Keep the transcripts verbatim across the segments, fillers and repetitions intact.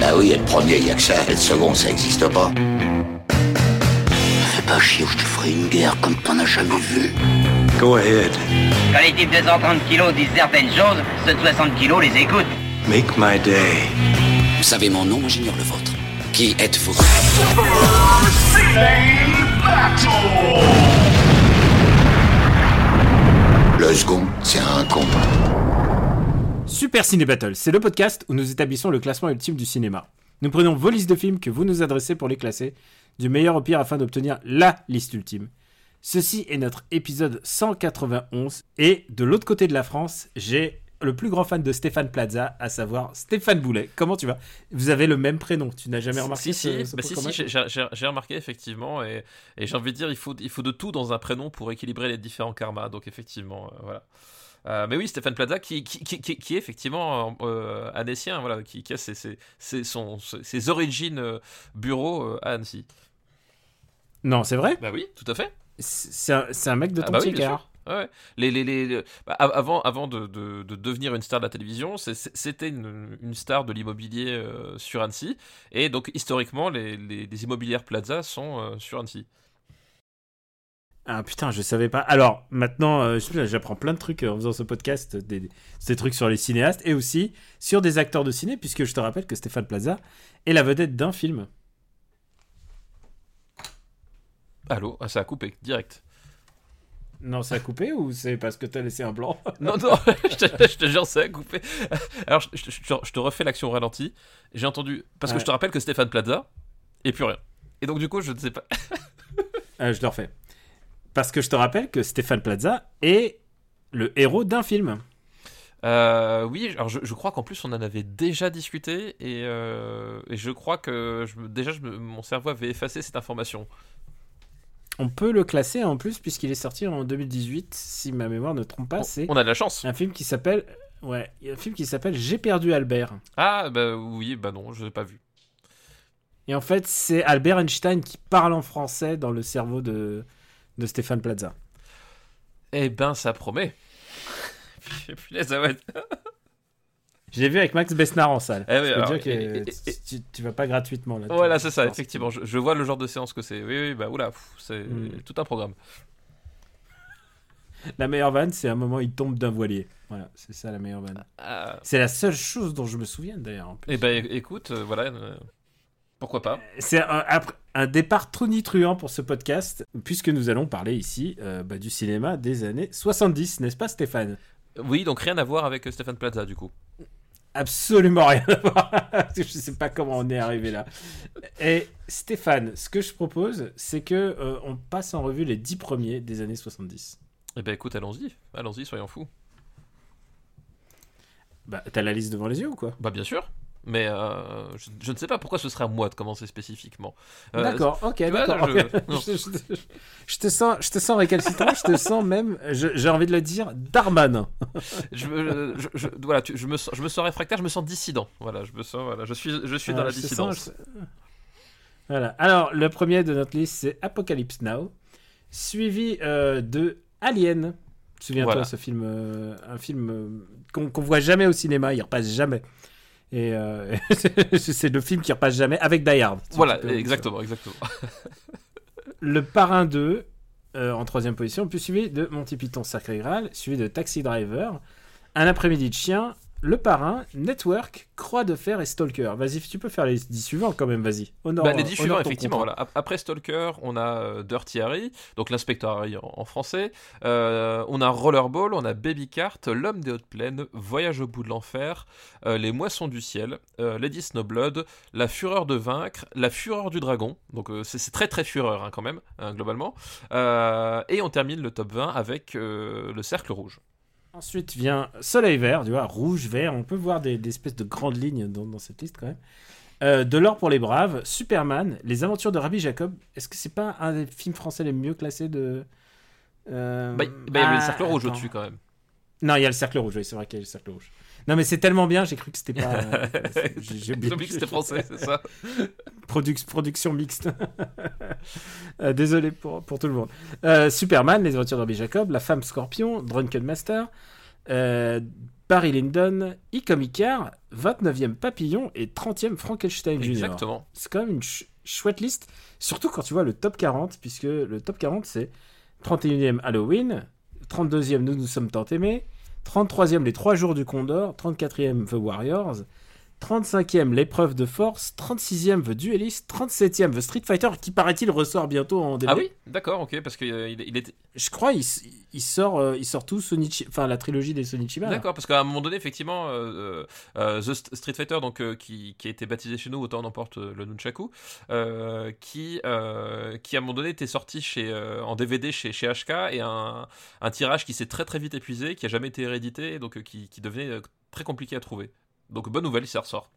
Bah oui, être premier, il y a que ça. Être second, ça existe pas. Fais pas chier ou je te ferai une guerre comme t'en as jamais vu. Go ahead. Quand les types de cent trente kilos disent certaines choses, ceux de soixante kilos les écoutent. Make my day. Vous savez mon nom, j'ignore le vôtre. Qui êtes-vous? Le second, c'est un con. Super Ciné Battle, c'est le podcast où nous établissons le classement ultime du cinéma. Nous prenons vos listes de films que vous nous adressez pour les classer, du meilleur au pire afin d'obtenir LA liste ultime. Ceci est notre épisode cent quatre-vingt-onze, et de l'autre côté de la France, j'ai le plus grand fan de Stéphane Plaza, à savoir Stéphane Boulet. Comment tu vas? Vous avez le même prénom, tu n'as jamais remarqué? Si, si, ce, ce bah si, si j'ai, j'ai, j'ai remarqué effectivement, et, et j'ai envie de dire, il faut, il faut de tout dans un prénom pour équilibrer les différents karmas, donc effectivement, euh, voilà. Euh, mais oui, Stéphane Plaza, qui, qui, qui, qui, qui est effectivement euh, annécien, voilà, qui, qui a ses, ses, ses, son, ses origines euh, bureau euh, à Annecy. Non, c'est vrai? Bah oui, tout à fait. C'est un, c'est un mec de ton ah bah oui, car. Ouais. Les, les, les, bah, avant, avant de, de, de devenir une star de la télévision, c'est, c'était une, une star de l'immobilier euh, sur Annecy. Et donc, historiquement, les, les, les immobilières Plaza sont euh, sur Annecy. Ah putain, je savais pas. Alors, maintenant, euh, j'apprends plein de trucs en faisant ce podcast, des, des trucs sur les cinéastes et aussi sur des acteurs de ciné, puisque je te rappelle que Stéphane Plaza est la vedette d'un film. Allô? Ah, ça a coupé, direct. Non, ça a coupé ou c'est parce que t'as laissé un blanc? Non, non, je, te, je te jure, ça a coupé. Alors, je, je, je, je te refais l'action au ralenti. J'ai entendu... Parce que ouais. Je te rappelle que Stéphane Plaza, et plus rien. Et donc, du coup, je ne sais pas... euh, je le refais. Parce que je te rappelle que Stéphane Plaza est le héros d'un film. Euh, oui, alors je, je crois qu'en plus on en avait déjà discuté et, euh, et je crois que je, déjà je, mon cerveau avait effacé cette information. On peut le classer en plus puisqu'il est sorti en deux mille dix-huit, si ma mémoire ne trompe pas. On, c'est on a de la chance. Un film qui s'appelle, ouais, un film qui s'appelle J'ai perdu Albert. Ah bah oui, bah non, je l'ai pas vu. Et en fait, c'est Albert Einstein qui parle en français dans le cerveau de de Stéphane Plaza. Eh ben, ça promet. Punaise, ouais. Je l'ai vu avec Max Besnard en salle. Eh oui, alors, dire que et, et, tu, et, tu, tu vas pas gratuitement là. Voilà, c'est ça, effectivement. Je, je vois le genre de séance que c'est. Oui, oui, bah oula, pff, c'est mm. tout un programme. La meilleure vanne, c'est un moment où il tombe d'un voilier. Voilà, c'est ça la meilleure vanne. Euh... C'est la seule chose dont je me souviens d'ailleurs. Eh ben, écoute, euh, voilà. Euh... Pourquoi pas? C'est un, un, un départ tonitruant pour ce podcast, puisque nous allons parler ici euh, bah, du cinéma des années soixante-dix, n'est-ce pas Stéphane? Oui, donc rien à voir avec euh, Stéphane Plaza du coup. Absolument rien à voir. Je sais pas comment on est arrivé là. Et Stéphane, ce que je propose, c'est que euh, on passe en revue les dix premiers des années soixante-dix. Eh ben écoute, allons-y, allons-y, soyons fous. Bah, t'as la liste devant les yeux ou quoi? Bah bien sûr. Mais euh, je, je ne sais pas pourquoi ce serait à moi de commencer spécifiquement. Euh, d'accord, ok, d'accord. Vois, je... je, je, je, te sens, je te sens récalcitrant, je te sens même, je, j'ai envie de le dire, Darman. je, je, je, voilà, tu, je, me sens, je me sens réfractaire, je me sens dissident. Voilà, je me sens, voilà, je suis, je suis ah, dans la dissidence. Sens, je... Voilà. Alors, le premier de notre liste, c'est Apocalypse Now, suivi euh, de Alien. Souviens-toi, voilà. ce film, euh, un film euh, qu'on, qu'on voit jamais au cinéma, il repasse jamais. Et euh, c'est le film qui repasse jamais avec Die Hard. Voilà, exactement, exactement. Le Parrain deux, euh, en troisième position, puis suivi de Monty Python Sacré Graal, suivi de Taxi Driver, Un après-midi de chien, Le Parrain, Network, Croix de fer et Stalker. Vas-y, tu peux faire les dix suivants quand même, vas-y. Honore, bah, les dix suivants, effectivement. Voilà. Après Stalker, on a euh, Dirty Harry, donc l'inspecteur Harry en, en français. Euh, on a Rollerball, on a Baby Cart, L'homme des hautes plaines, Voyage au bout de l'enfer, euh, Les moissons du ciel, euh, Lady Snowblood, La fureur de vaincre, La fureur du dragon. Donc euh, c'est, c'est très très fureur hein, quand même, hein, globalement. Euh, et on termine le top vingt avec euh, Le cercle rouge. Ensuite vient Soleil vert, tu vois, rouge, vert. On peut voir des, des espèces de grandes lignes dans, dans cette liste quand même. Euh, de l'or pour les braves, Superman, Les aventures de Rabbi Jacob. Est-ce que c'est pas un des films français les mieux classés de. Euh... Bah, bah, il y avait ah, le cercle rouge attends. Au-dessus quand même. Non, il y a le cercle rouge, oui, c'est vrai qu'il y a le cercle rouge. Non, mais c'est tellement bien, j'ai cru que c'était pas. Euh, j'ai, j'ai oublié que c'était français, c'est ça. Produc- production mixte. euh, désolé pour, pour tout le monde. Euh, Superman, Les aventures de Rabbi Jacob, La femme scorpion, Drunken Master, euh, Barry Lyndon, E-Comic Car, vingt-neuvième Papillon et trentième Frankenstein Junior. Exactement. C'est quand même une ch- chouette liste, surtout quand tu vois le top quarante, puisque le top quarante, c'est trente et unième Halloween, trente-deuxième Nous nous sommes tant aimés, trente-troisième Les trois jours du Condor, trente-quatrième The Warriors, trente-cinquième L'épreuve de force, trente-sixième The Duelist, trente-septième The Street Fighter, qui paraît-il ressort bientôt en D V D. Ah oui, d'accord, ok, parce qu'il euh, il, il était... Je crois il, il sort euh, il sort tout Sonichi... enfin la trilogie des Sonichiba. D'accord, parce qu'à un moment donné, effectivement, euh, euh, The Street Fighter, donc, euh, qui, qui a été baptisé chez nous, autant on emporte euh, le Nunchaku, euh, qui, euh, qui à un moment donné était sorti chez, euh, en D V D chez, chez H K, et un, un tirage qui s'est très très vite épuisé, qui a jamais été réédité, donc euh, qui, qui devenait euh, très compliqué à trouver. Donc bonne nouvelle, ça ressort.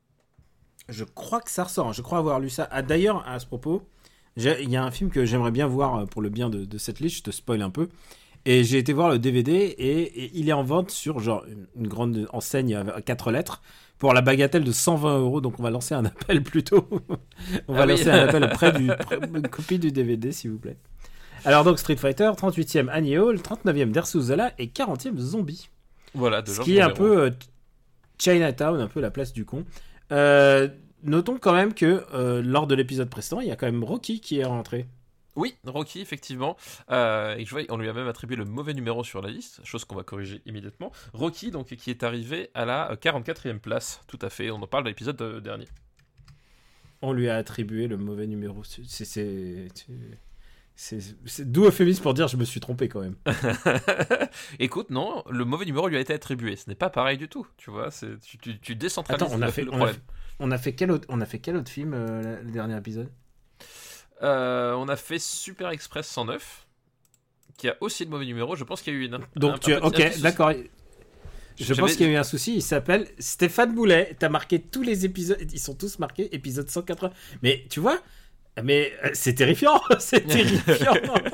Je crois que ça ressort, je crois avoir lu ça. Ah, d'ailleurs, à ce propos, il y a un film que j'aimerais bien voir pour le bien de, de cette liste, je te spoil un peu. Et j'ai été voir le D V D et, et il est en vente sur genre une, une grande enseigne à quatre lettres pour la bagatelle de cent vingt euros. Donc on va lancer un appel plutôt. on va ah lancer oui. un appel près du près, une copie du D V D s'il vous plaît. Alors donc Street Fighter, trente-huitième Annie Hall, trente-neuvième Dersu Zola et quarantième Zombie. Voilà, de Ce Georges qui est un Romero. peu euh, Chinatown, un peu la place du con. Euh, notons quand même que euh, lors de l'épisode précédent, il y a quand même Rocky qui est rentré. Oui, Rocky, effectivement. Euh, et je vois, on lui a même attribué le mauvais numéro sur la liste, chose qu'on va corriger immédiatement. Rocky, donc, qui est arrivé à la quarante-quatrième place, tout à fait. On en parle dans l'épisode euh, dernier. On lui a attribué le mauvais numéro. C'est, c'est, c'est, c'est, c'est d'où euphémisme pour dire je me suis trompé quand même. Écoute, non, le mauvais numéro lui a été attribué. Ce n'est pas pareil du tout, tu vois. C'est, tu, tu, tu décentralises Attends, on a le, fait, le on a problème. fait, on a fait quel autre, on a fait quel autre film euh, le dernier épisode? Euh, on a fait Super Express cent neuf, qui a aussi le mauvais numéro. Je pense qu'il y a eu une. Donc un, tu, un petit, ok, un petit d'accord. Je J'avais- pense qu'il y a eu un souci. Il s'appelle Stéphane Boulet. T'as marqué tous les épisodes. Ils sont tous marqués épisode cent quatre-vingts. Mais tu vois, mais euh, c'est terrifiant. c'est terrifiant.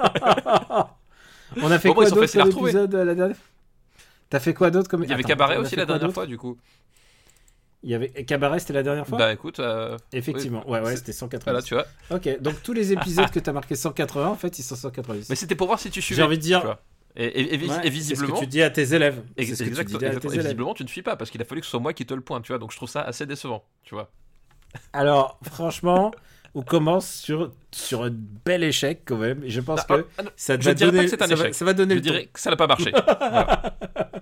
On a fait Bon, quoi ils sont d'autre faciles à comme retrouver. épisode euh, la dernière? T'as fait quoi d'autre comme Il y avait Attends, Cabaret on a aussi fait la quoi dernière d'autre fois, du coup. Il y avait Cabaret, c'était la dernière fois. Bah écoute, euh, Effectivement, ouais, ouais, c'est- c'était cent quatre-vingts. voilà, tu vois. Ok, donc tous les épisodes que t'as marqué cent quatre-vingts, en fait, ils sont cent quatre-vingt-dix. Mais c'était pour voir si tu suivais. J'ai envie de dire- tu vois. Et, et- et vis- Ouais, et visiblement. c'est ce que tu dis à tes élèves. Ex- C'est ce que exact- tu dis à exactement. tes Et élèves. visiblement, tu ne suis pas parce qu'il a fallu que ce soit moi qui te le pointe, tu vois. Donc je trouve ça assez décevant, tu vois. Alors, franchement, on commence sur, sur un bel échec quand même. Et je pense Ah, que ah, non, ça je va dirais donner, pas que c'est un ça va, échec. ça va donner Je le ton. dirais que ça n'a pas marché. Voilà.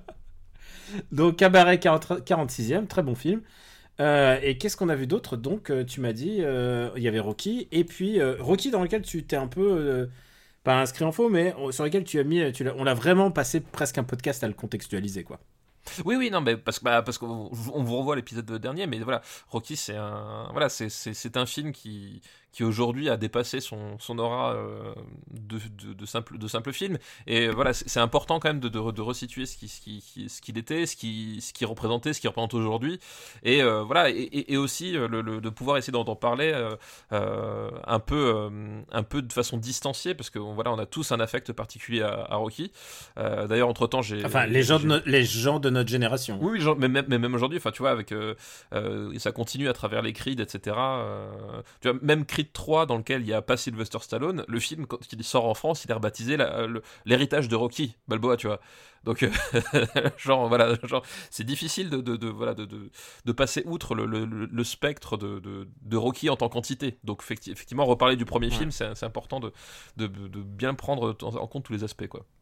Donc, Cabaret quarante, quarante-sixième, très bon film. Euh, et qu'est-ce qu'on a vu d'autre? Donc, euh, tu m'as dit, euh, il y avait Rocky. Et puis, euh, Rocky dans lequel tu t'es un peu, euh, pas inscrit en faux, mais euh, sur lequel tu as mis, tu l'as- on l'a vraiment passé presque un podcast à le contextualiser, quoi. Oui, oui, non, mais parce que bah, parce qu'on on vous revoit l'épisode dernier, mais voilà, Rocky, c'est un voilà, c'est c'est c'est un film qui qui aujourd'hui a dépassé son son aura euh, de, de de simple de simple film, et voilà, c'est c'est important quand même de de, de resituer ce qui ce qui qui- ce qu'il était, ce qui ce qui représentait, ce qu'il représente aujourd'hui, et euh, voilà, et, et, et aussi euh, le, le de pouvoir essayer d'en d'en parler euh, euh, un peu euh, un peu de façon distanciée, parce que voilà, on a tous un affect particulier à, à Rocky. Euh, d'ailleurs, entre temps, j'ai Enfin, les gens de, j'ai- no- les gens de notre génération. oui, oui, genre, mais même, mais même aujourd'hui, enfin, tu vois, avec euh, euh, ça continue à travers les Creed, et cetera. Euh, tu vois, même Creed trois, dans lequel il n'y a pas Sylvester Stallone, le film, quand il sort en France, il est rebaptisé la- le- l'héritage de Rocky Balboa, tu vois. Donc, euh, genre, voilà, genre, c'est difficile de, de, de, voilà, de, de, de passer outre le, le, le spectre de, de, de Rocky en tant qu'entité. Donc, effecti- effectivement, reparler du premier Ouais. film, c'est c'est important de, de, de bien prendre en en compte tous les aspects, quoi.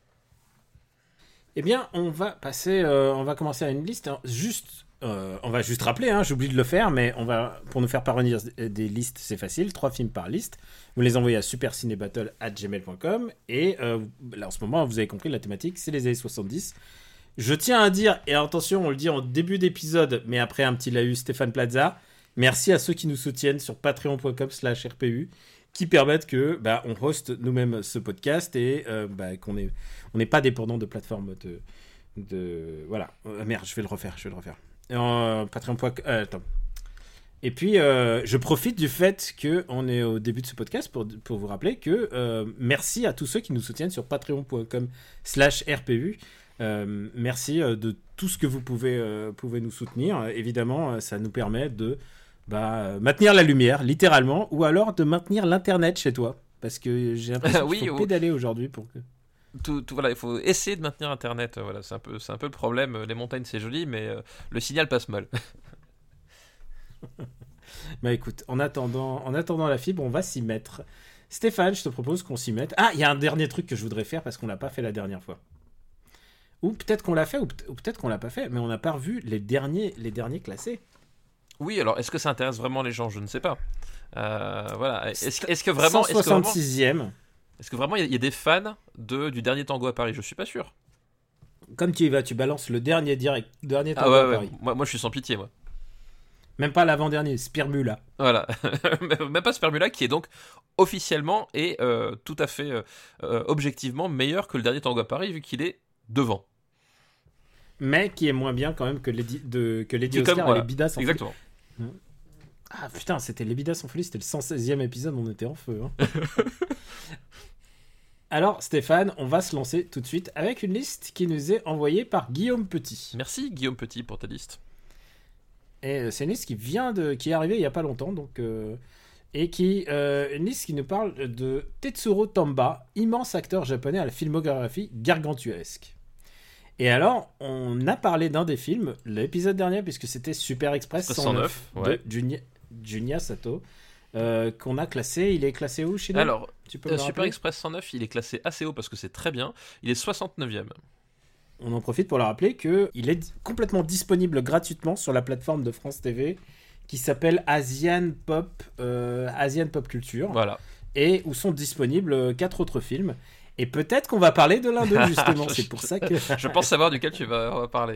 Eh bien, on va passer, euh, on va commencer à une liste. hein. Juste, euh, on va juste rappeler, hein, j'oublie de le faire, mais on va, pour nous faire parvenir des listes, c'est facile, trois films par liste. Vous les envoyez à supercinébattle arobase gmail point com et euh, là en ce moment, vous avez compris la thématique, c'est les années soixante-dix. Je tiens à dire, et attention, on le dit en début d'épisode, mais après un petit laïus Stéphane Plaza, merci à ceux qui nous soutiennent sur patreon point com slash R P U, qui permettent que bah, on hoste nous-mêmes ce podcast et euh, bah, qu'on est on n'est pas dépendant de plateformes de de voilà Euh, merde je vais le refaire je vais le refaire euh, Patreon. Euh, attends. Et puis euh, je profite du fait que on est au début de ce podcast pour pour vous rappeler que euh, merci à tous ceux qui nous soutiennent sur patreon point com slash R P U. Euh, merci euh, de tout ce que vous pouvez euh, pouvez nous soutenir. Euh, évidemment, euh, ça nous permet de bah, euh, maintenir la lumière, littéralement, ou alors de maintenir l'internet chez toi, parce que j'ai l'impression Oui, qu'il faut ou- pédaler aujourd'hui pour que. tout, tout, voilà, il faut essayer de maintenir Internet. Voilà, c'est un peu, c'est un peu le problème. Les montagnes, c'est joli, mais euh, le signal passe mal. Bah écoute, en attendant, en attendant la fibre, on va s'y mettre. Stéphane, je te propose qu'on s'y mette. Ah, il y a un dernier truc que je voudrais faire parce qu'on l'a pas fait la dernière fois. Ou peut-être qu'on l'a fait, ou, peut- ou peut-être qu'on l'a pas fait, mais on n'a pas revu les derniers, les derniers classés. Oui, alors est-ce que ça intéresse vraiment les gens ? Je ne sais pas. Euh, voilà. Est-ce, est-ce que vraiment, est-ce que vraiment, cent soixante-sixième. est-ce que vraiment il y, a- il y a des fans de du dernier Tango à Paris ? Je suis pas sûr. Comme tu y vas, tu balances le dernier direct, dernier Ah Tango ouais, à ouais. Paris. Moi, moi, je suis sans pitié, moi. Même pas l'avant-dernier, Spermula. Voilà. Même pas Spermula qui est donc officiellement et euh, tout à fait euh, euh, objectivement meilleur que le dernier Tango à Paris vu qu'il est devant. Mais qui est moins bien quand même que Lady, de, que Lady Qui est Oscar comme- et voilà. les Bidas en folie. Exactement. Ah putain, c'était les Bidas en folie, c'était le cent seizième épisode, on était en feu. Hein. Alors Stéphane, on va se lancer tout de suite avec une liste qui nous est envoyée par Guillaume Petit. Merci Guillaume Petit pour ta liste. Et euh, c'est une liste qui vient de, qui est arrivée il y a pas longtemps, donc euh, et qui euh, une liste qui nous parle de Tetsuro Tamba, immense acteur japonais à la filmographie gargantuesque. Et alors, on a parlé d'un des films l'épisode dernier puisque c'était Super Express Express cent neuf, cent neuf, ouais. de Junya, Junya Sato, euh, qu'on a classé. Il est classé où chez nous ? Alors, Tu peux me euh, le Super rappeler Express cent neuf, il est classé assez haut parce que c'est très bien. Il est soixante-neuvième. On en profite pour le rappeler qu'il est di- complètement disponible gratuitement sur la plateforme de France T V qui s'appelle Asian Pop, euh, Asian Pop Culture, Voilà. et où sont disponibles euh, quatre autres films. Et peut-être qu'on va parler de l'un d'eux justement. C'est pour ça que. Je pense savoir duquel tu vas, on va parler.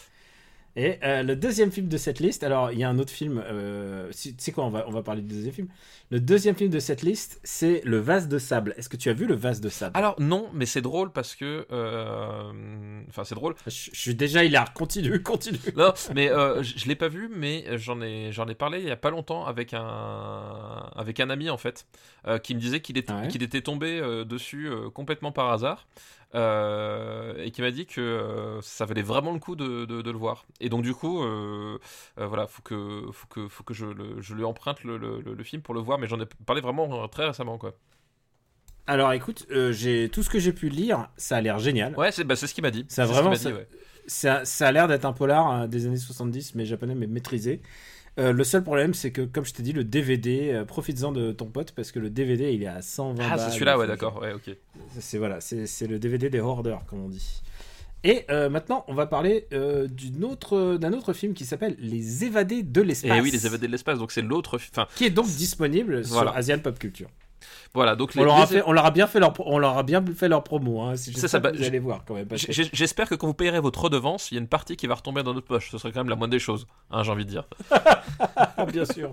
Et euh, le deuxième film de cette liste, alors il y a un autre film, euh, tu sais quoi, on va, on va parler du deuxième film. Le deuxième film de cette liste, c'est Le Vase de Sable. Est-ce que tu as vu Le Vase de Sable ? Alors non, mais c'est drôle parce que... euh, Enfin, c'est drôle. je, je suis déjà hilar, continue, continue. Non, mais euh, je, je l'ai pas vu, mais j'en ai, j'en ai parlé il y a pas longtemps avec un, avec un ami en fait, euh, qui me disait qu'il était, Ah ouais. qu'il était tombé euh, dessus euh, complètement par hasard. Euh, et qui m'a dit que euh, ça valait vraiment le coup de, de, de le voir. Et donc du coup, euh, euh, voilà, faut que, faut que, faut que je, le, je lui emprunte le, le, le film pour le voir. Mais j'en ai parlé vraiment très récemment, quoi. Alors écoute, euh, j'ai tout ce que j'ai pu lire, ça a l'air génial. Ouais, c'est, bah, c'est ce qu'il m'a dit. Ça, C'est vraiment, ce qu'il m'a dit, ça- ouais. Ça, ça a l'air d'être un polar euh, des années soixante-dix, mais japonais, mais maîtrisé. Euh, le seul problème, c'est que, comme je t'ai dit, le D V D, euh, profites-en de ton pote, parce que le D V D, il est à cent vingt Ah, balles. c'est celui-là, ouais, Enfin, d'accord, ouais, ok. C'est, voilà, c'est, c'est le D V D des hoarders, comme on dit. Et euh, maintenant, on va parler euh, d'une autre, d'un autre film qui s'appelle Les Évadés de l'espace. Et oui, les évadés de l'espace, donc c'est l'autre, enfin, Qui est donc disponible Voilà. sur Asian Pop Culture. voilà, donc On les, leur, a les- fait, on leur a bien fait leur, pro- on leur a bien fait leur promo. Hein. C'est C'est juste ça, ça, bah, que vous j'- allez voir quand même. parce que- J'- J'espère que quand vous payerez votre redevance, il y a une partie qui va retomber dans notre poche. Ce serait quand même la moindre des choses, hein, j'ai envie de dire. Ah, bien sûr.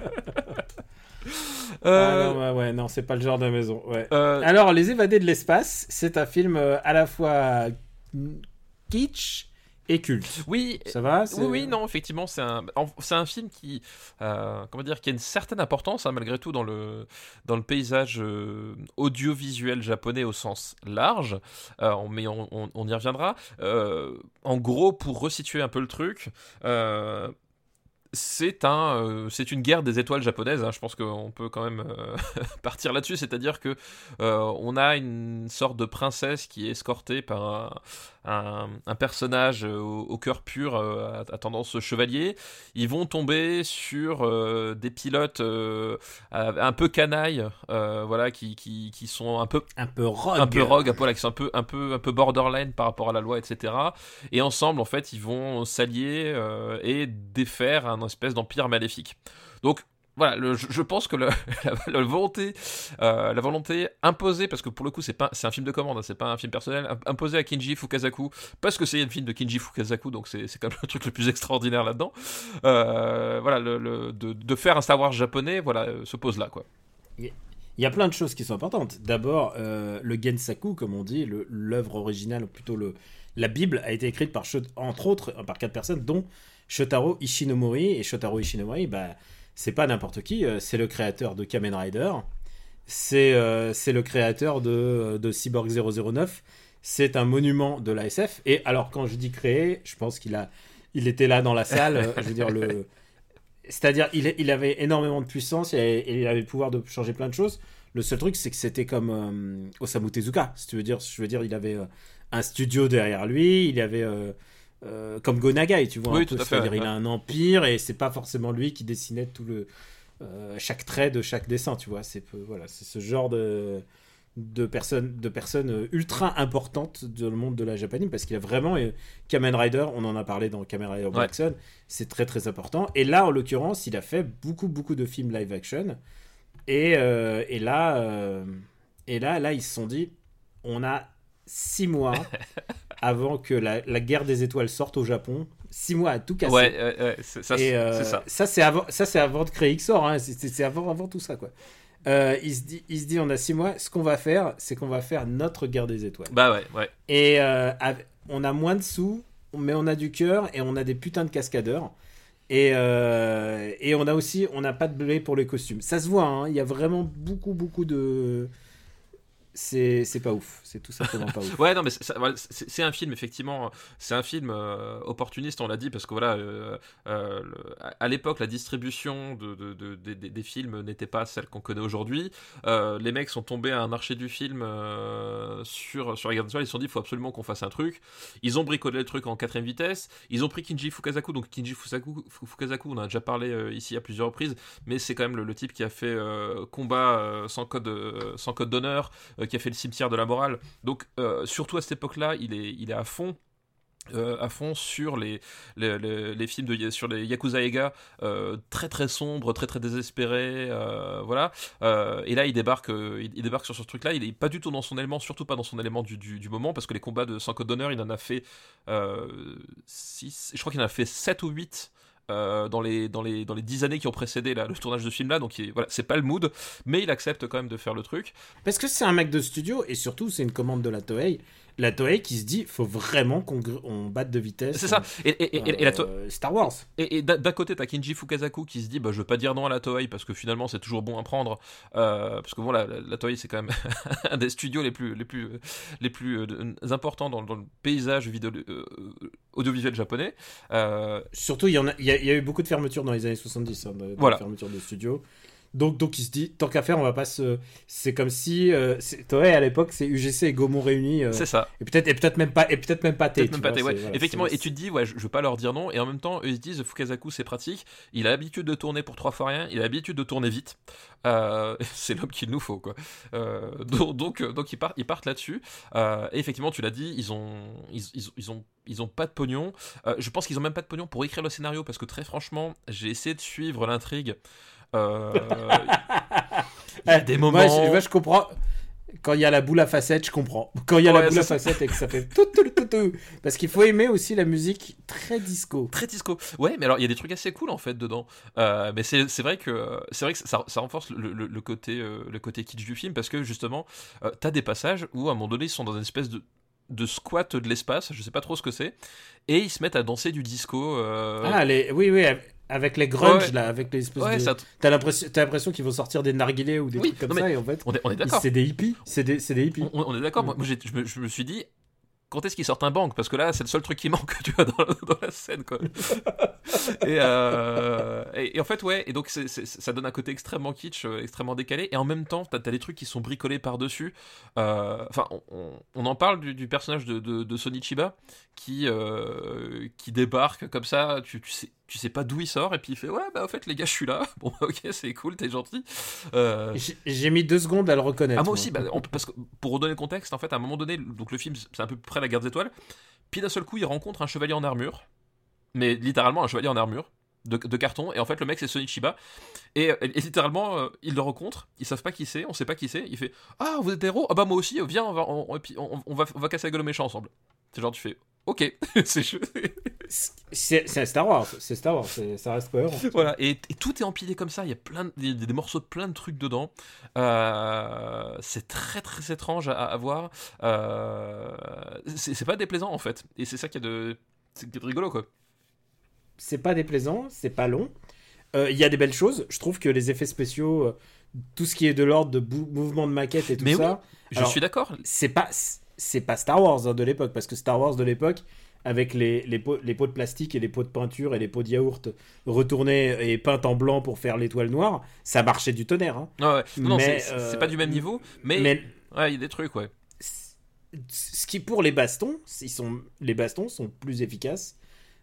Euh, Ah, non, ouais, ouais, non, c'est pas le genre de maison. Ouais. euh, Alors, Les Évadés de l'espace, c'est un film euh, à la fois kitsch et culte. oui, Ça va c'est- oui, oui, non, effectivement, c'est un, en- c'est un film qui, euh, comment dire, qui a une certaine importance, hein, malgré tout, dans le, dans le paysage euh, audiovisuel japonais au sens large. Euh, on- mais on, on- on y reviendra. Euh, en gros, pour resituer un peu le truc. Euh, C'est un, euh, c'est une guerre des étoiles japonaises. Hein. Je pense qu'on peut quand même euh, partir là-dessus. C'est-à-dire que euh, on a une sorte de princesse qui est escortée par un, un, un personnage euh, au, au cœur pur, euh, à, à tendance chevalier. Ils vont tomber sur euh, des pilotes euh, un peu canailles, euh, voilà, qui, qui, qui sont un peu Un peu rogue. un peu rogue, un peu, là, qui sont un peu, un peu, un peu borderline par rapport à la loi, et cetera. Et ensemble, en fait, ils vont s'allier euh, et défaire un espèce d'empire maléfique. Donc, voilà, le- je, je pense que le- la, la volonté, euh, la volonté imposée, parce que pour le coup, c'est pas, c'est un film de commande, hein, c'est pas un film personnel, im- imposé à Kinji Fukasaku, parce que c'est un film de Kinji Fukasaku, donc c'est, c'est quand même le truc le plus extraordinaire là-dedans. Euh, voilà, le, le- de, de faire un savoir japonais, voilà, euh, se pose là, quoi. Il y a plein de choses qui sont importantes. D'abord, euh, le Gensaku, comme on dit, le- l'œuvre originale, ou plutôt le, la Bible, a été écrite par, Shot- entre autres, euh, par quatre personnes, dont Shotaro Ishinomori. Et Shotaro Ishinomori, bah, c'est pas n'importe qui, euh, c'est le créateur de Kamen Rider, c'est, euh, c'est le créateur de, de Cyborg zéro zéro neuf, c'est un monument de l'A S F. Et alors, quand je dis créé, je pense qu'il a, il était là dans la salle, euh, je veux dire, le... C'est-à-dire, il, il avait énormément de puissance et, et il avait le pouvoir de changer plein de choses. Le seul truc, c'est que c'était comme euh, Osamu Tezuka, si tu veux dire. Je veux dire, il avait euh, un studio derrière lui, il avait euh, euh, comme Go Nagai, tu vois. Oui, un tout peu, à fait. C'est-à-dire, Ouais. il a un empire et c'est pas forcément lui qui dessinait tout le euh, chaque trait de chaque dessin, tu vois. C'est peu- voilà, c'est ce genre de de personnes de personnes ultra importantes dans le monde de la japanime parce qu'il a vraiment euh, Kamen Rider, on en a parlé dans Kamen Rider Black Sun, c'est très très important. Et là, en l'occurrence, il a fait beaucoup beaucoup de films live action. Et, euh, et là, euh, et là, là, ils se sont dit, on a six mois avant que la, la guerre des étoiles sorte au Japon, six mois à tout casser. Ouais, ouais, ouais, c'est, ça, et c'est, euh, c'est ça. ça, c'est avant, ça, c'est avant de créer X O R, hein, c'est, c'est, c'est avant, avant tout ça, quoi. Euh, il se dit, il se dit, on a six mois. Ce qu'on va faire, c'est qu'on va faire notre guerre des étoiles. Bah ouais, ouais. Et euh, avec- on a moins de sous, mais on a du cœur et on a des putains de cascadeurs. Et, euh, et on a aussi, on n'a pas de blé pour les costumes. Ça se voit, hein, il y a vraiment beaucoup, beaucoup de. C'est, c'est pas ouf, c'est tout simplement pas ouf. Ouais, non, mais c'est, ça- voilà, c'est, c'est un film, effectivement, c'est un film euh, opportuniste, on l'a dit, parce que voilà, euh, euh, le- à à l'époque, la distribution de, de- de- de- des- des films n'était pas celle qu'on connaît aujourd'hui. Euh, les mecs sont tombés à un marché du film euh, sur, sur la Guerre des Étoiles, ils se sont dit, il faut absolument qu'on fasse un truc. Ils ont bricolé le truc en quatrième vitesse, ils ont pris Kinji Fukasaku, donc Kinji Fukasaku, Fukasaku on en a déjà parlé euh, ici à plusieurs reprises, mais c'est quand même le, le type qui a fait euh, Combat euh, sans code, euh, sans code d'honneur, euh, qui a fait le cimetière de la morale. Donc euh, surtout à cette époque-là, il est, il est à fond. Euh, à fond sur les, les, les, les films de sur les Yakuza Eiga, euh, très très sombres, très très désespérés, euh, voilà. Euh, et là, il débarque, euh, il, il débarque sur ce truc-là. Il est pas du tout dans son élément, surtout pas dans son élément du, du, du moment, parce que les combats de Sans Code d'honneur, il en a fait euh, six, je crois qu'il en a fait sept ou huit. Euh, dans les dans les dans les dix années qui ont précédé là, le tournage de ce film là, donc il, voilà, c'est pas le mood, mais il accepte quand même de faire le truc. Parce que c'est un mec de studio et surtout, c'est une commande de la Toei. La Toei qui se dit, faut vraiment qu'on gr- on batte de vitesse. C'est ça. Et, et, et, et la to- Euh, Star Wars. Et, et d'un d'un côté, t'as Kinji Fukasaku qui se dit bah, je veux pas dire non à la Toei parce que finalement c'est toujours bon à prendre. Euh, parce que bon, la, la, la Toei c'est quand même un des studios les plus, les plus, les plus euh, importants dans, dans le paysage vidéo, euh, audiovisuel japonais. Euh, Surtout, il y, en a, il, y a, il y a eu beaucoup de fermetures dans les années soixante-dix, hein, de, de Voilà. fermetures de studios. Donc, donc il se dit, tant qu'à faire, on va pas se. C'est comme si. Euh, c'est... Toei à l'époque, c'est U G C et Gaumont réunis. euh, c'est ça. Et peut-être, et peut-être même pas, et peut-être même pas T. Peut-être même pas, vois, ouais. c'est- voilà, Effectivement, c'est- et tu te dis, ouais, je, je veux pas leur dire non, et en même temps, eux ils se disent, Fukasaku c'est pratique, il a l'habitude de tourner pour trois fois rien, il a l'habitude de tourner vite, euh, c'est l'homme qu'il nous faut, quoi. Euh, donc, donc, euh, donc ils, partent, ils partent là-dessus, euh, et effectivement, tu l'as dit, ils ont, ils, ils, ils ont, ils ont pas de pognon, euh, je pense qu'ils ont même pas de pognon pour écrire le scénario, parce que très franchement, j'ai essayé de suivre l'intrigue. Euh, il y a des moments. Moi, je, moi, je comprends. Quand il y a la boule à facettes, je comprends. Quand il y a Ouais, la boule à c'est ça. facettes et que ça fait tout, tout, tout, tout. Parce qu'il faut aimer aussi la musique très disco. Très disco. Ouais, mais alors il y a des trucs assez cool en fait dedans. Euh, mais c'est, c'est vrai que c'est vrai que ça, ça renforce le, le, le côté euh, le côté kitsch du film parce que justement euh, t'as des passages où à un moment donné ils sont dans une espèce de de squat de l'espace, je sais pas trop ce que c'est, et ils se mettent à danser du disco. Euh... Ah, les... oui, oui, avec les grunge, Ouais. là, avec les espèces Ouais, de... ça- T'as l'impression, t'as l'impression qu'ils vont sortir des narguilés ou des Oui, trucs comme non, mais ça, et en fait, On est, on est ils- d'accord. c'est des hippies. C'est des, c'est des hippies. On, on est d'accord. Moi, moi, j'ai- je, me, je me suis dit. Quand est-ce qu'ils sortent un bang? Parce que là, c'est le seul truc qui manque, tu vois, dans, dans la scène, quoi. et, euh, et, et en fait, ouais, et donc c'est, c'est, ça donne un côté extrêmement kitsch, euh, extrêmement décalé, et en même temps, t'as, t'as des trucs qui sont bricolés par-dessus. Euh, Enfin, on, on, on en parle du, du personnage de, de, de Sonichiba, qui, euh, qui débarque comme ça, tu, tu sais... Tu sais pas d'où il sort, et puis il fait ouais, bah en fait, les gars, je suis là. Bon, ok, c'est cool, t'es gentil. Euh... J'ai, j'ai mis deux secondes à le reconnaître. Ah, moi aussi, bah, on- parce que pour redonner le contexte, en fait, à un moment donné, donc le film, c'est à peu près la guerre des étoiles. Puis d'un seul coup, il rencontre un chevalier en armure, mais littéralement un chevalier en armure de, de carton. Et en fait, le mec, c'est Sonichiba. Et, et, et littéralement, euh, ils le rencontrent. Ils savent pas qui c'est, on sait pas qui c'est. Il fait ah, vous êtes héros? Ah bah moi aussi. Viens, on va, on, et puis on, on va, on va casser la gueule aux méchants ensemble. C'est genre tu fais ok, c'est chou- C'est, c'est Star Wars, c'est Star Wars, c'est- ça reste cohérent. Voilà, et, et tout est empilé comme ça, il y a plein de, des, des morceaux de plein de trucs dedans. Euh, c'est très très étrange à, à voir. Euh, c'est, c'est pas déplaisant en fait, et c'est ça qui est de, c'est qui est de rigolo quoi. C'est pas déplaisant, c'est pas long. Euh, Il y a des belles choses. Je trouve que les effets spéciaux, euh, tout ce qui est de l'ordre de bou- mouvement de maquette et tout Mais oui, ça, je alors, suis d'accord. c'est pas c'est pas Star Wars hein, de l'époque, parce que Star Wars de l'époque avec les, les, pots, les pots de plastique et les pots de peinture et les pots de yaourt retournés et peints en blanc pour faire l'étoile noire, ça marchait du tonnerre. Hein. Ah ouais. Non, mais, c'est, euh, c'est pas du même niveau, mais mais ouais, il y a des trucs, ouais. Ce qui pour les bastons, ils sont, les bastons sont plus efficaces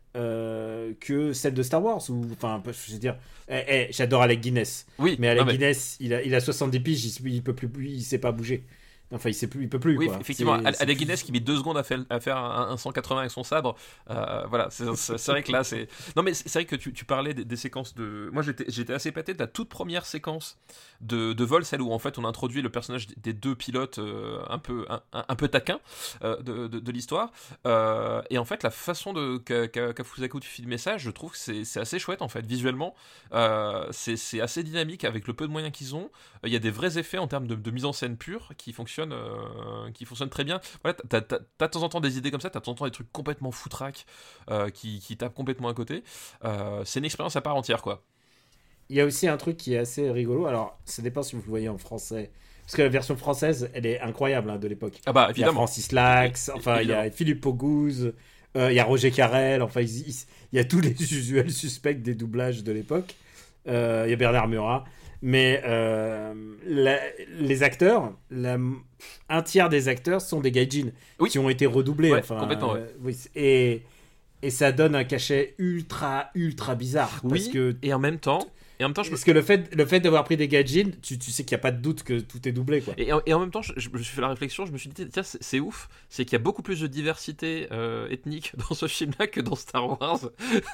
euh, que celles de Star Wars. Ou, enfin, je veux dire, eh, eh, j'adore Alec Guinness. Oui, mais Alec non, mais... Guinness, il a, il a soixante-dix piges, il, il peut plus, il sait pas bouger. Enfin, il sait plus, il peut plus. Oui, quoi. effectivement, c'est, Alec c'est Guinness plus... qui met deux secondes à faire, à faire un, un cent quatre-vingts avec son sabre. Euh, voilà, c'est, c'est, c'est vrai que là, c'est. Non, mais c'est vrai que tu, tu parlais des, des séquences de. Moi, j'étais, j'étais assez épaté de la toute première séquence de, de vol, celle où en fait on introduit le personnage des deux pilotes euh, un peu, un, un peu taquins euh, de, de, de l'histoire. Euh, et en fait, la façon de qu'a, qu'a, qu'a Fusaku filmer ça, je trouve que c'est, c'est assez chouette en fait, visuellement. Euh, c'est, c'est assez dynamique avec le peu de moyens qu'ils ont. Il y a des vrais effets en termes de, de mise en scène pure qui fonctionnent. Euh, qui fonctionne très bien. Voilà, t'as, t'as, t'as de temps en temps des idées comme ça, t'as de temps en temps des trucs complètement foutraques euh, qui, qui tapent complètement à côté. Euh, c'est une expérience à part entière, quoi. Il y a aussi un truc qui est assez rigolo. Alors, ça dépend si vous le voyez en français. Parce que la version française, elle est incroyable hein, de l'époque. Ah bah, évidemment. Il y a Francis Lax, enfin, il y a Philippe Pogouze, euh, il y a Roger Carrel, enfin, il, il, il y a tous les usuels suspects des doublages de l'époque. Euh, il y a Bernard Murat. Mais euh, la, les acteurs, la, un tiers des acteurs sont des gaijins oui. qui ont été redoublés. Ouais, enfin, complètement, ouais. euh, oui, et, et ça donne un cachet ultra, ultra bizarre. Oui, parce que, et en même temps... Et en même temps, je parce me... que le fait, le fait d'avoir pris des gaijins, tu, tu sais qu'il n'y a pas de doute que tout est doublé. Quoi. Et, en, et en même temps, je, je me suis fait la réflexion, je me suis dit, tiens, c'est, c'est ouf, c'est qu'il y a beaucoup plus de diversité euh, ethnique dans ce film-là que dans Star Wars.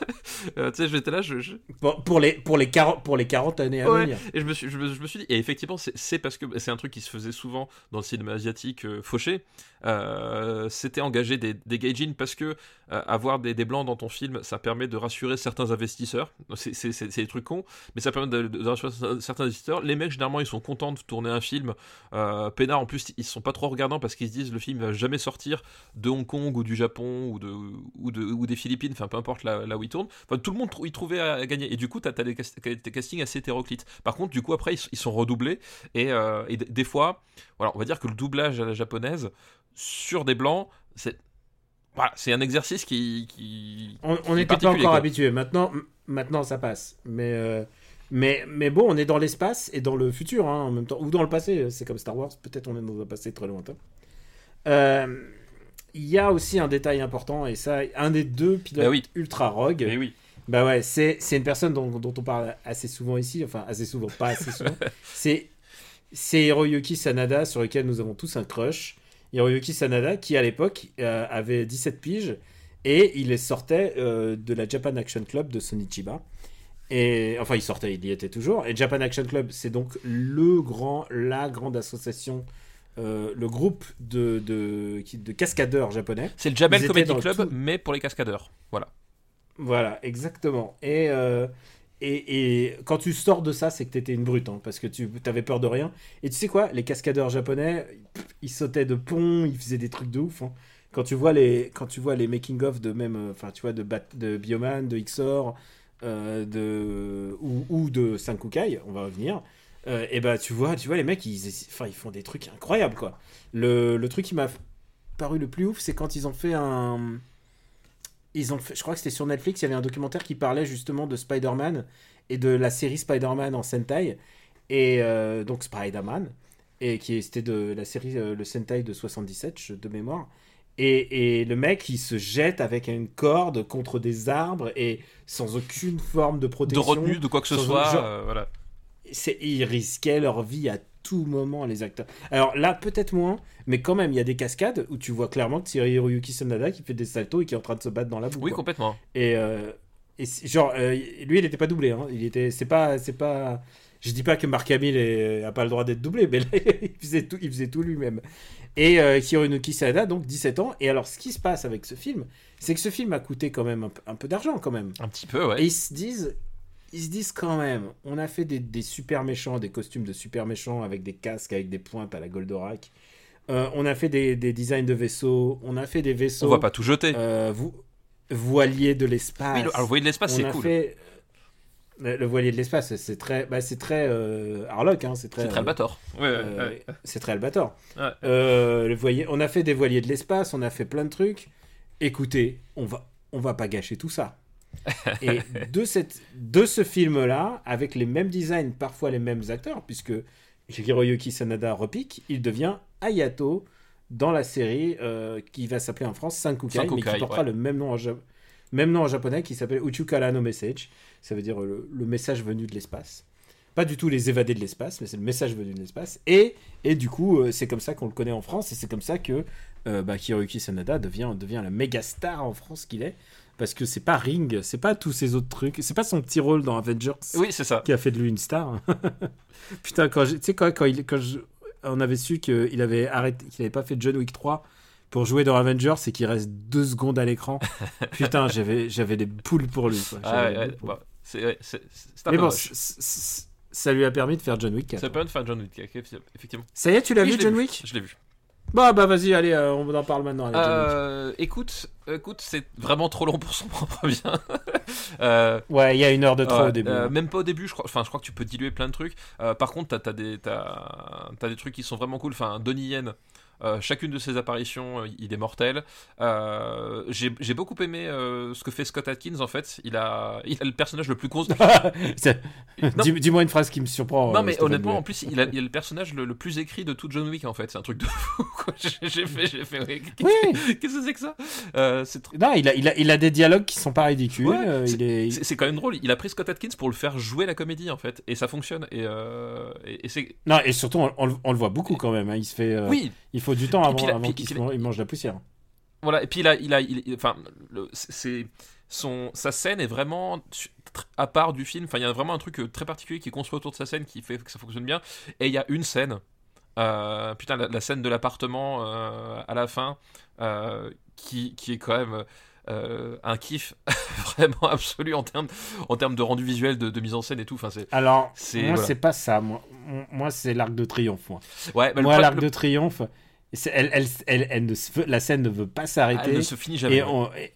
euh, tu sais, j'étais là, je... je... Pour, pour, les, pour, les quarante, pour les quarante années à ouais, venir. Et je me, suis, je, me, je me suis dit, et effectivement, c'est, c'est parce que c'est un truc qui se faisait souvent dans le cinéma asiatique euh, fauché. Euh, c'était engager des, des gaijins parce que euh, avoir des, des blancs dans ton film, ça permet de rassurer certains investisseurs. C'est, c'est, c'est, c'est des trucs cons, mais ça permet de, de, de rassurer certains investisseurs. Les mecs, généralement, ils sont contents de tourner un film. Euh, peinard, en plus, ils sont pas trop regardants parce qu'ils se disent le film va jamais sortir de Hong Kong ou du Japon ou, de, ou, de, ou des Philippines, enfin peu importe là, là où ils tournent. Enfin, tout le monde y trouvait à, à gagner. Et du coup, t'as, t'as des, cast- des castings assez hétéroclites. Par contre, du coup, après, ils, ils sont redoublés. Et, euh, et d- des fois, voilà, on va dire que le doublage à la japonaise sur des blancs, c'est, voilà, c'est un exercice qui, qui on n'était pas encore habitué. Maintenant, maintenant, ça passe. Mais, euh, mais, mais bon, on est dans l'espace et dans le futur hein, en même temps, ou dans le passé. C'est comme Star Wars. Peut-être on est dans un passé très lointain. Il euh, y a aussi un détail important et ça, un des deux pilotes bah oui. ultra rogue. Mais oui. Bah ouais, c'est, c'est une personne dont, dont on parle assez souvent ici. Enfin, assez souvent, pas assez souvent. c'est, c'est Hiroyuki Sanada sur lequel nous avons tous un crush. Hiroyuki Sanada qui à l'époque euh, avait dix-sept piges et il sortait euh, de la Japan Action Club de Sonichiba et enfin il sortait, il y était toujours et Japan Action Club c'est donc le grand, la grande association euh, le groupe de, de, de cascadeurs japonais. C'est le Jabel Comedy Club tout... mais pour les cascadeurs, voilà. Voilà, exactement. Et euh, Et, et quand tu sors de ça, c'est que t'étais une brute, hein, parce que tu avais peur de rien. Et tu sais quoi, les cascadeurs japonais, ils sautaient de ponts, ils faisaient des trucs de ouf. Hein. Quand tu vois les, quand tu vois les making of de même, enfin tu vois de, Bat, de Bioman, de Xor, euh, de ou, ou de Sankukai, on va revenir. Euh, et bah tu vois, tu vois les mecs, ils, enfin ils font des trucs incroyables quoi. Le, le truc qui m'a paru le plus ouf, c'est quand ils ont fait un Ils ont fait, je crois que c'était sur Netflix, il y avait un documentaire qui parlait justement de Spider-Man et de la série Spider-Man en Sentai. Et euh, donc Spider-Man, et qui c'était de la série euh, le Sentai de soixante-dix-sept de mémoire. Et, et le mec, il se jette avec une corde contre des arbres et sans aucune forme de protection. De retenue, de quoi que ce soit. Genre, euh, voilà. C'est, ils risquaient leur vie à tout moment, les acteurs. Alors là, peut-être moins, mais quand même, il y a des cascades où tu vois clairement que c'est Hiroyuki Sanada qui fait des saltos et qui est en train de se battre dans la boue. Oui, quoi. complètement. Et, euh, et genre, euh, lui, il n'était pas doublé. Hein. Il était, c'est pas, c'est pas. Je dis pas que Mark Hamill est, a pas le droit d'être doublé, mais là, il faisait tout, il faisait tout lui-même. Et euh, Hiroyuki Sanada, donc dix-sept ans. Et alors, ce qui se passe avec ce film, c'est que ce film a coûté quand même un, un peu d'argent, quand même. Un petit peu, ouais. Et ils se disent. Ils se disent quand même, on a fait des, des super méchants, des costumes de super méchants avec des casques, avec des pointes à la Goldorak. Euh, on a fait des, des designs de vaisseaux, on a fait des vaisseaux. On va pas tout jeter. Euh, vo- voilier de l'espace. Oui, le, alors, le voilier de l'espace, on c'est a cool. Fait, le, le voilier de l'espace, c'est très, bah, c'est très euh, Harlock, hein, c'est très. C'est très Albator. Euh, ouais, euh, ouais. C'est très Albator. Ouais. Euh, le voilier, on a fait des voiliers de l'espace, on a fait plein de trucs. écoutez, on va, on va pas gâcher tout ça. Et de, cette, de ce film-là, avec les mêmes designs, parfois les mêmes acteurs, puisque Hiroyuki Sanada repique, il devient Hayato dans la série euh, qui va s'appeler en France Sankukai, Sankukai mais qui portera ouais. le même nom, en ja- même nom en japonais, qui s'appelle Uchukara no Message. Ça veut dire le, le message venu de l'espace. Pas du tout les évadés de l'espace, mais c'est le message venu de l'espace. Et, et du coup, euh, c'est comme ça qu'on le connaît en France, et c'est comme ça que euh, bah, Hiroyuki Sanada devient, devient la méga star en France qu'il est. Parce que c'est pas Ring, c'est pas tous ces autres trucs, c'est pas son petit rôle dans Avengers Oui, c'est ça. qui a fait de lui une star. Putain, quand je- tu sais, quand, quand, il, quand je- on avait su qu'il avait arrêté, qu'il avait pas fait John Wick trois pour jouer dans Avengers et qu'il reste deux secondes à l'écran, putain, j'avais, j'avais des poules pour lui. Quoi. Ah, J'avais ouais, des ouais, poules pour bah, c'est, ouais, c'est, c'est un lui. Mais peu bon, moche. c- c- ça lui a permis de faire John Wick quatre. Ça permet de faire John Wick, effectivement. Ça y est, tu l'as Oui, vu, je l'ai John vu. Wick? Je l'ai vu. Bah, bah vas-y, allez, euh, on en parle maintenant. Allez, John Wick. Euh, écoute, écoute, c'est vraiment trop long pour son propre bien. euh, Ouais, il y a une heure de trop Ouais, au début. euh, hein. même pas au début, je crois. Enfin, je crois que tu peux diluer plein de trucs. Euh, par contre, t'as, t'as des, t'as, t'as des trucs qui sont vraiment cool. Enfin, Donnie Yen, euh, chacune de ses apparitions, euh, il est mortel. Euh, j'ai, j'ai beaucoup aimé euh, ce que fait Scott Adkins. En fait, il a, il a le personnage le plus con. C'est- Non. Dis, dis-moi une phrase qui me surprend. Non euh, mais Stéphane honnêtement, Boulet. en plus, il a, il a le personnage le, le plus écrit de tout John Wick. En fait, c'est un truc de fou. Quoi. J'ai, j'ai fait, j'ai fait. Ouais, qu'est-ce, Oui. qu'est-ce que c'est que ça euh, c'est trop- Non, il a, il, a, il a des dialogues qui sont pas ridicules. Ouais, euh, il est... C'est, c'est quand même drôle. Il a pris Scott Adkins pour le faire jouer la comédie en fait, et ça fonctionne. Et, euh, et, et c'est Non, et surtout, on, on le- on le voit beaucoup quand même. hein. Il se fait. euh, oui. Il faut du temps Puis- avant, puis la- avant puis- qu'il puis se la- mange, il mange de la poussière. Voilà, et puis là, il a, il, il- enfin, le- c'est son, sa scène est vraiment tr- à part du film. Enfin, il y a vraiment un truc euh, très particulier qui est construit autour de sa scène qui fait que ça fonctionne bien. Et il y a une scène, euh, putain, la, la scène de l'appartement euh, à la fin, euh, qui, qui est quand même euh, un kiff vraiment absolu en termes, en termes de rendu visuel, de, de mise en scène et tout. Enfin, c'est, Alors, C'est- moi, voilà. c'est pas ça. Moi, moi c'est l'arc de triomphe. Moi, ouais, mais moi le, l'arc le- de triomphe, c'est- elle, elle, elle, elle ne se veut- la scène ne veut pas elle s'arrêter. ne se finit jamais. Et, on- et,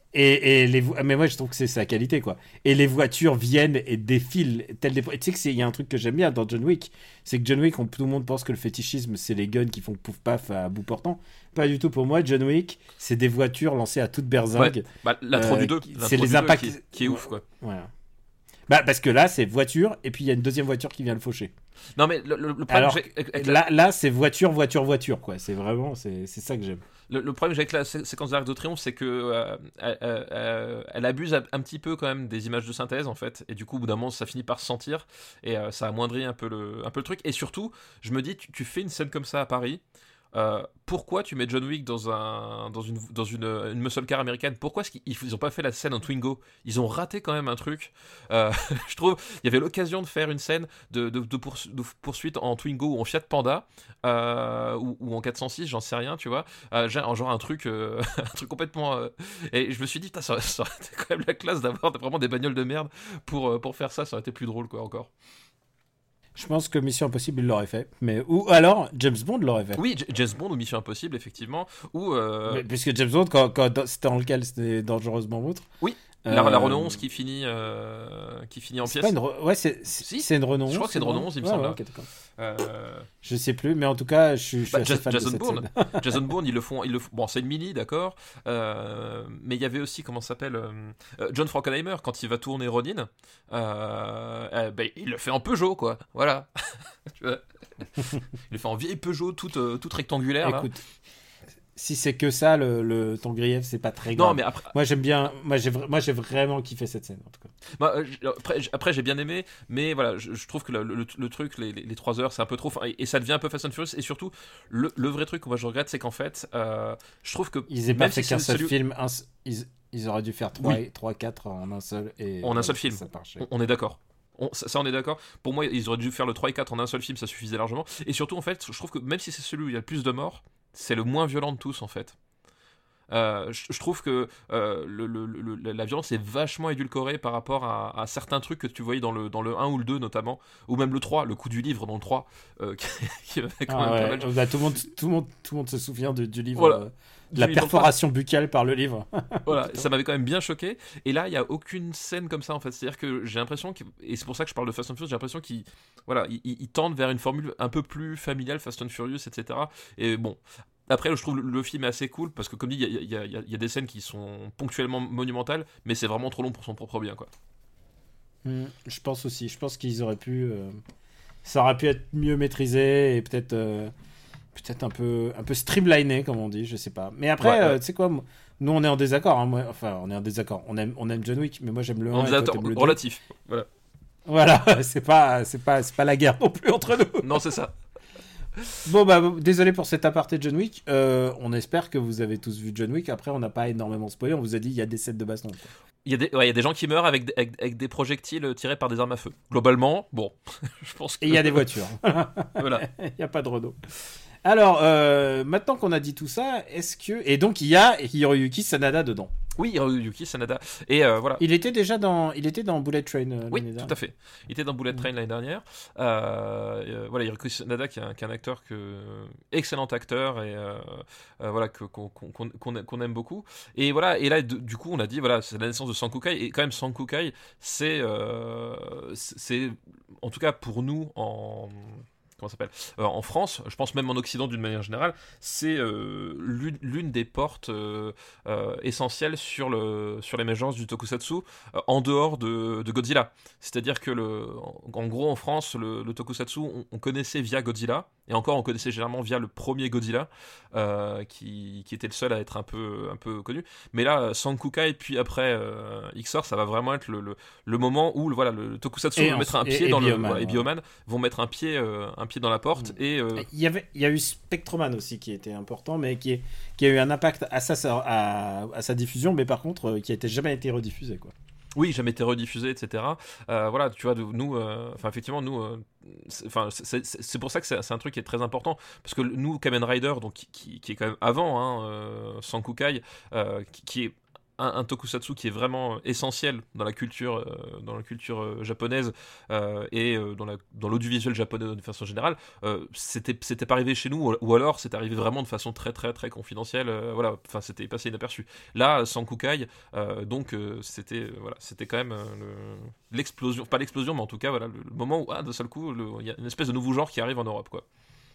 et, et les vo- mais moi je trouve que c'est sa qualité quoi. Et les voitures viennent et défilent tel des. Et tu sais que c'est il y a un truc que j'aime bien dans John Wick, c'est que John Wick, on, tout le monde pense que le fétichisme c'est les guns qui font pouf paf à bout portant. Pas du tout pour moi. John Wick, c'est des voitures lancées à toute berzingue. Ouais. Bah, l'intro Euh, du deux, qui- l'intro c'est les du deux impacts- qui, qui est ouf quoi. Voilà. Bah parce que là c'est voiture et puis il y a une deuxième voiture qui vient le faucher. Non mais le, le- le problème Alors, que j'ai avec- avec la- Là, là c'est voiture, voiture, voiture quoi. C'est vraiment c'est c'est ça que j'aime. Le, le problème que j'ai avec la sé- séquence d'Arc de Triomphe, c'est que euh, elle, euh, euh, elle abuse un, un petit peu quand même des images de synthèse en fait, et du coup au bout d'un moment ça finit par se sentir, et euh, ça amoindrit un peu le, un peu le truc. Et surtout, je me dis, tu, tu fais une scène comme ça à Paris. Euh, pourquoi tu mets John Wick dans un dans une dans une, une muscle car américaine? Pourquoi est-ce qu'ils ils ont pas fait la scène en Twingo? Ils ont raté quand même un truc. Euh, je trouve il y avait l'occasion de faire une scène de, de, de, poursu- de poursuite en Twingo ou en Fiat Panda euh, ou, ou en quatre cent six, j'en sais rien, tu vois. Euh, genre, genre un truc euh, un truc complètement euh, et je me suis dit putain, ça, ça aurait été quand même la classe d'avoir vraiment des bagnoles de merde pour euh, pour faire ça. Ça aurait été plus drôle quoi encore. Je pense que Mission Impossible il l'aurait fait, mais ou alors James Bond l'aurait fait. Oui, J- James Bond ou Mission Impossible effectivement, ou euh, Mais- Puisque James Bond, quand, quand c'était dans lequel c'était dangereusement vôtre. Oui, euh, la, la Renault onze qui finit euh, qui finit en c'est pièces. pas une Re- ouais, c'est c'est Si. c'est une Renault. Je crois que c'est une Renault onze, il me semble. ok, d'accord. Euh, Je sais plus, mais en tout cas, je suis, je suis Bah, assez Jas- fan Jason de cette Bourne. scène. Jason Bourne, ils le font, ils le font- Bon, c'est une mini, d'accord. Euh, mais il y avait aussi, comment ça s'appelle, euh, euh, John Frankenheimer quand il va tourner Ronin. Euh, euh, ben, il le fait en Peugeot, quoi. Voilà. Tu vois, il le fait en vieille Peugeot, toute, euh, toute rectangulaire. là. Écoute, si c'est que ça, le, le ton grief, c'est pas très grave. Non, mais après, Moi j'aime bien, moi j'ai, vra- moi j'ai vraiment kiffé cette scène en tout cas. moi, euh, j- après, j- après, j'ai bien aimé, mais voilà, je, je trouve que le, le- le truc, les, les, les trois heures, c'est un peu trop. Et, et ça devient un peu Fast and Furious. Et surtout, le, le vrai truc que moi je regrette, c'est qu'en fait, euh, je trouve que. Ils aient pas même fait si qu'un c'est seul celui- film, un s- ils, ils auraient dû faire trois, Oui. trois, quatre en un seul et En un seul ça- film. Ça marchait. On, on est d'accord. On- ça, ça, on est d'accord. Pour moi, ils auraient dû faire le trois et quatre en un seul film, ça suffisait largement. Et surtout, en fait, je trouve que même si c'est celui où il y a le plus de morts, c'est le moins violent de tous, en fait. Euh, je, je trouve que euh, le, le- le- la violence est vachement édulcorée par rapport à, à certains trucs que tu voyais dans le, dans le un ou le deux notamment, ou même le trois, le coup du livre dans le trois, euh, qui, qui avait quand Ah même ouais, pas mal de- bah, tout, le monde, tout, le monde, tout le monde se souvient de- du livre, Voilà. euh, de la du livre dans le trois. perforation buccale par le livre. Voilà, ça m'avait quand même bien choqué. Et là, il n'y a aucune scène comme ça en fait. C'est-à-dire que j'ai l'impression, que, et c'est pour ça que je parle de Fast and Furious, j'ai l'impression qu'ils voilà, ils, ils tendent vers une formule un peu plus familiale, Fast and Furious, et cetera. Et bon, Après, je trouve le, le film est assez cool parce que, comme dit, il y, y, y, y a des scènes qui sont ponctuellement monumentales, mais c'est vraiment trop long pour son propre bien, quoi. Mmh, je pense aussi. Je pense qu'ils auraient pu. Euh, ça aurait pu être mieux maîtrisé et peut-être, euh, peut-être un peu, un peu streamliné, comme on dit. Je sais pas. Mais après, ouais, euh, ouais. tu sais quoi, nous on est en désaccord. Hein, moi, enfin, on est en désaccord. On aime, on aime John Wick, mais moi j'aime le un. En désaccord relatif. Voilà. Voilà. c'est pas, c'est pas, c'est pas la guerre non plus entre nous. Non, c'est ça. Bon bah désolé pour cet aparté John Wick. Euh, on espère que vous avez tous vu John Wick. Après on n'a pas énormément spoilé. On vous a dit il y a des scènes de baston. Quoi. Il y a des, ouais, il y a des gens qui meurent avec, avec, avec des projectiles tirés par des armes à feu. Globalement, bon, je pense que... Et il y a des voitures. Voilà. Il n'y a pas de Renault. Alors euh, maintenant qu'on a dit tout ça, est-ce que et donc il y a Hiroyuki Sanada dedans. Oui, Hiroyuki Sanada. Et euh, voilà. Il était déjà dans, il était dans Bullet Train euh, oui, l'année dernière. Tout à fait. Il était dans Bullet Train mmh. l'année dernière. Euh, euh, voilà, Hiroyuki Sanada qui est un, qui est un acteur que, excellent acteur et euh, euh, voilà que qu'on, qu'on, qu'on, qu'on aime beaucoup. Et voilà. Et là, de, du coup, on a dit voilà, c'est la naissance de Sankukai. Et quand même, Sankukai, c'est, euh, c'est, en tout cas pour nous en Comment ça s'appelle euh, en France, je pense même en Occident d'une manière générale, c'est euh, l'une, l'une des portes euh, euh, essentielles sur, le, sur l'émergence du tokusatsu euh, en dehors de, de Godzilla. C'est-à-dire que, le, en, en gros, en France, le, le tokusatsu, on, on connaissait via Godzilla, et encore, on connaissait généralement via le premier Godzilla, euh, qui, qui était le seul à être un peu, un peu connu. Mais là, Sankukai, puis après euh, X O R, ça va vraiment être le, le, le moment où le, voilà, le tokusatsu et va en, mettre un et, pied et dans Bioman, le... Voilà, ouais. Et Bioman vont mettre un pied... Euh, un pied dans la porte mmh. et euh... il y avait il y a eu Spectroman aussi qui était important mais qui est qui a eu un impact à sa à, à sa diffusion mais par contre euh, qui a été jamais été rediffusé quoi. Oui, jamais été rediffusé, et cetera. Euh, voilà, tu vois, de, nous, enfin euh, effectivement, nous, enfin, euh, c'est, c'est, c'est pour ça que c'est, c'est un truc qui est très important parce que nous, Kamen Rider, donc qui, qui, qui est quand même avant, hein, euh, Sankukai, euh, qui, qui est Un, un tokusatsu qui est vraiment essentiel dans la culture, euh, dans la culture euh, japonaise euh, et euh, dans, la, dans l'audiovisuel japonais de façon générale, euh, c'était, c'était pas arrivé chez nous, ou alors c'est arrivé vraiment de façon très très très confidentielle, euh, voilà, enfin c'était passé inaperçu. Là, Sankukai, euh, donc euh, c'était, euh, voilà, c'était quand même euh, le, l'explosion, pas l'explosion, mais en tout cas, voilà, le, le moment où, ah, d'un seul coup, il y a une espèce de nouveau genre qui arrive en Europe, quoi.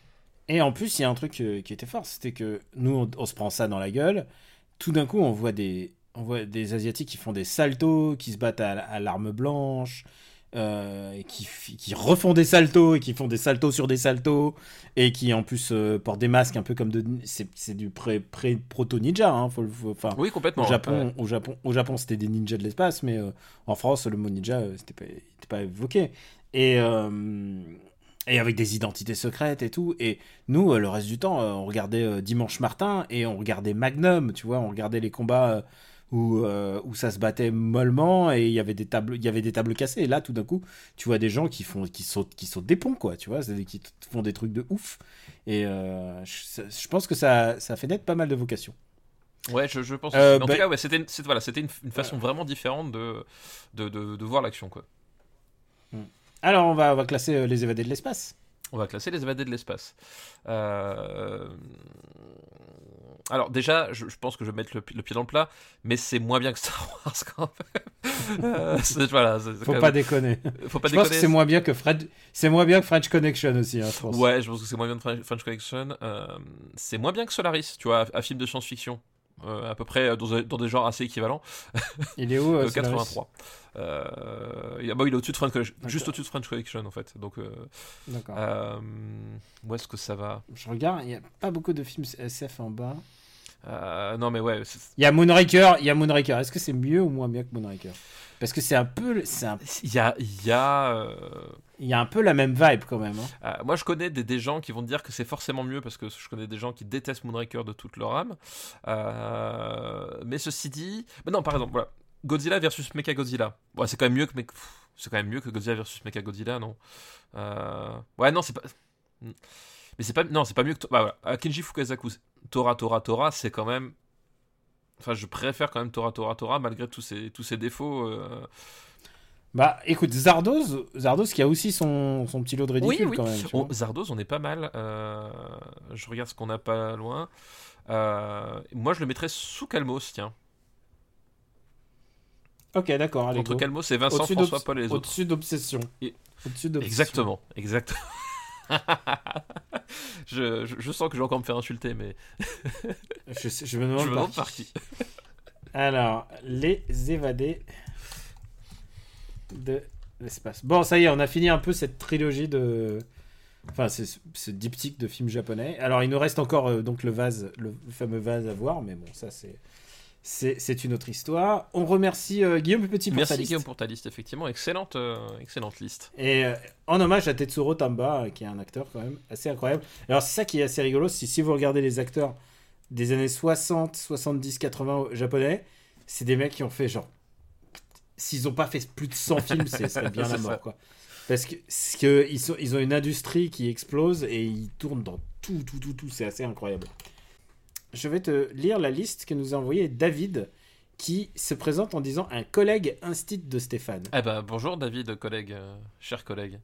Et en plus, il y a un truc euh, qui était fort, c'était que nous, on, on se prend ça dans la gueule, tout d'un coup, on voit des On voit des Asiatiques qui font des saltos, qui se battent à, à l'arme blanche, euh, et qui, qui refont des saltos, et qui font des saltos sur des saltos, et qui en plus euh, portent des masques un peu comme de... C'est, c'est du pré, pré, proto-ninja, hein, faut, faut, enfin, oui, complètement. Au Japon, ouais. au Japon, au Japon c'était des ninjas de l'espace, mais euh, en France, le mot ninja, euh, c'était pas, c'était pas évoqué. Et... Euh, Et avec des identités secrètes et tout. Et nous, euh, le reste du temps, euh, on regardait euh, Dimanche Martin et on regardait Magnum, tu vois, on regardait les combats euh, où, euh, où ça se battait mollement et il y avait des tables, il y avait des tables cassées. Et là, tout d'un coup, tu vois des gens qui font, qui sautent, qui sautent des ponts, quoi, tu vois, c'est, qui t- font des trucs de ouf. Et euh, je, je pense que ça, ça fait naître pas mal de vocations. Ouais, je, je pense. Euh, en bah... tout cas, ouais, c'était, c'était, voilà, c'était une, une façon vraiment différente de, de, de, de voir l'action, quoi. Hmm. Alors, on va, on va classer euh, les évadés de l'espace. On va classer les évadés de l'espace. Euh... Alors déjà, je, je pense que je vais mettre le, le pied dans le plat, mais c'est moins bien que Star Wars quand même. euh, c'est, voilà, c'est, c'est Faut, quand pas même... déconner. Faut pas je déconner. pense que c'est moins bien que Fred... c'est moins bien que French Connection aussi, hein, je pense. Ouais, je pense que c'est moins bien que French Connection. Euh, c'est moins bien que Solaris, tu vois, un film de science-fiction. Euh, à peu près dans, dans des genres assez équivalents. Il est où euh, quatre-vingt-trois. Euh, il, bah, il est au-dessus de French Connection, juste au-dessus de French Connection en fait. Donc, euh, D'accord. Euh, où est-ce que ça va ? Je regarde, il n'y a pas beaucoup de films S F en bas. Euh, non mais ouais. Il y a Moonraker, il y a Moonraker. Est-ce que c'est mieux ou moins bien que Moonraker ? Parce que c'est un peu, c'est un... il y a, il y a, euh... il y a un peu la même vibe quand même. Hein. Euh, moi, je connais des, des gens qui vont dire que c'est forcément mieux parce que je connais des gens qui détestent Moonraker de toute leur âme. Euh... Mais ceci dit, mais non, par exemple, voilà, Godzilla versus Mechagodzilla. Bon, c'est quand même mieux que, Pff, c'est quand même mieux que Godzilla versus Mechagodzilla, non ? euh... Ouais, non, c'est pas. Mais c'est pas, non, c'est pas mieux que. Bah, voilà. Kenji Fukasaku, Tora, Tora, Tora, c'est quand même. Enfin, je préfère quand même Tora, Tora, Tora, malgré tous ses, tous ses défauts. Euh... Bah, écoute, Zardoz, Zardoz qui a aussi son, son petit lot de ridicule oui, oui. quand même. On, Zardoz, on est pas mal. Euh... Je regarde ce qu'on a pas loin. Euh... Moi, je le mettrais sous Calmos, tiens. Ok, d'accord. Allez, Entre go. Calmos et Vincent, au-dessus François, Paul et les autres. Au-dessus d'Obsession. Et... Au-dessus d'Obsession. Exactement, exactement. je, je, je sens que je vais encore me faire insulter, mais je, sais- je me demande, je me par demande par qui. Alors, les évadés de l'espace. Bon, ça y est, on a fini un peu cette trilogie de... Enfin, c'est ce diptyque de films japonais. Alors, il nous reste encore euh, donc le vase, le fameux vase à voir, mais bon, ça c'est... C'est, c'est une autre histoire. On remercie euh, Guillaume Petit pour Merci sa liste. Guillaume pour ta liste, effectivement. Excellente, euh, excellente liste. Et euh, en hommage à Tetsuro Tamba, euh, qui est un acteur quand même assez incroyable. Alors, c'est ça qui est assez rigolo, si, si vous regardez les acteurs des années soixante, soixante-dix, quatre-vingts japonais, c'est des mecs qui ont fait genre... S'ils n'ont pas fait plus de cent films, ce serait bien la C'est mort, ça. quoi. Parce que, parce que ils, sont, ils ont une industrie qui explose et ils tournent dans tout, tout, tout, tout. C'est assez incroyable. Je vais te lire la liste que nous a envoyée David, qui se présente en disant un collègue instit de Stéphane. Eh ben, bonjour David, collègue, euh, cher collègue.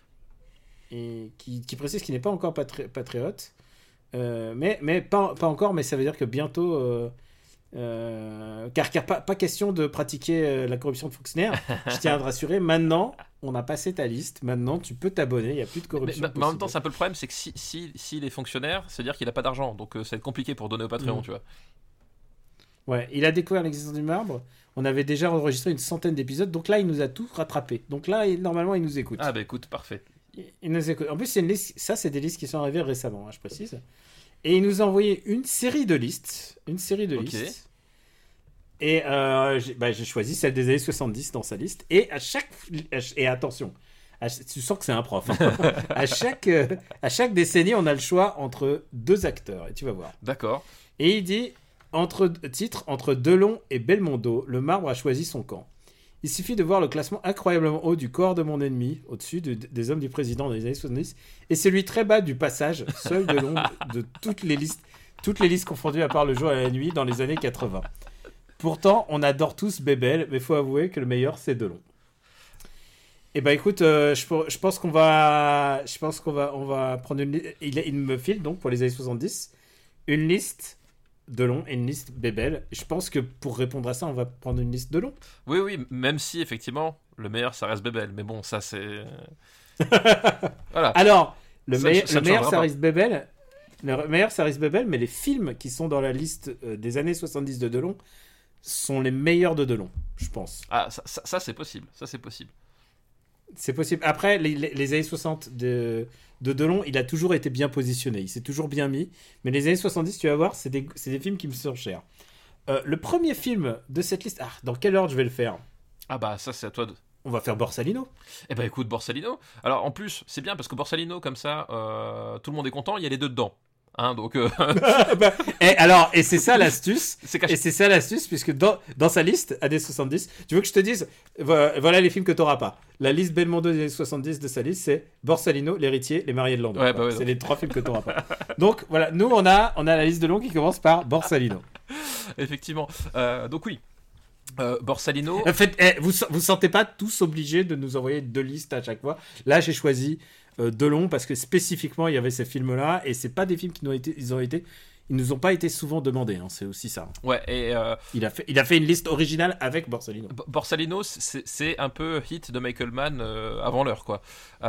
Et qui, qui précise qu'il n'est pas encore patri- patriote. Euh, mais mais pas, pas encore, mais ça veut dire que bientôt... Euh, euh, car car pas, pas question de pratiquer euh, la corruption de fonctionnaires. Je tiens à te rassurer, maintenant, on a passé ta liste. Maintenant, tu peux t'abonner, il n'y a plus de Mais, corruption mais- mais en même temps, possible. c'est un peu le problème, c'est que si, si, s'il est fonctionnaire, c'est-à-dire qu'il a pas d'argent, donc euh, ça va être compliqué pour donner au Patreon, Mm. tu vois. Ouais, il a découvert l'existence du marbre. On avait déjà enregistré une centaine d'épisodes, donc là, il nous a tout rattrapé. Donc là, il- normalement, il nous écoute. Ah bah écoute, parfait. Il- Il nous écoute. En plus, c'est une liste... ça, c'est des listes qui sont arrivées récemment, hein, je précise. Et il nous a envoyé une série de listes. Une série de Ok. listes. Et euh, j'ai bah, j'ai choisi celle des années soixante-dix dans sa liste. Et à chaque... Et attention, à ch- tu sens que c'est un prof. Hein. à, chaque, euh, à chaque décennie, on a le choix entre deux acteurs. Et tu vas voir. D'accord. Et il dit, entre titre, entre Delon et Belmondo, le marbre a choisi son camp. Il suffit de voir le classement incroyablement haut du corps de mon ennemi, au-dessus de- des hommes du président dans les années soixante-dix, et celui très bas du passage, seul de l'ombre de toutes les listes, toutes les listes confondues à part le jour et la nuit dans les années quatre-vingts. Pourtant, on adore tous Bébel, mais faut avouer que le meilleur, c'est Delon. Eh ben écoute, euh, je, je pense qu'on va, je pense qu'on va, on va prendre une. li- Il, il me file donc pour les années soixante-dix une liste Delon et une liste Bébel. Je pense que pour répondre à ça, on va prendre une liste Delon. Oui, oui, même si effectivement, le meilleur ça reste Bébel, mais bon, ça c'est. Voilà. Alors, le, Ça- meilleur- ça le ne meilleur, changera ça pas. reste Bébel. Le meilleur, ça reste Bébel, mais les films qui sont dans la liste euh, des années soixante-dix de Delon sont les meilleurs de Delon, je pense. Ah, ça, ça, ça, c'est possible, ça c'est possible. C'est possible. Après, les, les- les années soixante de, de Delon, il a toujours été bien positionné. Il s'est toujours bien mis. Mais les années soixante-dix, tu vas voir, c'est des, c'est des films qui me sont chers. Euh, le premier film de cette liste... Ah, dans quelle ordre je vais le faire? Ah bah ça c'est à toi de... On va faire Borsalino. Eh bah écoute, Borsalino. Alors en plus, c'est bien parce que Borsalino, comme ça, euh, tout le monde est content, il y a les deux dedans. Hein, donc euh, Bah, et alors, et c'est ça l'astuce. c'est Et caché. c'est ça l'astuce, puisque dans, dans sa liste, années soixante-dix, tu veux que je te dise, voilà, voilà les films que tu n'auras pas. La liste Belmondo des années soixante-dix de sa liste, c'est Borsalino, L'Héritier, Les Mariés de Londres. Ouais, bah ouais, c'est donc. les trois films que tu n'auras pas. Donc voilà, nous on a, on a la liste de long qui commence par Borsalino. Effectivement. Euh, donc oui. Euh, Borsalino. En fait, eh, vous vous sentez pas tous obligés de nous envoyer deux listes à chaque fois. Là, j'ai choisi euh, Delon parce que spécifiquement il y avait ces films-là et c'est pas des films qui nous ont été, ils ont été, ils nous ont pas été souvent demandés. Hein, c'est aussi ça. Ouais, et euh, Il a fait, il a fait une liste originale avec Borsalino. B- Borsalino, c'est c'est un peu hit de Michael Mann euh, avant l'heure, quoi.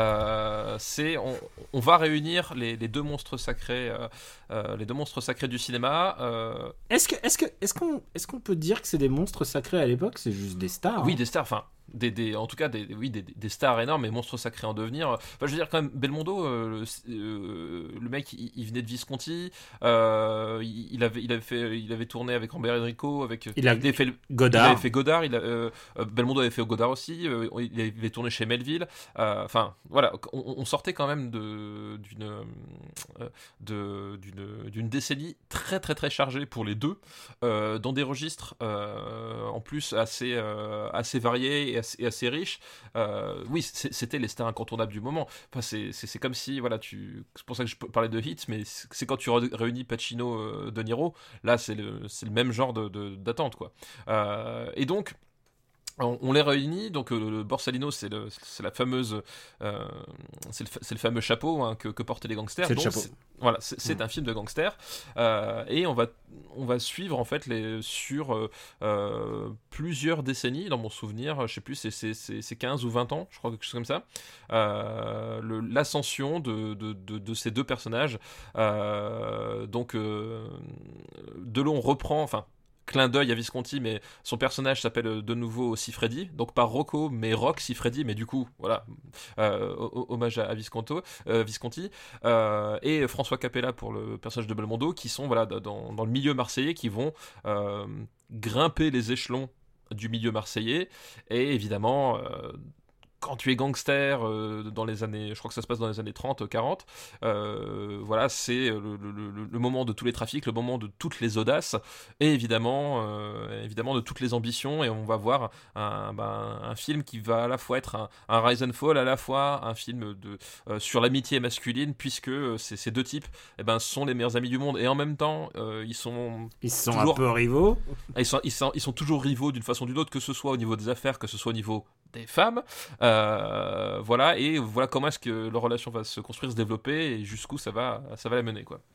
Euh, c'est on, on va réunir les, les deux monstres sacrés, euh, euh, les deux monstres sacrés du cinéma. euh, Est-ce que, est-ce que, est-ce qu'on, est-ce qu'on peut dire que c'est des monstres sacrés à l'époque? C'est juste des stars. Oui, hein. des stars, enfin, des, des, en tout cas, des, oui, des, des stars énormes et monstres sacrés en devenir. Enfin, je veux dire, quand même, Belmondo, euh, le, euh, le mec, il, il venait de Visconti, euh, il, il avait, il, avait fait, il avait tourné avec Robert Enrico, avec, Il a- avait fait, le- il Godard. avait fait Godard, il a, euh, euh, Belmondo avait fait Godard aussi, euh, il avait tourné chez Melville. euh, Enfin, voilà, on, on sortait quand même de, d'une, euh, de, d'une, d'une décennie très très très chargée pour les deux, euh, dans des registres euh, en plus assez, euh, assez variés et assez, et assez riches. Euh, oui, c'est- c'était les stars incontournables du moment. Enfin, c'est, c'est, c'est comme si, voilà, tu... c'est pour ça que je parlais de hits, mais c'est c'est quand tu ré- réunis Pacino, euh, De Niro, là c'est le, c'est le même genre de, de- d'attente, quoi. Euh, et donc, On, on les réunit, donc euh, le Borsalino, c'est, le, c'est la fameuse, euh, c'est, le, c'est le fameux chapeau hein, que, que portaient les gangsters. C'est le donc chapeau. C'est, voilà, c'est, c'est mmh. un film de gangsters, euh, et on va, on va suivre en fait les, sur euh, euh, plusieurs décennies, dans mon souvenir, je sais plus, c'est, c'est, c'est, c'est quinze ou vingt ans, je crois quelque chose comme ça, euh, le, l'ascension de, de, de, de ces deux personnages. Euh, donc euh, Delon reprend, enfin. Clin d'œil à Visconti, mais son personnage s'appelle de nouveau Siffredi, donc pas Rocco, mais Rock Siffredi, mais du coup, voilà, euh, hommage à, à Visconto, euh, Visconti, euh, et François Capella pour le personnage de Belmondo, qui sont voilà, dans, dans le milieu marseillais, qui vont euh, grimper les échelons du milieu marseillais, et évidemment... Euh, quand tu es gangster euh, dans les années, je crois que ça se passe dans les années trente quarante, euh, voilà, c'est le, le, le, le moment de tous les trafics, le moment de toutes les audaces, et évidemment, euh, évidemment de toutes les ambitions, et on va voir un, ben, un film qui va à la fois être un, un rise and fall, à la fois un film de, euh, sur l'amitié masculine, puisque ces, ces deux types eh ben, sont les meilleurs amis du monde, et en même temps, euh, ils sont... Ils sont toujours, un peu rivaux. Ils sont, ils, sont, ils sont toujours rivaux d'une façon ou d'une autre, que ce soit au niveau des affaires, que ce soit au niveau des femmes, euh, voilà, et voilà comment est-ce que leur relation va se construire, se développer, et jusqu'où ça va, ça va la mener, quoi.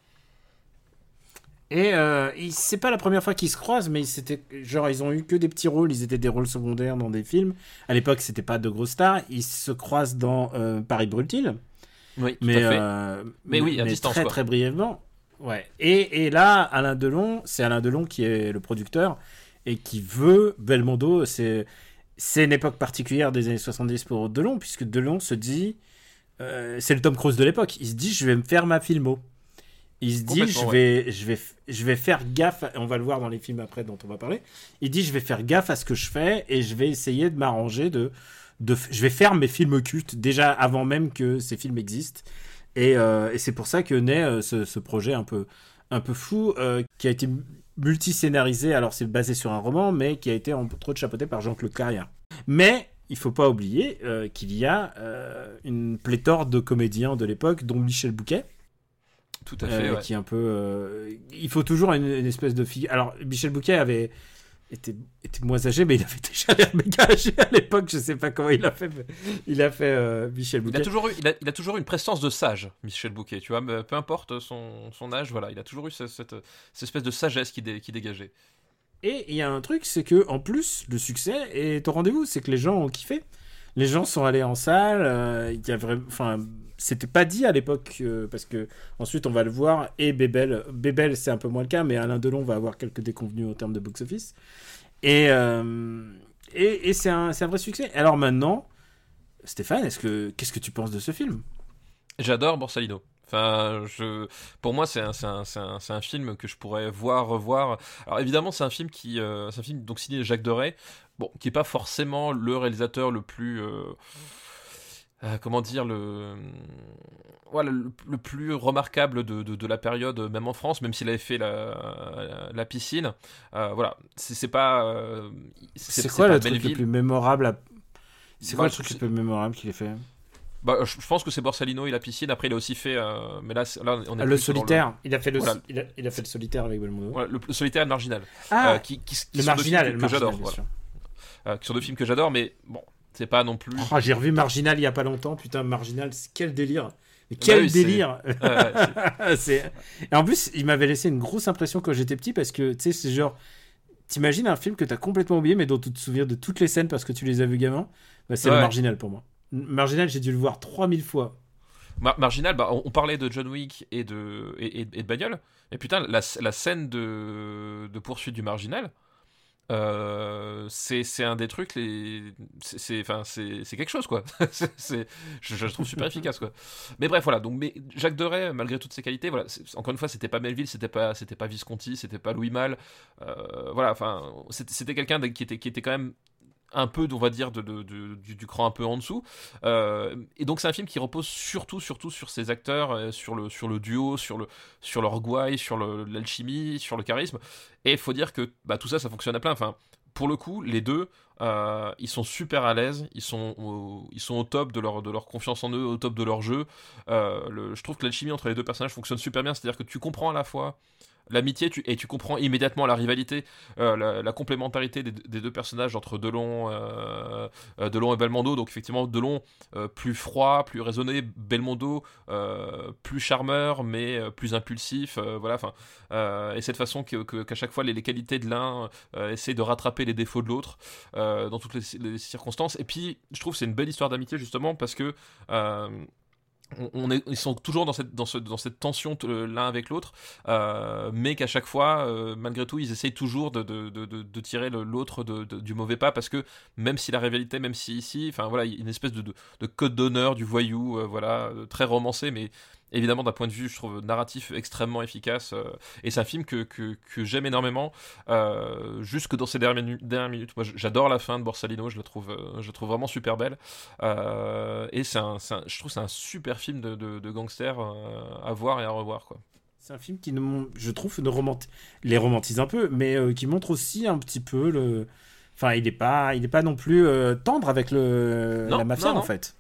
Et euh, c'est pas la première fois qu'ils se croisent, mais c'était, genre, ils ont eu que des petits rôles, ils étaient des rôles secondaires dans des films. À l'époque, c'était pas de grosses stars. Ils se croisent dans euh, Paris Brûle-t-il. Oui, tout mais, à fait. Euh, mais, mais oui, à mais distance, très, quoi. très brièvement. Ouais. Et, et là, Alain Delon, c'est Alain Delon qui est le producteur et qui veut Belmondo. C'est, c'est une époque particulière des années soixante-dix pour Delon, puisque Delon se dit, euh, c'est le Tom Cruise de l'époque. Il se dit, je vais me faire ma filmo. Il se dit, je vais, ouais. je, vais, je vais faire gaffe, on va le voir dans les films après dont on va parler, il dit, je vais faire gaffe à ce que je fais et je vais essayer de m'arranger, de, de, je vais faire mes films cultes déjà avant même que ces films existent. Et, euh, et c'est pour ça que naît euh, ce, ce projet un peu, un peu fou, euh, qui a été multi-scénarisé, alors c'est basé sur un roman, mais qui a été entre autres chapeauté par Jean-Claude Carrière. Mais il ne faut pas oublier euh, qu'il y a euh, une pléthore de comédiens de l'époque, dont Michel Bouquet. Tout à fait, euh, ouais. Qui est un peu... Euh, il faut toujours une, une espèce de figure... Alors, Michel Bouquet avait... Était, était moins âgé, mais il avait déjà l'air méga âgé à l'époque. Je sais pas comment il a fait. Il a fait euh, Michel Bouquet. Il a toujours eu, il a, il a toujours eu une prestance de sage, Michel Bouquet. Tu vois, mais peu importe son, son âge, voilà, il a toujours eu cette, cette, cette espèce de sagesse qui, dé, qui dégageait. Et il y a un truc, c'est que en plus, le succès est au rendez-vous. C'est que les gens ont kiffé. Les gens sont allés en salle. Euh, il y a vraiment, enfin, c'était pas dit à l'époque euh, parce que ensuite on va le voir. Et Bébel, Bébel, c'est un peu moins le cas, mais Alain Delon va avoir quelques déconvenus en termes de box-office. Et, euh, et, et c'est, un, c'est un vrai succès. Alors maintenant, Stéphane, est-ce que, qu'est-ce que tu penses de ce film ? J'adore Borsalino. Enfin, je, pour moi, c'est un, c'est, un, c'est, un, c'est un film que je pourrais voir, revoir. Alors évidemment, c'est un film qui, euh, c'est un film donc signé Jacques Deray, bon, qui est pas forcément le réalisateur le plus, euh, euh, comment dire, le, voilà, le, le plus remarquable de, de, de la période, même en France, même s'il avait fait la, la, la piscine. Euh, voilà, c'est, c'est pas. Euh, c'est, c'est quoi c'est le truc le plus mémorable à... C'est quoi bah, le truc le plus mémorable qu'il ait fait ? Bah, je pense que c'est Borsalino et la piscine. Après, il a aussi fait, euh, mais là, là, on est ah, le solitaire. Le... Il a fait le, voilà. il, a, il a fait le solitaire avec Belmondo. Voilà, le, le solitaire et le marginal. Ah, euh, qui, qui, qui le marginal, que, le que marginal, j'adore. Voilà. Euh, qui sont deux films que j'adore, mais bon, c'est pas non plus. Oh, j'ai revu Marginal il y a pas longtemps. Putain, Marginal, quel délire. Mais quel bah oui, délire. C'est... Ouais, ouais, c'est... c'est... Et en plus, il m'avait laissé une grosse impression quand j'étais petit parce que tu sais, c'est genre. T'imagines un film que t'as complètement oublié, mais dont tu te souviens de toutes les scènes parce que tu les as vues gamin. Bah, c'est ouais. le Marginal pour moi. Marginal, j'ai dû le voir trois mille fois. Mar- Marginal, bah, on, on parlait de John Wick et de, et, et, et de bagnole. Et putain, la, la scène de, de poursuite du Marginal, euh, c'est, c'est un des trucs, les, c'est, c'est, c'est, c'est quelque chose, quoi. c'est, c'est, je, je le trouve super efficace, quoi. Mais bref, voilà. Donc, mais Jacques Deray, malgré toutes ses qualités, voilà, encore une fois, c'était pas Melville, c'était pas, c'était pas Visconti, c'était pas Louis Malle. Euh, voilà, enfin, c'était, c'était quelqu'un qui était, qui était quand même un peu, on va dire, de, de, de, du, du cran un peu en dessous. Euh, et donc, c'est un film qui repose surtout, surtout sur ses acteurs, euh, sur, le, sur le duo, sur, le, sur leur gouaille, sur le, l'alchimie, sur le charisme. Et il faut dire que bah, tout ça, ça fonctionne à plein. Enfin, pour le coup, les deux, euh, ils sont super à l'aise, ils sont au, ils sont au top de leur, de leur confiance en eux, au top de leur jeu. Euh, le, je trouve que l'alchimie entre les deux personnages fonctionne super bien, c'est-à-dire que tu comprends à la fois l'amitié tu, et tu comprends immédiatement la rivalité, euh, la, la complémentarité des, des deux personnages entre Delon, euh, euh, Delon et Belmondo. Donc effectivement Delon euh, plus froid, plus raisonné, Belmondo euh, plus charmeur mais euh, plus impulsif. Euh, voilà, enfin euh, et cette façon que, que, qu'à chaque fois les, les qualités de l'un euh, essaient de rattraper les défauts de l'autre euh, dans toutes les, les circonstances. Et puis je trouve que c'est une belle histoire d'amitié justement parce que euh, On est, ils sont toujours dans cette, dans ce, dans cette tension euh, l'un avec l'autre, euh, mais qu'à chaque fois, euh, malgré tout, ils essayent toujours de, de, de, de tirer le, l'autre de, de, du mauvais pas, parce que même si la rivalité, même si ici, enfin voilà, il y a une espèce de, de, de code d'honneur du voyou, euh, voilà, euh, très romancé, mais évidemment d'un point de vue, je trouve, narratif extrêmement efficace. Euh, et c'est un film que, que, que j'aime énormément, euh, jusque dans ces dernières, dernières minutes. Moi, j'adore la fin de Borsalino, je la trouve, euh, je la trouve vraiment super belle. Euh, et c'est un, c'est un, je trouve que c'est un super film de, de, de gangster euh, à voir et à revoir, quoi. C'est un film qui, nous, je trouve, ne romant... les romantise un peu, mais euh, qui montre aussi un petit peu le... Enfin, il n'est pas, il est pas non plus euh, tendre avec le... non, la mafia, non, non. en fait.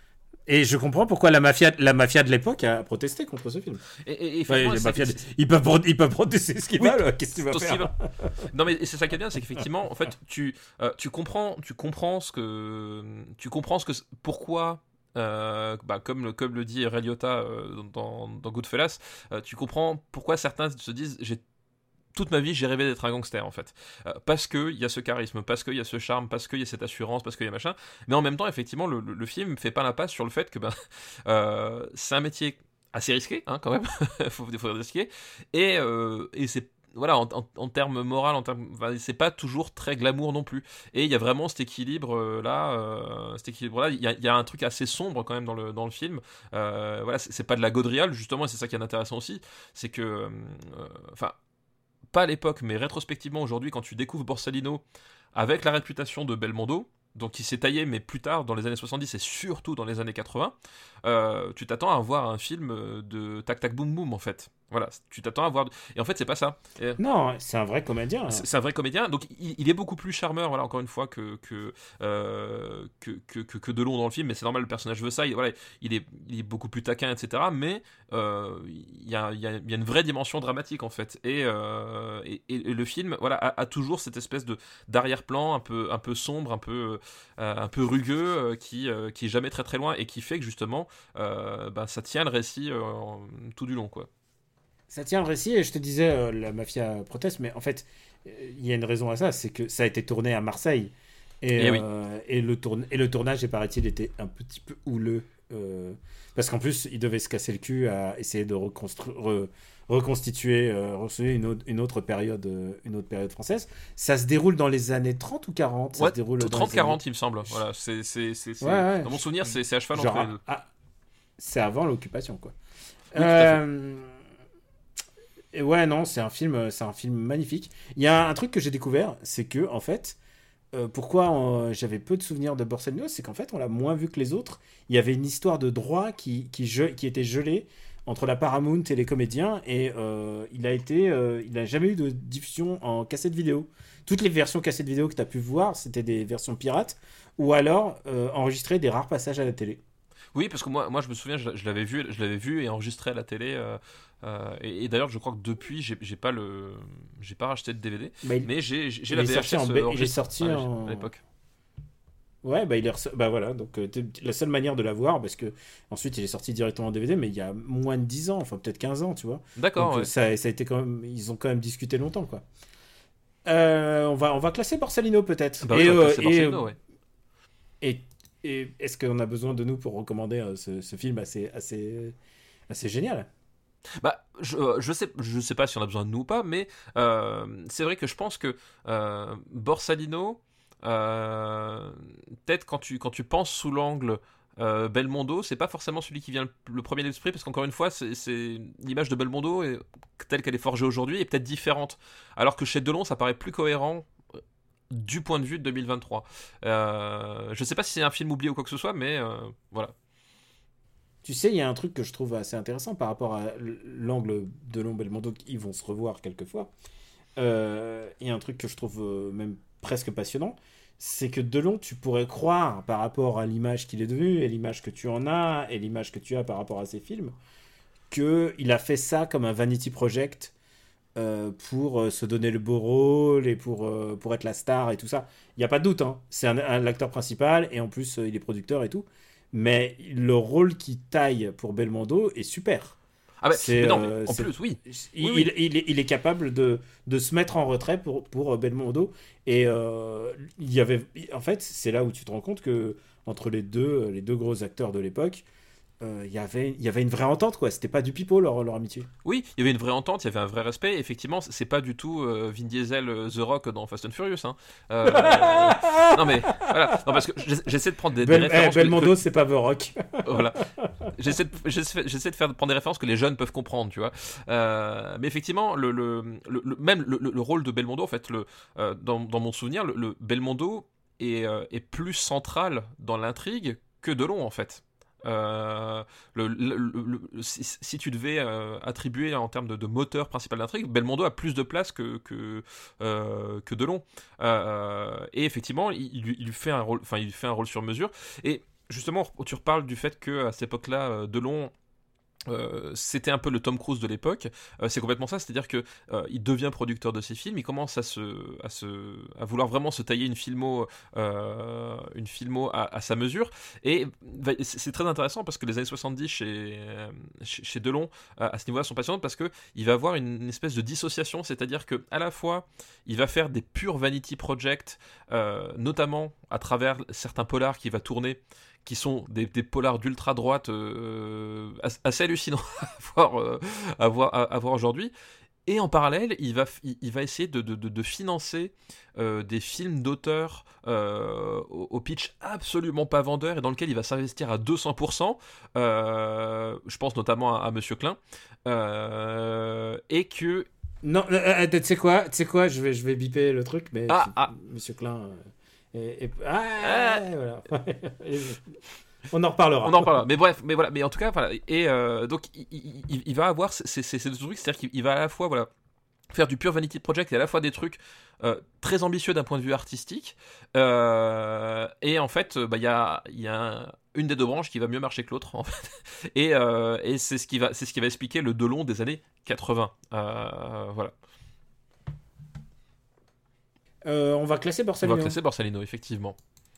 Et je comprends pourquoi la mafia, la mafia de l'époque a protesté contre ce film. Et, et, et ouais, les mafias, de... ils, peuvent pro... ils peuvent protester ce qu'ils oui, veulent. Qu'est-ce que tu vas faire? Non, mais c'est ça qui est bien, c'est qu'effectivement, en fait, tu, euh, tu comprends, tu comprends ce que, tu comprends ce que, pourquoi. Euh, bah, comme, le, comme le dit Ray Liotta euh, dans, dans Goodfellas, euh, tu comprends pourquoi certains se disent j'ai toute ma vie, j'ai rêvé d'être un gangster, en fait. Euh, parce qu'il y a ce charisme, parce qu'il y a ce charme, parce qu'il y a cette assurance, parce qu'il y a machin. Mais en même temps, effectivement, le, le, le film fait pas l'impasse sur le fait que ben, euh, c'est un métier assez risqué, hein, quand même. Il faut, faut risquer. Et, euh, et c'est. Voilà, en, en, en termes moral, en termes, enfin, c'est pas toujours très glamour non plus. Et il y a vraiment cet équilibre euh, là, euh, cet équilibre là. Il y, y a un truc assez sombre quand même dans le dans le film. Euh, voilà, c'est, c'est pas de la gaudriole justement, et c'est ça qui est intéressant aussi, c'est que, enfin. Euh, pas à l'époque, mais rétrospectivement aujourd'hui, quand tu découvres Borsalino avec la réputation de Belmondo, donc qui s'est taillé, mais plus tard, dans les années soixante-dix et surtout dans les années quatre-vingts, euh, tu t'attends à voir un film de tac tac boum boum en fait. Voilà, tu t'attends à voir. Et en fait, c'est pas ça. Et... Non, c'est un vrai comédien. C'est, c'est un vrai comédien. Donc, il, il est beaucoup plus charmeur, voilà, encore une fois, que que, euh, que, que, que, que Delon dans le film. Mais c'est normal, le personnage veut ça. Il, voilà, il, est, il est beaucoup plus taquin, et cetera. Mais euh, il, y a, il, y a, il y a une vraie dimension dramatique, en fait. Et, euh, et, et le film voilà, a, a toujours cette espèce de, d'arrière-plan un peu, un peu sombre, un peu, euh, un peu rugueux, euh, qui, euh, qui est jamais très très loin et qui fait que, justement, euh, ben, ça tient le récit euh, tout du long, quoi. Ça tient le récit, et je te disais, euh, la mafia proteste, mais en fait, il euh, y a une raison à ça, c'est que ça a été tourné à Marseille. Et, et, euh, oui. et, le, tourne, et le tournage, paraît-il, était un petit peu houleux. Euh, parce qu'en plus, il devait se casser le cul à essayer de reconstru- re, reconstituer euh, une, autre, une, autre période, euh, une autre période française. Ça se déroule dans les années trente ou quarante ça ouais, se déroule trente quarante, années... il me semble. Voilà, c'est, c'est, c'est, c'est... Ouais, ouais. Dans mon souvenir, c'est, c'est à cheval Genre, entre les deux. Ah, c'est avant l'occupation, quoi. Oui, euh... Et ouais, non, c'est un film, c'est un film magnifique. Il y a un truc que j'ai découvert, c'est que en fait, euh, pourquoi euh, j'avais peu de souvenirs de Borsalino, c'est qu'en fait, on l'a moins vu que les autres. Il y avait une histoire de droit qui qui, ge- qui était gelée entre la Paramount et les comédiens, et euh, il a été, euh, il a jamais eu de diffusion en cassette vidéo. Toutes les versions cassette vidéo que tu as pu voir, c'était des versions pirates, ou alors euh, enregistrer des rares passages à la télé. Oui, parce que moi, moi je me souviens, je, je l'avais vu, je l'avais vu et enregistré à la télé. Euh, euh, et, et d'ailleurs, je crois que depuis, j'ai, j'ai pas le, j'ai pas racheté de D V D, bah, il, mais j'ai, j'ai la V H S en, il est sorti à, en... à l'époque. Ouais, bah il est, bah voilà, donc euh, la seule manière de l'avoir, parce que ensuite il est sorti directement en D V D, mais il y a moins de dix ans, enfin peut-être quinze ans, tu vois. D'accord. Donc, ouais. ça, ça a été quand même, ils ont quand même discuté longtemps, quoi. Euh, on va, on va classer Borsalino peut-être. Bah oui, et, on va euh, classer Borsalino, et, ouais. Et, et est-ce qu'on a besoin de nous pour recommander euh, ce, ce film assez, assez, assez génial? Bah, je, je sais, je sais pas si on a besoin de nous ou pas, mais euh, c'est vrai que je pense que euh, Borsalino, euh, peut-être quand tu, quand tu penses sous l'angle euh, Belmondo, c'est pas forcément celui qui vient le, le premier à l'esprit, parce qu'encore une fois, c'est, c'est l'image de Belmondo est, telle qu'elle est forgée aujourd'hui est peut-être différente, alors que chez Delon, ça paraît plus cohérent du point de vue de deux mille vingt-trois. Euh, je sais pas si c'est un film oublié ou quoi que ce soit, mais euh, voilà. Tu sais, il y a un truc que je trouve assez intéressant par rapport à l'angle de Delon Belmondo, ils vont se revoir quelquefois. Euh, il y a un truc que je trouve euh, même presque passionnant, c'est que Delon, tu pourrais croire par rapport à l'image qu'il est devenu, et l'image que tu en as, et l'image que tu as par rapport à ses films, qu'il a fait ça comme un vanity project euh, pour euh, se donner le beau rôle et pour, euh, pour être la star et tout ça. Il n'y a pas de doute, hein. C'est un, un l'acteur principal et en plus euh, il est producteur et tout. Mais le rôle qu'il taille pour Belmondo est super. Ah bah, C'est, mais non, mais euh, en c'est- plus, oui. Il, Oui, oui. il- il est, il est capable de, de se mettre en retrait pour, pour euh, Belmondo. Et euh, il y avait, en fait, c'est là où tu te rends compte que entre les deux, les deux gros acteurs de l'époque, euh, il y avait, il y avait une vraie entente, quoi. C'était pas du pipeau, leur, leur amitié. Oui, il y avait une vraie entente, il y avait un vrai respect. Effectivement, c'est pas du tout euh, Vin Diesel, euh, The Rock dans Fast and Furious. Hein. Euh, non mais voilà, non parce que j'essa- j'essaie de prendre des, des Bel- eh, références. que- Belmondo, c'est pas The Rock. que- voilà, j'essaie de, j'essaie j'essaie de faire prendre des références que les jeunes peuvent comprendre, tu vois. Euh, mais effectivement, le, le, le- le- même le, le- le rôle de Belmondo, en fait, le, euh, dans, dans mon souvenir, le, le Belmondo est, euh, est plus central dans l'intrigue que Delon, en fait. Euh, le, le- le- le- si, si tu devais euh, attribuer en termes de, de moteur principal d'intrigue, Belmondo a plus de place que que, euh, que Delon. Euh, et effectivement, il, il lui il lui fait un rôle, enfin il lui fait un rôle sur mesure. Et justement, tu reparles du fait que à cette époque-là, euh, Delon euh, c'était un peu le Tom Cruise de l'époque. Euh, c'est complètement ça, c'est-à-dire que euh, il devient producteur de ses films, il commence à se, à se, à vouloir vraiment se tailler une filmo, euh, une filmo à, à sa mesure. Et va- c'est c'est très intéressant parce que les années soixante-dix chez, euh, chez, chez Delon, euh, à ce niveau-là, sont passionnantes parce que il va avoir une, une espèce de dissociation, c'est-à-dire que à la fois il va faire des purs vanity projects, euh, notamment à travers certains polars qu'il va tourner, qui sont des, des polars d'ultra droite euh, as- assez hallucinants à voir, euh, à voir, à- à voir aujourd'hui. Et en parallèle, il va, f- il, il va essayer de, de, de- de financer euh, des films d'auteurs euh, au, au pitch absolument pas vendeur et dans lequel il va s'investir à deux cents pour cent. Euh, je pense notamment à, à Monsieur Klein. Euh, et que Non, euh, euh, tu sais quoi, tu sais quoi, je vais, je vais biper le truc, mais Ah, tu- ah. Monsieur Klein. euh, est- est- ah, Ah. voilà. On en reparlera. On en reparlera. Mais bref, mais voilà, mais en tout cas, voilà. Et euh, donc, il, il- il- il va avoir ces, ces, ces deux trucs, c'est-à-dire qu'il il va à la fois, voilà, faire du pur vanity project et à la fois des trucs euh, très ambitieux d'un point de vue artistique. Euh, et en fait, euh, bah, il y a, il y a un- une des deux branches qui va mieux marcher que l'autre, en fait. Et, euh, et c'est ce qui va, c'est ce qui va expliquer le Delon des années quatre-vingts. Euh, voilà. Euh, on va classer On Borsalino. va classer Borsalino, effectivement.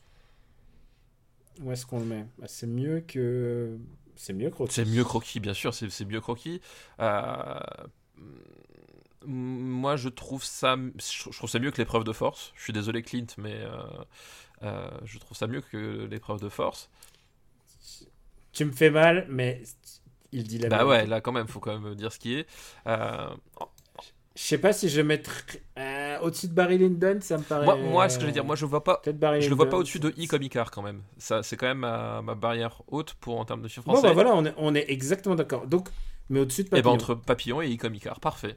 Où est-ce qu'on le met? Bah, c'est mieux que. C'est mieux que Rocky. C'est mieux Croquis, bien sûr, c'est c'est mieux Croquis. Euh, moi, je trouve ça, je trouve ça mieux que l'épreuve de force. Je suis désolé, Clint, mais euh, euh, je trouve ça mieux que l'épreuve de force. Tu me fais mal, mais il dit la Bah vérité. ouais, là quand même, faut quand même dire ce qui est. Euh, Je sais pas si je vais mettre euh, au-dessus de Barry Lyndon, ça me paraît. moi, moi, ce que je veux dire, moi, je vois pas. Peut-être Barry Je le vois pas Lyndon. au-dessus de I comme Icar quand même. Ça, c'est quand même ma, ma barrière haute pour en termes de chiffres Bon, français. bah voilà, on est, on est exactement d'accord. Donc, mais au-dessus de Et ben Papillon. entre Papillon et I comme Icar, parfait.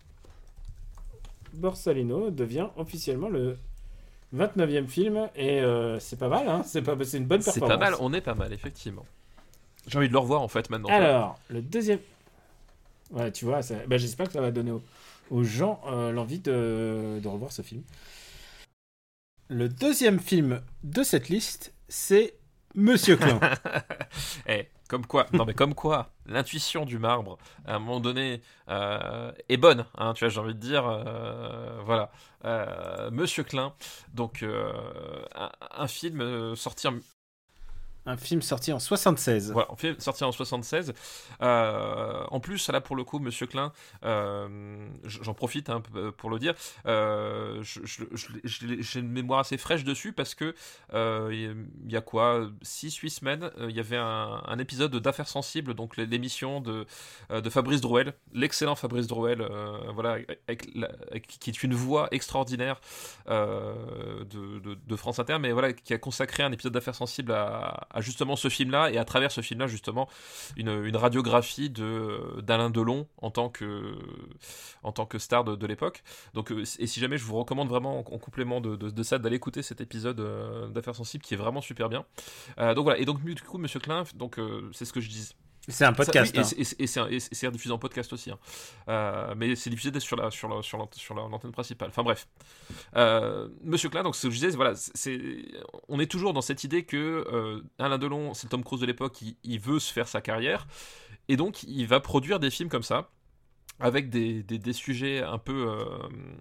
Borsalino devient officiellement le vingt-neuvième film et euh, c'est pas mal, hein. C'est pas, c'est une bonne C'est performance. pas mal, on est pas mal, effectivement. J'ai envie de le revoir en fait maintenant. Alors, le deuxième. Ouais, tu vois, ça... bah, j'espère que ça va donner aux, aux gens euh, l'envie de... de revoir ce film. Le deuxième film de cette liste, c'est Monsieur Klein. Eh, comme quoi, non mais comme quoi, l'intuition du marbre, à un moment donné, euh, est bonne, hein, tu vois, j'ai envie de dire, euh, voilà. Euh, Monsieur Klein, donc euh, un, un film euh, sorti en, Un film sorti en soixante-seize. voilà, un film sorti en soixante-seize. Euh, en plus, là pour le coup, Monsieur Klein, euh, j'en profite hein, pour le dire, euh, je- je- je- je- j'ai une mémoire assez fraîche dessus parce que euh, il y a quoi, six huit semaines, euh, il y avait un, un épisode d'Affaires sensibles, donc l'émission de, euh, de Fabrice Drouel, l'excellent Fabrice Drouel, euh, voilà, avec la- avec- qui est une voix extraordinaire euh, de, de- de France Inter, mais voilà, qui a consacré un épisode d'Affaires sensibles à, à justement ce film-là, et à travers ce film-là, justement, une, une radiographie de, d'Alain Delon en tant que, en tant que star de, de l'époque. Donc, euh, et si jamais je vous recommande vraiment, en, en complément de, de, de ça, d'aller écouter cet épisode euh, d'Affaires sensibles qui est vraiment super bien. Euh, donc voilà, et donc du coup, Monsieur Klein, donc, euh, c'est ce que je dis. C'est un podcast. Ça, oui, hein. et, c'est- et c'est, et c'est- c'est diffusé en podcast aussi, hein. Euh, mais c'est diffusé sur la sur la sur l'ant- sur la- l'antenne principale. Enfin bref, euh, Monsieur Klein. Donc ce que je disais, voilà, c'est on est toujours dans cette idée que euh, Alain Delon, c'est le Tom Cruise de l'époque, il, il veut se faire sa carrière et donc il va produire des films comme ça. avec des, des, des sujets un peu, euh,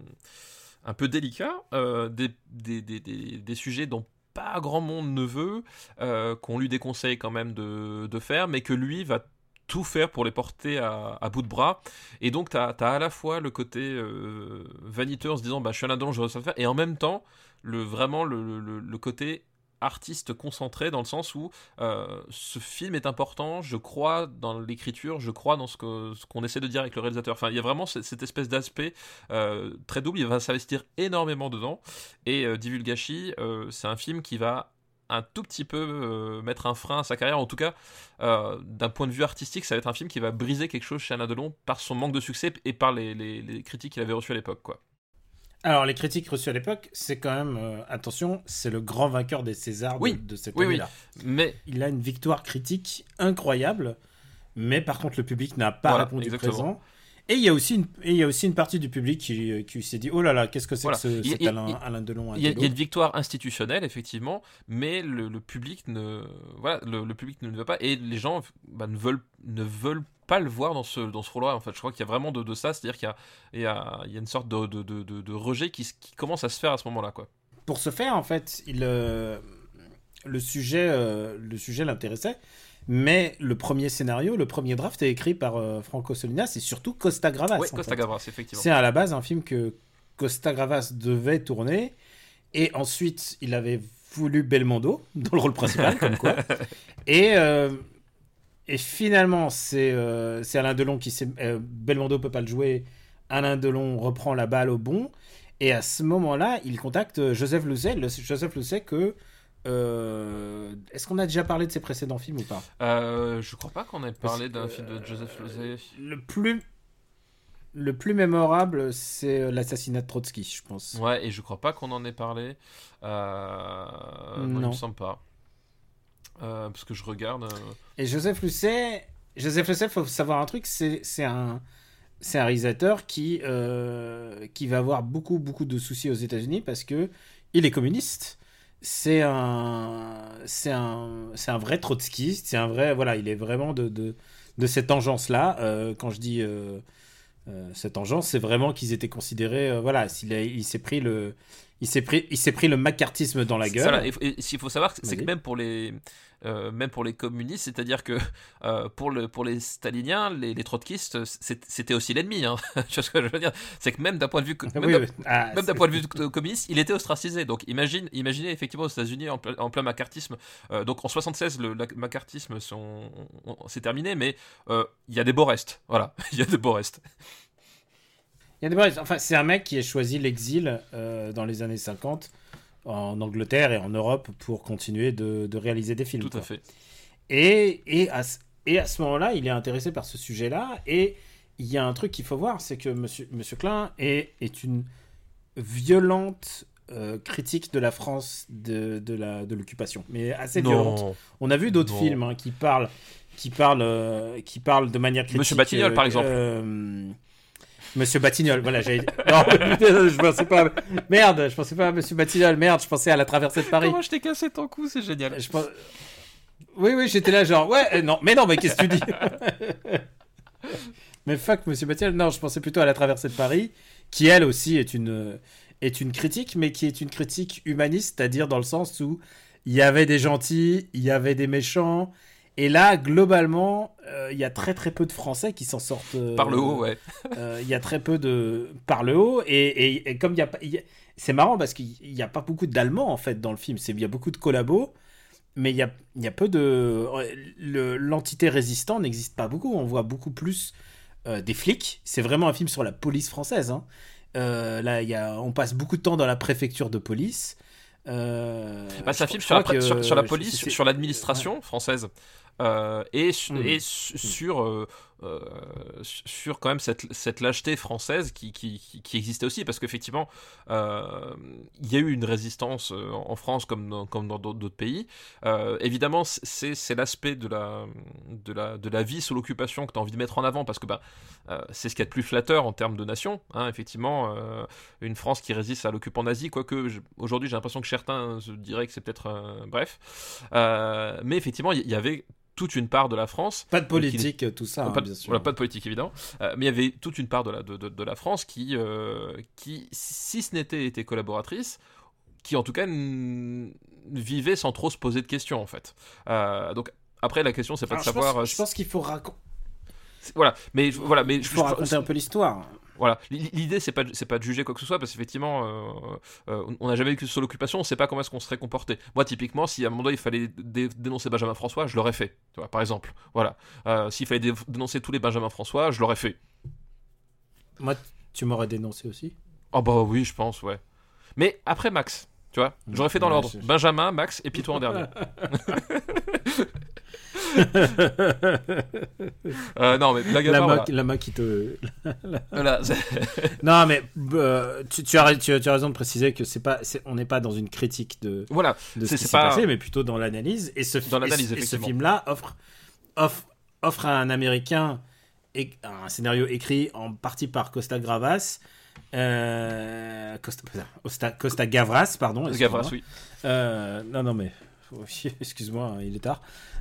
un peu délicats, euh, des, des, des, des, des sujets dont pas grand monde ne veut, euh, qu'on lui déconseille quand même de, de faire, mais que lui va tout faire pour les porter à, à bout de bras. Et donc t'as, t'as à la fois le côté euh, vaniteux en se disant bah, je suis un indolent, je réussis à le faire, et en même temps le, vraiment le, le, le côté artiste concentré, dans le sens où euh, ce film est important, je crois dans l'écriture, je crois dans ce, que, ce qu'on essaie de dire avec le réalisateur. Enfin, il y a vraiment cette, cette espèce d'aspect euh, très double, il va s'investir énormément dedans. Et euh, Divulgachi, euh, c'est un film qui va un tout petit peu euh, mettre un frein à sa carrière. En tout cas, euh, d'un point de vue artistique, ça va être un film qui va briser quelque chose chez Alain Delon par son manque de succès et par les, les, les critiques qu'il avait reçues à l'époque, quoi. Alors, les critiques reçues à l'époque, c'est quand même... Euh, attention, c'est le grand vainqueur des Césars oui. de, de cette oui, année-là. Oui, mais... Il a une victoire critique incroyable, mais par contre, le public n'a pas voilà, répondu exactement. présent. Et il y a aussi une, et il y a aussi une partie du public qui, qui s'est dit « Oh là là, qu'est-ce que c'est voilà. que ce, il, cet il, Alain, il, Alain Delon ?» Il y, a, il y a une victoire institutionnelle, effectivement, mais le, le public ne... Voilà, le, le public ne le veut pas, et les gens bah, ne, veulent, ne veulent pas le voir dans ce, dans ce rôle-là. En fait, je crois qu'il y a vraiment de, de ça, c'est-à-dire qu'il y a, il y a, il y a une sorte de, de, de, de, de rejet qui, qui commence à se faire à ce moment-là, quoi. Pour ce faire, en fait, il, euh, le sujet, euh, le sujet l'intéressait, mais le premier scénario, le premier draft est écrit par euh, Franco Solinas et surtout Costa Gavras. Oui, Costa Gavras, effectivement. C'est à la base un film que Costa Gavras devait tourner, et ensuite il avait voulu Belmondo dans le rôle principal, comme quoi. Et, euh, et finalement, c'est, euh, c'est Alain Delon qui s'est... Euh, Belmondo peut pas le jouer, Alain Delon reprend la balle au bon, et à ce moment-là, il contacte Joseph Lucet, le, Joseph Lucet que... Euh, est-ce qu'on a déjà parlé de ses précédents films ou pas ? euh, Je crois pas qu'on ait parlé d'un euh, film de Joseph Lucet. Le plus... Le plus mémorable, c'est l'assassinat de Trotsky, je pense. Ouais, et je crois pas qu'on en ait parlé. Euh... Non, non, il me semble pas. Euh, parce que je regarde. Euh... Et Joseph Lucet, Joseph Lucet, faut savoir un truc, c'est, c'est un, c'est un réalisateur qui, euh, qui va avoir beaucoup, beaucoup de soucis aux États-Unis parce que il est communiste. C'est un, c'est un, c'est un vrai trotskiste. C'est un vrai, voilà, il est vraiment de, de, de cette engeance-là. Euh, quand je dis euh, euh, cette engeance, c'est vraiment qu'ils étaient considérés, euh, voilà, s'il a, il s'est pris le, il s'est pris, il s'est pris le macartisme dans la gueule. Ça, là, et, et s'il faut savoir, c'est Vas-y. que même pour les, euh, même pour les communistes, c'est-à-dire que euh, pour le, pour les staliniens, les, les trotskistes, c'était aussi l'ennemi. Hein. Tu vois ce que je veux dire ? C'est que même d'un point de vue, même, oui, d'un, oui. Ah, même d'un point de vue communiste, il était ostracisé. Donc imagine, imaginez effectivement aux États-Unis en, en plein macartisme. Euh, donc en soixante-seize, le, le macartisme sont, on, on, c'est terminé, mais il euh, y a des beaux restes. Voilà, il y a des beaux restes. Il y a des brefs. Enfin, c'est un mec qui a choisi l'exil euh, dans les années cinquante en Angleterre et en Europe pour continuer de, de réaliser des films. Tout quoi. à fait. Et, et, à, et à ce moment-là, il est intéressé par ce sujet-là. Et il y a un truc qu'il faut voir, c'est que Monsieur, Monsieur Klein est, est une violente euh, critique de la France de, de, la, de l'occupation. Mais assez non. violente. On a vu d'autres non. films hein, qui, parlent, qui, parlent, euh, qui parlent de manière critique. Monsieur Batignolles, euh, par exemple. Euh, Monsieur Batignolles, voilà, j'avais... Non, je pensais pas... Merde, je pensais pas à Monsieur Batignolles, merde, je pensais à La Traversée de Paris. Comment je t'ai cassé ton cou, c'est génial. Je pense... Oui, oui, j'étais là genre, ouais, euh, non, mais non, mais qu'est-ce que tu dis? Mais fuck, Monsieur Batignolles, non, je pensais plutôt à La Traversée de Paris, qui elle aussi est une, est une critique, mais qui est une critique humaniste, c'est-à-dire dans le sens où il y avait des gentils, il y avait des méchants... Et là, globalement, il euh, y a très très peu de Français qui s'en sortent... Euh, par le haut, ouais. Il euh, y a très peu de... Par le haut, et, et, et comme il y a... Y a... C'est marrant parce qu'il n'y a pas beaucoup d'Allemands, en fait, dans le film. Il y a beaucoup de collabos, mais il y a, y a peu de... Le, l'entité résistant n'existe pas beaucoup. On voit beaucoup plus euh, des flics. C'est vraiment un film sur la police française. Hein. Euh, là, y a... on passe beaucoup de temps dans la préfecture de police. Euh, bah, c'est un film sur la, que, sur, sur la police, je, sur l'administration ouais. française. Euh, et, mmh. et sur, euh, euh, sur quand même cette, cette lâcheté française qui, qui, qui existait aussi, parce qu'effectivement euh, il y a eu une résistance en France comme dans, comme dans d'autres pays. Euh, évidemment c'est, c'est l'aspect de la, de, la, de la vie sous l'occupation que tu as envie de mettre en avant, parce que bah, euh, c'est ce qu'il y a de plus flatteur en termes de nation, hein, effectivement euh, une France qui résiste à l'occupant nazi, quoique je, aujourd'hui j'ai l'impression que certains se diraient que c'est peut-être euh, bref, euh, mais effectivement il y, y avait toute une part de la France. Pas de politique, est... tout ça, pas, hein, bien sûr. Voilà, pas de politique évidemment, euh, mais il y avait toute une part de la, de, de, de la France qui, euh, qui, si ce n'était été collaboratrice, qui en tout cas n- vivait sans trop se poser de questions en fait. Euh, donc après la question c'est pas Alors, de savoir. Je pense, je pense qu'il faut raconter. Voilà, mais voilà, mais il faut je, raconter je, un peu l'histoire. Voilà, l'idée c'est pas c'est pas de juger quoi que ce soit parce qu'effectivement euh, euh, on n'a jamais vécu sur l'occupation, on sait pas comment est-ce qu'on serait comporté. Moi typiquement, si à un moment donné il fallait dé- dénoncer Benjamin François, je l'aurais fait, tu vois, par exemple. Voilà, euh, s'il fallait dé- dénoncer tous les Benjamin François, je l'aurais fait. Moi, tu m'aurais dénoncé aussi. Oh bah oui, je pense, ouais. Mais après Max, tu vois, j'aurais fait dans ouais, l'ordre. je... Benjamin, Max et puis toi en dernier. euh, non mais blague à la, part, main, voilà. la main qui te voilà, non mais euh, tu, tu, as, tu, as, tu as raison de préciser que c'est pas c'est, on n'est pas dans une critique de voilà de ce c'est, qui c'est s'est pas... passé mais plutôt dans l'analyse et ce, dans l'analyse, et, et ce film là offre, offre offre à un Américain et, un scénario écrit en partie par Costa Gavras euh, Costa, Costa, Costa Gavras pardon Gavras oui euh, non non mais excuse-moi il est tard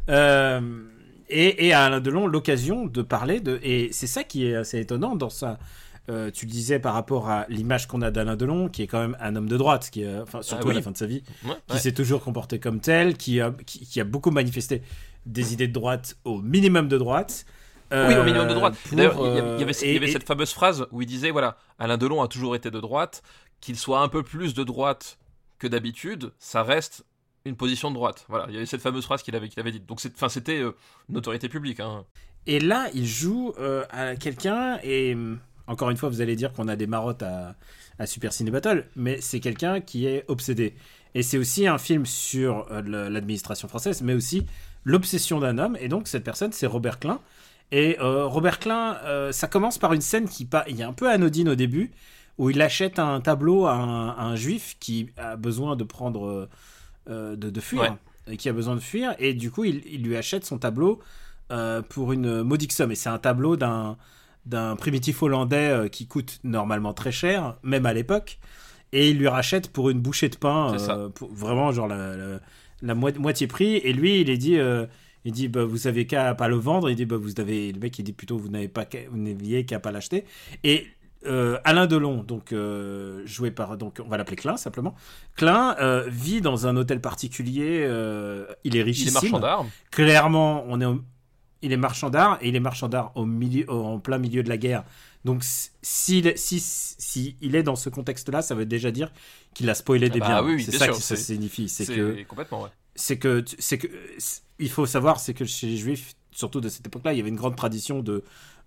euh, et, et à Alain Delon l'occasion de parler de et c'est ça qui est assez étonnant dans ça. Euh, tu le disais par rapport à l'image qu'on a d'Alain Delon, qui est quand même un homme de droite, qui est, enfin surtout ah, oui. à la fin de sa vie, ouais, qui ouais. s'est toujours comporté comme tel, qui a, qui, qui a beaucoup manifesté des idées de droite au minimum de droite. Euh, oui, au minimum de droite. Pour, D'ailleurs, il y avait, il y avait, et, il y avait et, cette fameuse phrase où il disait voilà, Alain Delon a toujours été de droite, qu'il soit un peu plus de droite que d'habitude, ça reste une position de droite. Voilà, il y avait cette fameuse phrase qu'il avait, qu'il avait dite. Donc, c'est, enfin, c'était euh, une autorité publique. Hein. Et là, il joue euh, à quelqu'un, et encore une fois, vous allez dire qu'on a des marottes à, à Super Ciné Battle, mais c'est quelqu'un qui est obsédé. Et c'est aussi un film sur euh, l'administration française, mais aussi l'obsession d'un homme. Et donc, cette personne, c'est Robert Klein. Et euh, Robert Klein, euh, ça commence par une scène qui il est un peu anodine au début, où il achète un tableau à un, à un juif qui a besoin de prendre... Euh, de, de fuir, ouais. et qui a besoin de fuir, et du coup il, il lui achète son tableau euh, pour une modique somme, et c'est un tableau d'un, d'un primitif hollandais euh, qui coûte normalement très cher, même à l'époque, et il lui rachète pour une bouchée de pain, euh, pour, vraiment genre la, la, la mo- moitié prix, et lui il est dit euh, il dit bah, vous avez qu'à pas le vendre, il dit bah, vous avez, le mec il dit plutôt vous n'avez pas qu'à, vous n'aviez qu'à pas l'acheter, et Euh, Alain Delon, donc euh, joué par, donc on va l'appeler Klein simplement. Klein euh, vit dans un hôtel particulier. Euh, il est richissime. Il est marchand d'art. Clairement, on est, au, il est marchand d'art et il est marchand d'art au milieu, au, en plein milieu de la guerre. Donc s'il si, si, si il est dans ce contexte-là, ça veut déjà dire qu'il a spoilé des bah, biens. Oui, oui, c'est bien ça sûr, que c'est, ça signifie. C'est, c'est que complètement. Ouais. C'est que c'est que il faut savoir, c'est que chez les Juifs, surtout de cette époque-là, il y avait une grande tradition de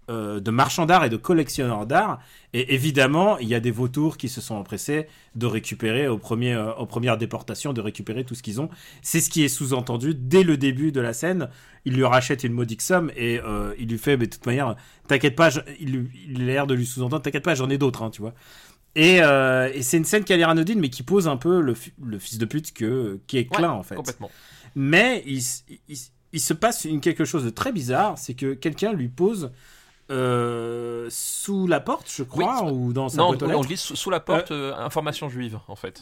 de marchands d'art et de collectionneurs d'art, et évidemment il y a des vautours qui se sont empressés de récupérer au premier, euh, aux premières déportations, de récupérer tout ce qu'ils ont. C'est ce qui est sous-entendu dès le début de la scène. Il lui rachète une modique somme et euh, il lui fait, mais de toute manière t'inquiète pas, je... il, il a l'air de lui sous-entendre, t'inquiète pas, j'en ai d'autres, hein, tu vois. Et, euh, et c'est une scène qui a l'air anodine, mais qui pose un peu le, le fils de pute que, qui est Klein, ouais, en fait. Complètement. Mais il, il, il, il se passe une, quelque chose de très bizarre, c'est que quelqu'un lui pose Euh, sous la porte, je crois, oui, ou dans sa boîte aux lettres. Non, on glisse sous, sous la porte euh, euh, information juive, en fait.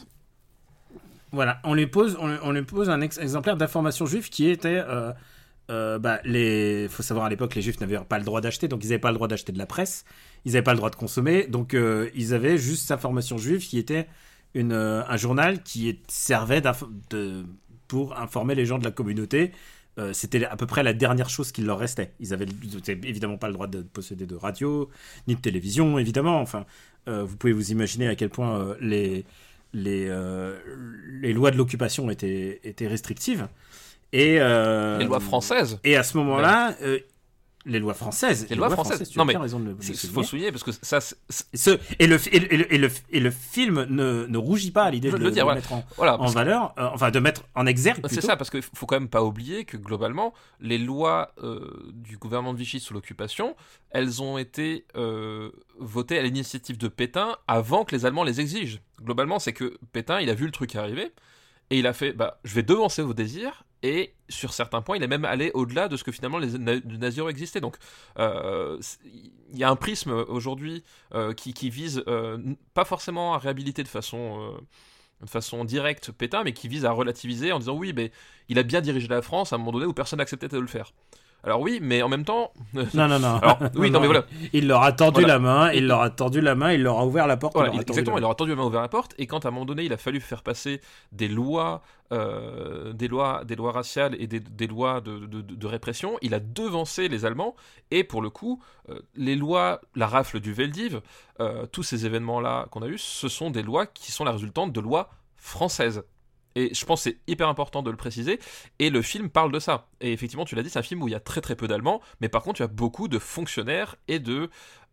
Voilà, on lui pose, on, on lui pose un ex- exemplaire d'information juive qui était, euh, euh, bah, les, faut savoir à l'époque, les juifs n'avaient pas le droit d'acheter, donc ils n'avaient pas le droit d'acheter de la presse, ils n'avaient pas le droit de consommer, donc euh, ils avaient juste information juive qui était une, euh, un journal qui servait de, pour informer les gens de la communauté. Euh, c'était à peu près la dernière chose qu'il leur restait. Ils avaient, ils avaient évidemment pas le droit de posséder de radio, ni de télévision, évidemment. Enfin, euh, vous pouvez vous imaginer à quel point euh, les, les, euh, les lois de l'occupation étaient, étaient restrictives. Et, euh, les lois françaises. Et à ce moment-là, euh, les lois françaises. Les, les lois, lois françaises. françaises tu non, as mais bien raison de le, il faut souligner parce que ça. C'est... Ce, et, le, et, le, et, le, et le film ne, ne rougit pas à l'idée de, le, dire, de voilà. mettre en, voilà, en valeur, euh, enfin de mettre en exergue. C'est ça, parce qu'il faut quand même pas oublier que globalement, les lois euh, du gouvernement de Vichy sous l'occupation, elles ont été euh, votées à l'initiative de Pétain avant que les Allemands les exigent. Globalement, c'est que Pétain, il a vu le truc arriver et il a fait, bah, je vais devancer vos désirs. Et sur certains points, il est même allé au-delà de ce que finalement les nazis auraient existé. Donc, euh, il y a un prisme aujourd'hui euh, qui, qui vise euh, pas forcément à réhabiliter de façon de façon directe Pétain, mais qui vise à relativiser en disant oui, mais il a bien dirigé la France à un moment donné où personne n'acceptait de le faire. Alors oui, mais en même temps... Non, non, non. Alors, oui, non, non, mais voilà. Il leur a tendu voilà. la main, il leur a tendu la main, il leur a ouvert la porte. Voilà, il leur a exactement, la il leur a tendu la main, ouvert la porte, et quand à un moment donné, il a fallu faire passer des lois, euh, des lois, des lois raciales et des, des lois de, de, de, de répression, il a devancé les Allemands, et pour le coup, euh, les lois, la rafle du Veldiv, euh, tous ces événements-là qu'on a eus, ce sont des lois qui sont la résultante de lois françaises. Et je pense que c'est hyper important de le préciser. Et le film parle de ça. Et effectivement, tu l'as dit, c'est un film où il y a très très peu d'Allemands, mais par contre, il y a beaucoup de fonctionnaires et de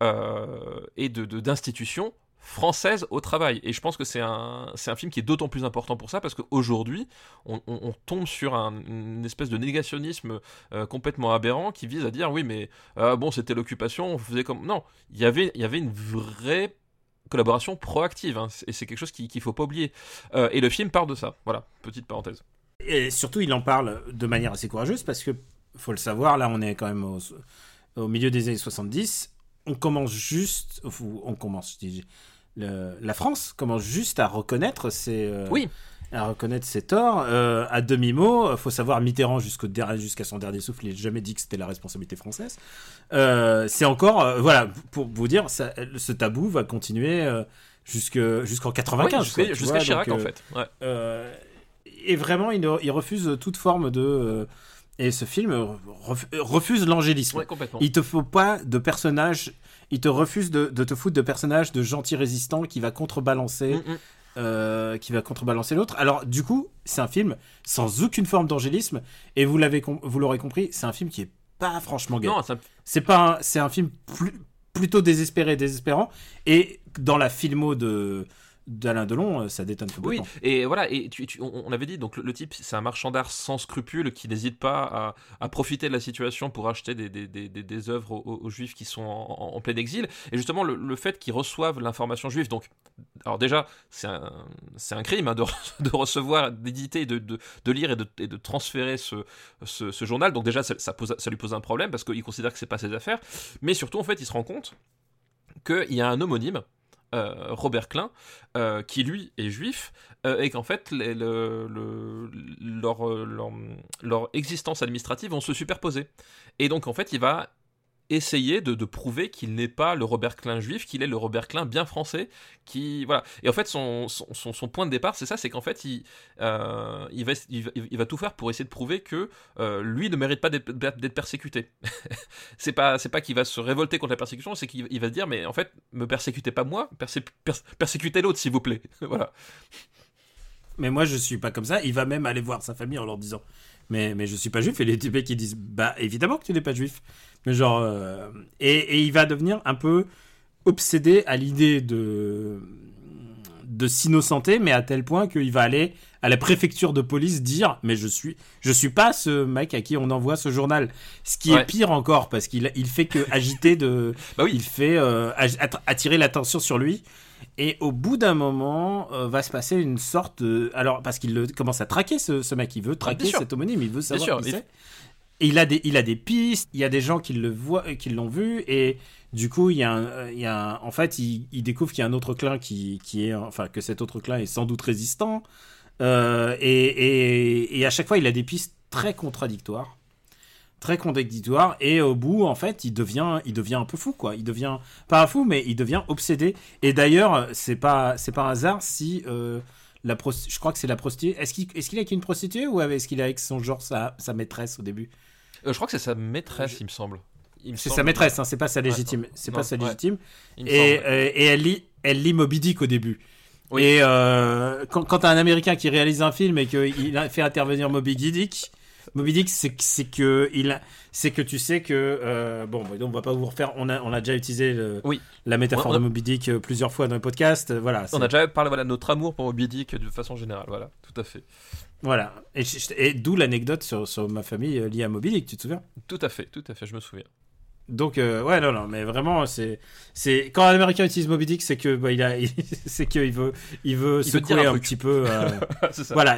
euh, et de, de d'institutions françaises au travail. Et je pense que c'est un c'est un film qui est d'autant plus important pour ça parce qu'aujourd'hui, on, on, on tombe sur un, une espèce de négationnisme euh, complètement aberrant qui vise à dire oui, mais euh, bon, c'était l'occupation, on faisait comme non, il y avait il y avait une vraie collaboration proactive, hein, et c'est quelque chose qu'il, qu'il faut pas oublier. Euh, et le film parle de ça. Voilà, petite parenthèse. Et surtout, il en parle de manière assez courageuse parce que, faut le savoir, là, on est quand même au, au milieu des années soixante-dix. On commence juste, on commence, je dis, le, la France commence juste à reconnaître ses, euh, oui. à reconnaître ses torts. Euh, à demi-mot, faut savoir, Mitterrand jusqu'au der- jusqu'à son dernier souffle, il n'a jamais dit que c'était la responsabilité française. Euh, c'est encore, euh, voilà, pour vous dire, ça, ce tabou va continuer euh, jusque, jusqu'en quatre-vingt-quinze. Oui, jusqu'à, quoi, jusqu'à vois, Chirac, donc, en fait. Ouais. Euh, et vraiment, il, il refuse toute forme de... Euh, et ce film ref, refuse l'angélisme. Ouais, complètement. Il te faut pas de personnage... Il te refuse de, de te foutre de personnage de gentil résistant qui va contrebalancer... Mm-hmm. Euh, qui va contrebalancer l'autre. Alors du coup, c'est un film sans aucune forme d'angélisme et vous l'avez com- vous l'aurez compris, c'est un film qui est pas franchement gay. Non, c'est, un... c'est pas un, c'est un film plus, plutôt désespéré, désespérant, et dans la filmo de d'Alain Delon, ça détonne complètement. Oui, et voilà, et tu, tu, on, on avait dit, donc le, le type, c'est un marchand d'art sans scrupules qui n'hésite pas à, à profiter de la situation pour acheter des, des, des, des, des œuvres aux, aux juifs qui sont en, en, en plein exil. Et justement, le, le fait qu'ils reçoivent l'information juive, donc, alors déjà, c'est un, c'est un crime hein, de, de recevoir, d'éditer, de, de, de lire et de, et de transférer ce, ce, ce journal. Donc déjà, ça, ça, pose, ça lui pose un problème parce qu'il considère que c'est pas ses affaires. Mais surtout, en fait, il se rend compte qu'il y a un homonyme, Euh, Robert Klein, euh, qui lui est juif, euh, et qu'en fait les, le, le, leur, leur, leur existence administrative vont se superposer. Et donc en fait il va essayer de, de prouver qu'il n'est pas le Robert Klein juif, qu'il est le Robert Klein bien français, qui voilà. Et en fait son, son, son, son point de départ c'est ça, c'est qu'en fait il, euh, il, va, il, va, il va tout faire pour essayer de prouver que euh, lui ne mérite pas d'être, d'être persécuté. c'est pas c'est pas qu'il va se révolter contre la persécution, c'est qu'il il va se dire mais en fait me persécutez pas moi, persé, pers, persécutez l'autre s'il vous plaît. Voilà. Mais moi je suis pas comme ça. Il va même aller voir sa famille en leur disant mais mais je suis pas juif, et les types qui disent bah évidemment que tu n'es pas juif. Mais genre euh, et, et il va devenir un peu obsédé à l'idée de de s'innocenter, mais à tel point qu'il va aller à la préfecture de police dire mais je suis je suis pas ce mec à qui on envoie ce journal, ce qui ouais. est pire encore parce qu'il il fait que agiter de bah oui. il fait euh, attirer l'attention sur lui. Et au bout d'un moment, euh, va se passer une sorte de... Alors, parce qu'il le, commence à traquer, ce, ce mec. Il veut traquer cet homonyme, il veut savoir sûr, qui c'est. Et il a, des, il a des pistes, il y a des gens qui, le voient, qui l'ont vu, et du coup, il y a un, il y a un, en fait, il, il découvre qu'il y a un autre Klein qui, qui est... Enfin, que cet autre Klein est sans doute résistant. Euh, et, et, et à chaque fois, il a des pistes très contradictoires. Très contradictoire, et au bout en fait il devient il devient un peu fou quoi, il devient pas un fou mais il devient obsédé. Et d'ailleurs c'est pas c'est pas un hasard si euh, la prosti- je crois que c'est la prostituée, est-ce qu'il est-ce qu'il est avec une prostituée ou est-ce qu'il est avec son genre sa sa maîtresse au début? euh, je crois que c'est sa maîtresse je... il me semble il me c'est semble... sa maîtresse hein, c'est pas sa légitime ouais, c'est non, pas sa légitime ouais, et euh, et elle lit elle lit Moby Dick au début. Oui. Et euh, quand quand t'as un Américain qui réalise un film et qu'il fait intervenir Moby Dick Moby Dick, c'est, c'est que il, c'est que tu sais que euh, bon, on va pas vous refaire. On a, on a déjà utilisé le, oui. la métaphore a, de Moby Dick plusieurs fois dans le podcast. Voilà. On a déjà parlé voilà de notre amour pour Moby Dick de façon générale. Voilà, tout à fait. Voilà. Et, et d'où l'anecdote sur, sur ma famille liée à Moby Dick. Tu te souviens? Tout à fait, tout à fait. Je me souviens. Donc euh, ouais non non mais vraiment c'est c'est quand un Américain utilise Moby Dick c'est que bah, il a il, c'est qu'il veut il veut il secouer veut un, un petit peu euh, c'est ça. Voilà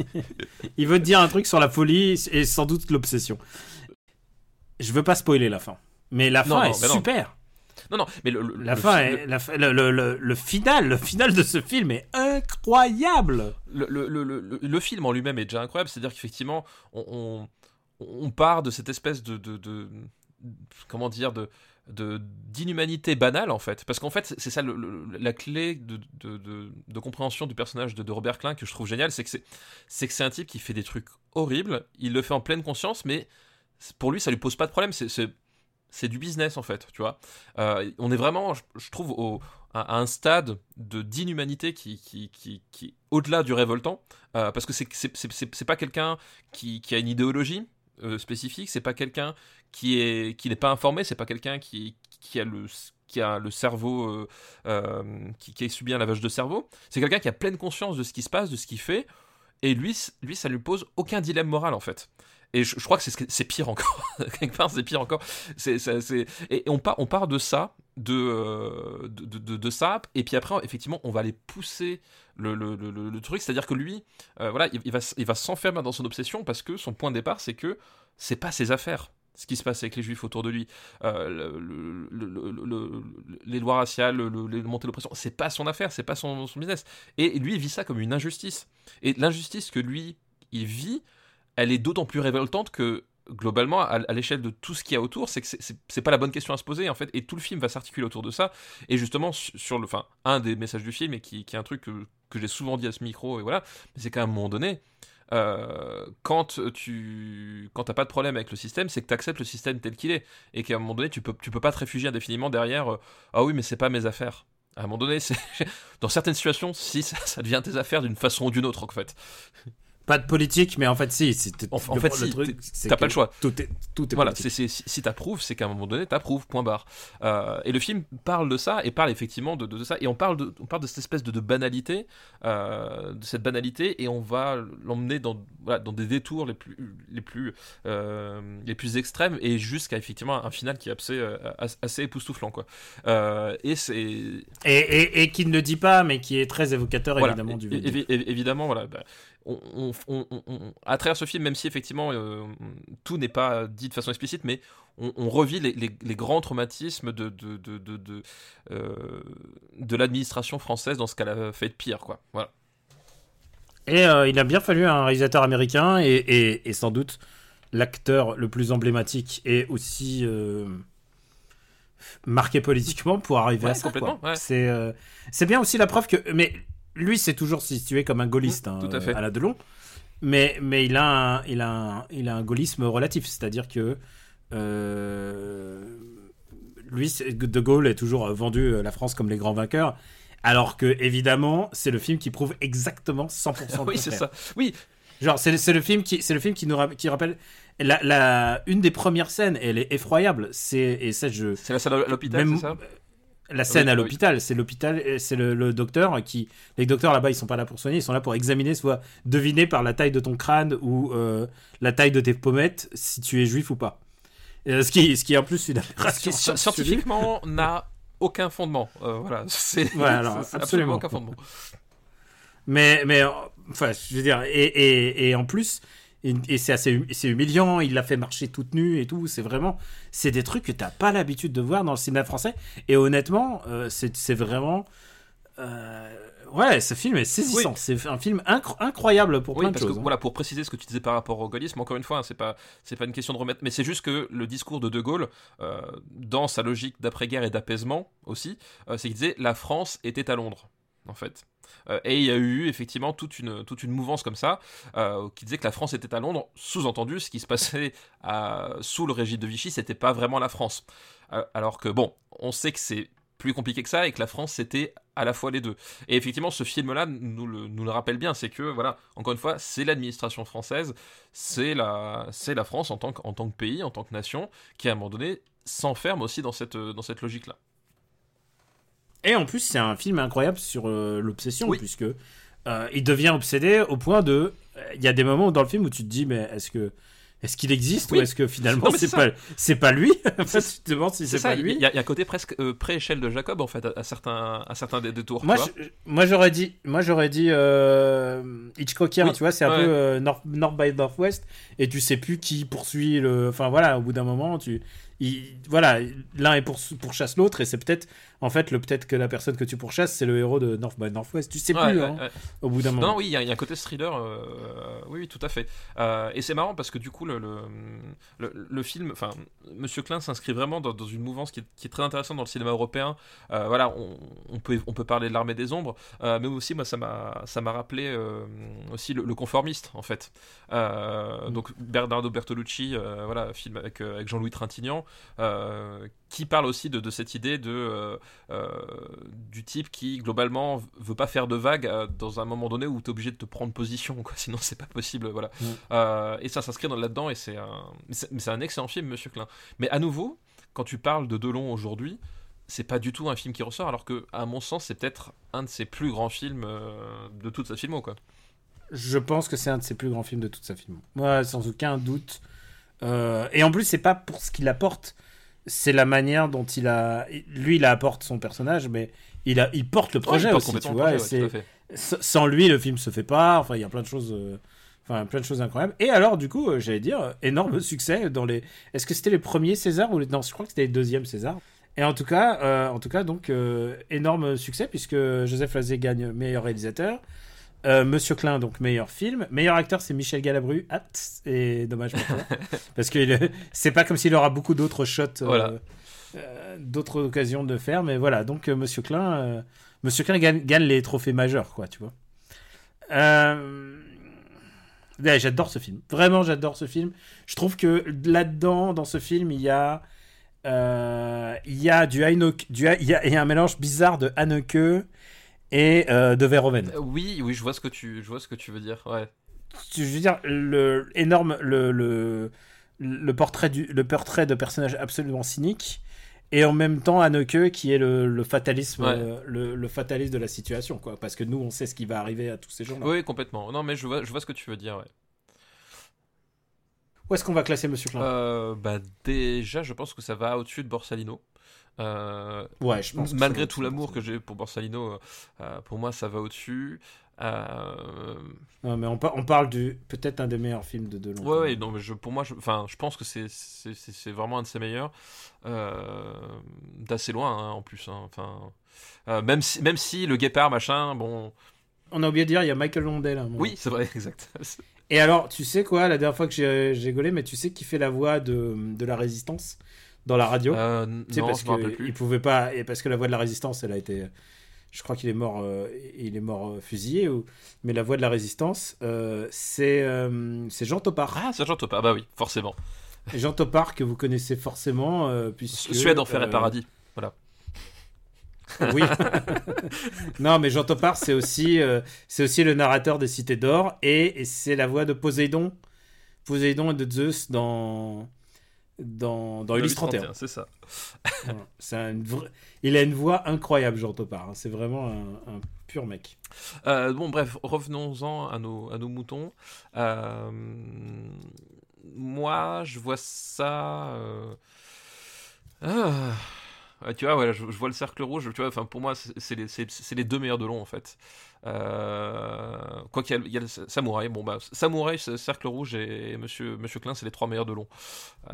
il veut te dire un truc sur la folie et sans doute l'obsession. Je veux pas spoiler la fin mais la fin non, non, est super non. Non, non, mais le, le, La le fin film- est, la, fin- le, le, le, le final, le final de ce film est incroyable. le, le, le, le, le film en lui-même est déjà incroyable, c'est-à-dire qu'effectivement, on, on, on part de cette espèce de, de, de comment dire, de, de d'inhumanité banale en fait, parce qu'en fait c'est ça le, le, la clé de, de, de, de compréhension du personnage de, de Robert Klein que je trouve génial, c'est que c'est, c'est que c'est un type qui fait des trucs horribles, il le fait en pleine conscience, mais pour lui ça lui pose pas de problème, c'est, c'est, c'est du business en fait, tu vois. Euh, on est vraiment, je, je trouve, au, à, à un stade de d'inhumanité qui, qui, qui, qui au-delà du révoltant, euh, parce que c'est, c'est, c'est, c'est, c'est pas quelqu'un qui, qui a une idéologie euh, spécifique, c'est pas quelqu'un qui est qui n'est pas informé, c'est pas quelqu'un qui, qui a le qui a le cerveau euh, euh, qui, qui a subi un lavage de cerveau, c'est quelqu'un qui a pleine conscience de ce qui se passe, de ce qu'il fait, et lui lui ça lui pose aucun dilemme moral en fait. Et je, je crois que c'est, c'est pire encore. Quelque part, c'est pire encore. C'est, c'est, c'est... Et on part, on part de ça, de, euh, de, de, de ça, et puis après, effectivement, on va aller pousser le, le, le, le truc. C'est-à-dire que lui, euh, voilà, il, il, va, il va s'enfermer dans son obsession parce que son point de départ, c'est que c'est pas ses affaires. Ce qui se passe avec les juifs autour de lui, euh, le, le, le, le, le, les lois raciales, le, le, les montées d'oppression, c'est pas son affaire, c'est pas son, son business. Et lui, il vit ça comme une injustice. Et l'injustice que lui, il vit, elle est d'autant plus révoltante que, globalement, à, à l'échelle de tout ce qu'il y a autour, c'est que c'est, c'est, c'est pas la bonne question à se poser, en fait, et tout le film va s'articuler autour de ça, et justement, sur, sur le, enfin, un des messages du film, et qui, qui est un truc que, que j'ai souvent dit à ce micro, et voilà, c'est qu'à un moment donné, euh, quand tu quand t'as pas de problème avec le système, c'est que t'acceptes le système tel qu'il est, et qu'à un moment donné, tu peux, tu peux pas te réfugier indéfiniment derrière, euh, ah oui, mais c'est pas mes affaires. À un moment donné, c'est... dans certaines situations, si, ça, ça devient tes affaires d'une façon ou d'une autre, en fait. Pas de politique, mais en fait, si. C'est, En, en le, fait, le si, truc, c'est t'as que pas le choix. Tout est, tout est Voilà, politique. c'est, c'est, si, si t'approuves, c'est qu'à un moment donné, t'approuves, point barre. Euh, et le film parle de ça, et parle effectivement de, de, de ça, et on parle de, on parle de cette espèce de, de banalité, euh, de cette banalité, et on va l'emmener dans, voilà, dans des détours les plus, les plus, euh, les plus extrêmes, et jusqu'à effectivement un final qui est assez, assez époustouflant, quoi. Euh, et c'est... Et, et, et qui ne le dit pas, mais qui est très évocateur, Voilà, évidemment, du é- vidéo. évi- évi- évidemment, voilà. Bah, on, on, on, on- on- à travers ce film, même si effectivement euh, tout n'est pas dit de façon explicite, mais on, on revit les, les, les grands traumatismes de, de, de, de, de, euh, de l'administration française dans ce qu'elle a fait de pire, quoi. Voilà. Et euh, il a bien fallu un réalisateur américain, et, et, et sans doute l'acteur le plus emblématique et aussi euh, marqué politiquement pour arriver Ouais, à ça. complètement, Quoi. ouais. C'est, euh, c'est bien aussi la preuve que... Mais lui, c'est toujours situé comme un gaulliste, Mmh, hein, tout à fait. à la Delon. Mais, mais il, a un, il, a un, il a un gaullisme relatif, c'est-à-dire que euh, lui, c'est- De Gaulle est toujours vendu la France comme les grands vainqueurs, alors que, évidemment, c'est le film qui prouve exactement cent pour cent le Oui, c'est contraire. ça. Oui, Genre, c'est, c'est le film qui, c'est le film qui nous ra- qui rappelle la, la, une des premières scènes, et elle est effroyable. C'est, et ça, je, c'est la salle à l'hôpital, même- c'est ça. la scène Oui, à oui. l'hôpital, c'est l'hôpital, c'est le, le docteur qui, les docteurs là-bas, ils sont pas là pour soigner, ils sont là pour examiner, soit deviner par la taille de ton crâne ou euh, la taille de tes pommettes si tu es juif ou pas. Euh, ce qui, ce qui est en plus une Ce aberration qui, sci- scientifiquement, n'a aucun fondement. Euh, voilà, c'est, Ouais, alors, c'est- c'est absolument. aucun fondement. Mais, mais, euh, enfin, je veux dire, et, et, et en plus, et, et c'est assez hum- c'est humiliant, il l'a fait marcher toute nue et tout, c'est vraiment, c'est des trucs que t'as pas l'habitude de voir dans le cinéma français, et honnêtement, euh, c'est, c'est vraiment, euh, ouais, ce film est saisissant, Oui. c'est un film incro- incroyable pour Oui, plein de parce choses. que hein. voilà, pour préciser ce que tu disais par rapport au gaullisme, encore une fois, hein, c'est pas c'est pas une question de remettre, mais c'est juste que le discours de De Gaulle, euh, dans sa logique d'après-guerre et d'apaisement aussi, euh, c'est qu'il disait la France était à Londres, en fait. Euh, et il y a eu effectivement toute une toute une mouvance comme ça euh, qui disait que la France était à Londres. Sous-entendu, ce qui se passait à, sous le régime de Vichy, c'était pas vraiment la France. Euh, alors que bon, on sait que c'est plus compliqué que ça et que la France c'était à la fois les deux. Et effectivement, ce film-là nous le, nous le rappelle bien, c'est que voilà, encore une fois, c'est l'administration française, c'est la, c'est la France en tant, que, en tant que pays, en tant que nation, qui à un moment donné s'enferme aussi dans cette, dans cette logique-là. Et en plus, c'est un film incroyable sur euh, l'obsession, Oui. puisque euh, il devient obsédé au point de, il y a des moments dans le film où tu te dis, mais est-ce que est-ce qu'il existe Oui. ou est-ce que finalement Non, mais c'est, c'est pas c'est pas lui. En fait, C'est- tu te demandes si c'est, C'est ça, pas il lui. y, a- il y a un côté presque euh, pré-échelle de Jacob en fait, à, à certains, à certains des détours. Moi, tu vois. je- moi j'aurais dit, moi j'aurais dit euh, Hitchcockien, Oui, tu vois, c'est un ouais. peu euh, North, North by Northwest, et tu sais plus qui poursuit le. Enfin voilà, au bout d'un moment, tu, il, voilà, l'un est pour pourchasse l'autre et c'est peut-être en fait le peut-être que la personne que tu pourchasses c'est le héros de North by Northwest. Tu sais Ouais, plus ouais, hein, ouais. au bout d'un moment. Non, non, oui, il y, a- il y a un côté thriller. euh, oui, oui, tout à fait. Euh, et c'est marrant parce que du coup, le, le, le, le film, enfin, Monsieur Klein s'inscrit vraiment dans, dans une mouvance qui est, qui est très intéressante dans le cinéma européen. Euh, voilà, on, on peut, on peut parler de l'Armée des Ombres, euh, mais aussi, moi, ça m'a, ça m'a rappelé euh, aussi le, le conformiste, en fait. Euh, Mm. donc Bernardo Bertolucci, euh, voilà, film avec, euh, avec Jean-Louis Trintignant, euh, qui parle aussi de, de cette idée de euh, euh, du type qui globalement veut pas faire de vagues euh, dans un moment donné où tu es obligé de te prendre position, quoi, sinon c'est pas possible, voilà. Mm. Euh, et ça s'inscrit dans là-dedans et c'est un, mais c'est, mais c'est un excellent film, Monsieur Klein. Mais à nouveau, quand tu parles de Delon aujourd'hui, c'est pas du tout un film qui ressort, alors que à mon sens c'est peut-être un de ses plus grands films euh, de toute sa filmo, quoi. Je pense que c'est un de ses plus grands films de toute sa film. Moi, sans aucun doute. Euh, et en plus, c'est pas pour ce qu'il apporte, c'est la manière dont il a. Lui, il apporte son personnage, mais il, a... il porte le projet Ouais, il porte aussi, tu complètement vois. le Et projet, ouais, c'est... tout à fait. S- Sans lui, le film se fait pas. Enfin, il y a plein de choses. euh, Enfin, plein de choses incroyables. Et alors, du coup, euh, j'allais dire, euh, énorme succès dans les. Est-ce que c'était les premiers Césars ou les... Non, je crois que c'était les deuxièmes Césars. Et en tout cas, euh, en tout cas, donc euh, énorme succès puisque Joseph Losey gagne meilleur réalisateur. Euh, Monsieur Klein, donc meilleur film. Meilleur acteur, c'est Michel Galabru. Ah, tss, et dommage pour toi. Parce que il- c'est pas comme s'il aura beaucoup d'autres shots, euh, Voilà. euh, d'autres occasions de faire. Mais voilà, donc euh, Monsieur Klein, euh, Monsieur Klein gagne, gagne les trophées majeurs, quoi, tu vois. Euh... ouais, j'adore ce film. Vraiment, j'adore ce film. Je trouve que là-dedans, dans ce film, il y a, euh, il y a du Haneke, du, il y a, il y a un mélange bizarre de Haneke et euh, de Verhoeven. Euh, Oui, oui, je vois ce que tu, je vois ce que tu veux dire. Ouais. Je veux dire, le énorme, le, le, le portrait du, le portrait de personnage absolument cynique, et en même temps Haneke qui est le, le fatalisme, Ouais. euh, le, le fatalisme de la situation, quoi. Parce que nous, on sait ce qui va arriver à tous ces gens-là. Oui, complètement. Non, mais je vois, je vois ce que tu veux dire. Ouais. Où est-ce qu'on va classer Monsieur Klein? Euh, bah déjà, je pense que ça va au-dessus de Borsalino. Euh, Ouais, je pense. que malgré ça va tout être- l'amour que j'ai pour Borsalino, euh, pour moi, ça va au-dessus. Euh, Non, mais on, par- on parle du peut-être un des meilleurs films de Delon. Ouais, ouais, non, mais je, pour moi, je, enfin, je pense que c'est, c'est, c'est, c'est vraiment un de ses meilleurs, euh, d'assez loin, hein, en plus. Hein, enfin, euh, même si, même si le guépard, machin, bon, On a oublié de dire, il y a Michael Londell. à un moment. oui, c'est vrai, exact. Et alors, tu sais quoi, la dernière fois que j'ai j'ai gaulé, mais tu sais qui fait la voix de, de la Résistance dans la radio? Euh, Tu sais, non, parce je me rappelle que plus. il pouvait pas, et parce que la voix de la Résistance, elle a été, je crois qu'il est mort, euh, il est mort euh, fusillé, ou... mais la voix de la Résistance, euh, c'est euh, c'est Jean Topard. Ah, Sergent Topard, ah bah oui, forcément. Et Jean Topard que vous connaissez forcément, euh, puisque Suède, Enfer euh, et Paradis. Voilà. Oui. Non, mais Jean Topard, c'est aussi, euh, c'est aussi le narrateur des Cités d'Or, et, et c'est la voix de Poséidon, Poséidon et de Zeus dans dans dans Ulysse trente et un. C'est ça. Voilà. C'est un vra- Il a une voix incroyable, Jean Topard. hein. C'est vraiment un, un pur mec. Euh, bon, bref, revenons-en à nos, à nos moutons. Euh, moi, je vois ça. euh, ah, ouais, tu vois, voilà, je, je vois le cercle rouge. Tu vois, enfin, pour moi, c'est c'est les, c'est- c'est les deux meilleurs de long, en fait. Euh, quoi qu'il y a, il y a le Samouraï. Bon, bah, Samouraï, ce- Cercle rouge et Monsieur, Monsieur Klein, c'est les trois meilleurs de long. Euh,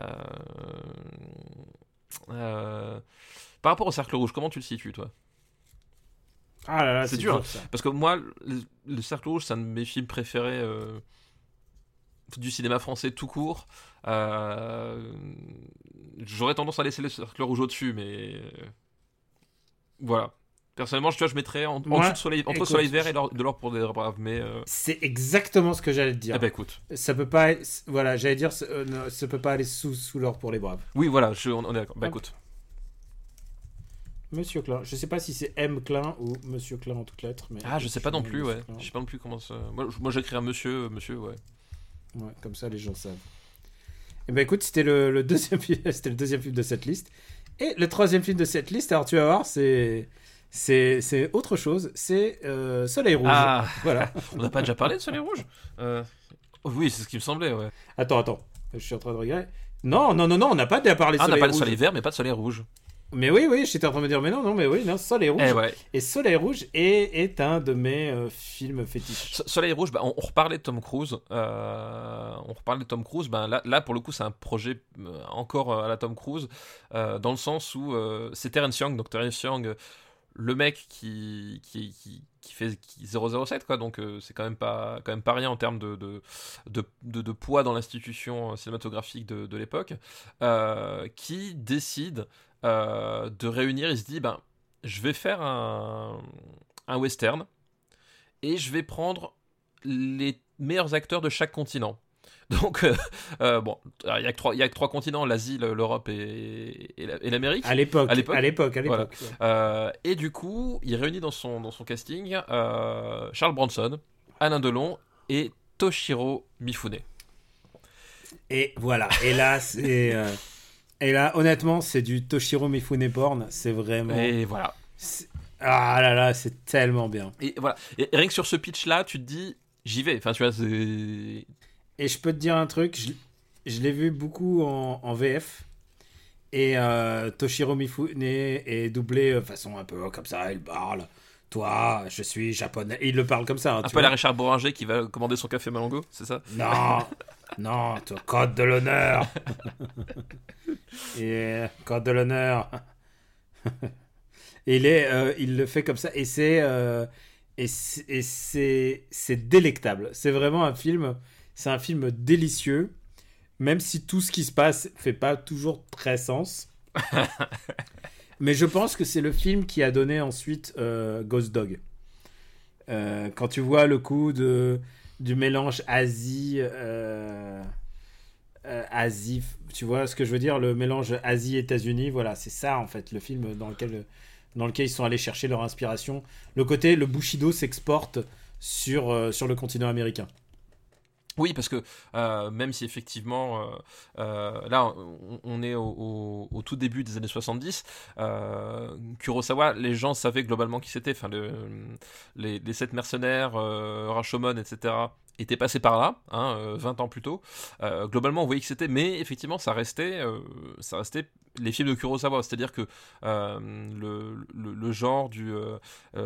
euh, par rapport au Cercle rouge, comment tu le situes, toi? Ah là là, C'est c'est dur, dur, ça. Parce que moi, le, le Cercle Rouge, c'est un de mes films préférés euh, du cinéma français tout court. Euh, j'aurais tendance à laisser le Cercle Rouge au-dessus, mais euh, voilà. Personnellement, je, tu vois, je mettrais en, en Moi, dessous de soleil, entre écoute, Soleil Vert et l'or- de l'or pour des braves, mais euh, C'est exactement ce que j'allais te dire. eh ben écoute. Ça peut pas. être- Voilà, j'allais dire, ça, euh, non, ça peut pas aller sous sous l'or pour les braves. Oui, voilà, je, on, on est d'accord. Bah Hop. écoute. Monsieur Klein. Je sais pas si c'est M Klein ou Monsieur Klein en toutes lettres, mais. Ah, je sais pas non mets plus, Monsieur ouais. Klein. Je sais pas non plus comment ça. Moi, je- moi j'écris un monsieur, euh, monsieur, ouais. Ouais, comme ça, les gens savent. Et ben écoute, c'était le, le deuxième film, c'était le deuxième film de cette liste. Et le troisième film de cette liste, alors tu vas voir, c'est c'est c'est autre chose. C'est euh, Soleil Rouge. Ah, Voilà. on n'a pas déjà parlé de Soleil Rouge euh... Oui, c'est ce qui me semblait, ouais. Attends, attends. Je suis en train de regarder. Non, non, non, non, on n'a pas déjà parlé de Ah, on n'a Soleil pas de Rouge. Soleil Vert, mais pas de Soleil Rouge. Mais oui, oui, j'étais en train de me dire, mais non, non, mais oui, non, Soleil Rouge. Eh ouais. Et Soleil Rouge est, est un de mes euh, films fétiches. So- Soleil Rouge, bah, on, on reparlait de Tom Cruise. Euh, on reparlait de Tom Cruise. Ben là, là, pour le coup, c'est un projet euh, encore euh, à la Tom Cruise, euh, dans le sens où euh, c'est Terence Young. Donc Terence Young, euh, le mec qui, qui, qui, qui fait qui, zéro zéro sept, quoi. Donc euh, c'est quand même pas quand même pas rien en termes de de, de, de, de poids dans l'institution cinématographique de, de l'époque, euh, qui décide euh, de réunir. Il se dit, ben, je vais faire un, un western et je vais prendre les meilleurs acteurs de chaque continent. Donc, euh, euh, bon, il n'y a, a que trois continents, l'Asie, l'Europe et, et, et l'Amérique. À l'époque, à l'époque, à l'époque, à l'époque. Voilà. Ouais. Euh, et du coup, il réunit dans son, dans son casting euh, Charles Bronson, Alain Delon et Toshiro Mifune. Et voilà, et là, c'est... Euh... Et là, honnêtement, c'est du Toshiro Mifune porn, c'est vraiment... Et voilà. C'est... Ah là là, c'est tellement bien. Et voilà. Et rien que sur ce pitch-là, tu te dis, j'y vais. Enfin, tu vois, c'est... Et je peux te dire un truc, je, je l'ai vu beaucoup en, en V F. Et euh, Toshiro Mifune est doublé de façon un peu comme ça, il parle. Toi, je suis japonais. Et il le parle comme ça. Hein, un tu peu vois. la Richard Bohringer qui va commander son café Malongo, c'est ça? Non, non, toi, code de l'honneur. Et code de l'honneur. Et il, est, euh, il le fait comme ça. Et c'est, euh, et c'est, et c'est, c'est délectable. C'est vraiment un film... C'est un film délicieux, même si tout ce qui se passe fait pas toujours très sens. Mais je pense que c'est le film qui a donné ensuite euh, Ghost Dog. Euh, quand tu vois le coup de, du mélange Asie, euh, euh, Asie, tu vois ce que je veux dire, le mélange Asie-États-Unis, voilà, c'est ça en fait le film dans lequel, dans lequel ils sont allés chercher leur inspiration. Le côté, le Bushido s'exporte sur, euh, sur le continent américain. Oui, parce que euh, même si effectivement, euh, euh, là, on, on est au, au, au tout début des années soixante-dix, euh, Kurosawa, les gens savaient globalement qui c'était. Enfin, le, les, les sept mercenaires, euh, Rashomon, et cetera, étaient passés par là, hein, euh, vingt ans plus tôt. Euh, globalement, on voyait qui c'était, mais effectivement, ça restait, euh, ça restait les films de Kurosawa, c'est-à-dire que euh, le, le, le genre du euh,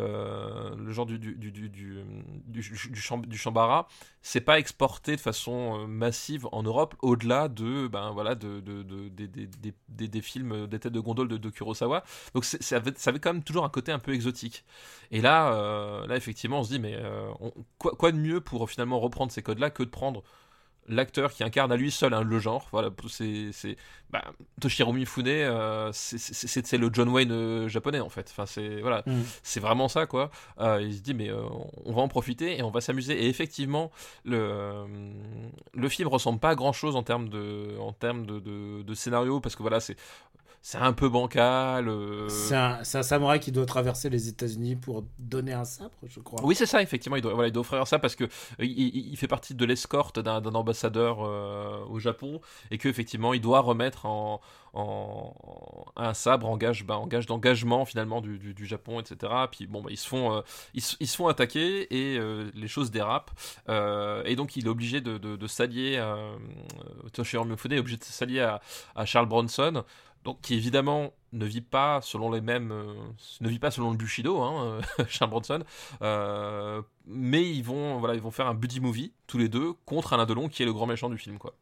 euh, le genre du du du du, du, du, du, chamb- du Shambara, c'est pas exporté de façon euh, massive en Europe, au-delà de ben voilà de, de, de, de des, des, des, des films des têtes de gondole de, de Kurosawa. Donc c'est, ça, avait, ça avait quand même toujours un côté un peu exotique. Et là euh, là effectivement on se dit mais euh, on, quoi, quoi de mieux pour finalement reprendre ces codes-là que de prendre l'acteur qui incarne à lui seul hein, le genre. Voilà, c'est, c'est bah, Toshiro Mifune, euh, c'est, c'est, c'est le John Wayne euh, japonais en fait. Enfin, c'est voilà, mm. c'est vraiment ça quoi. Euh, il se dit mais euh, on va en profiter et on va s'amuser. Et effectivement, le euh, le film ressemble pas à grand chose en termes de en termes de, de, de scénario parce que voilà c'est c'est un peu bancal. Euh... C'est, un, c'est un samouraï qui doit traverser les États-Unis pour donner un sabre, je crois. Oui, c'est ça, effectivement. Il doit, voilà, il doit offrir ça parce que euh, il, il fait partie de l'escorte d'un, d'un ambassadeur euh, au Japon et qu'effectivement, il doit remettre en, en, en un sabre en gage, bah, en gage d'engagement finalement du, du, du Japon, et cetera. Puis bon, bah, ils se font, euh, ils, ils se font attaquer et euh, les choses dérapent. Euh, et donc, il est obligé de, de, de s'allier. Euh, Toshiro Mifune est obligé de s'allier à, à Charles Bronson. Donc, qui évidemment ne vit pas selon les mêmes, euh, ne vit pas selon le Bushido, hein, euh, Charles Bronson, euh, mais ils vont, voilà, ils vont faire un buddy movie tous les deux contre Alain Delon qui est le grand méchant du film, quoi.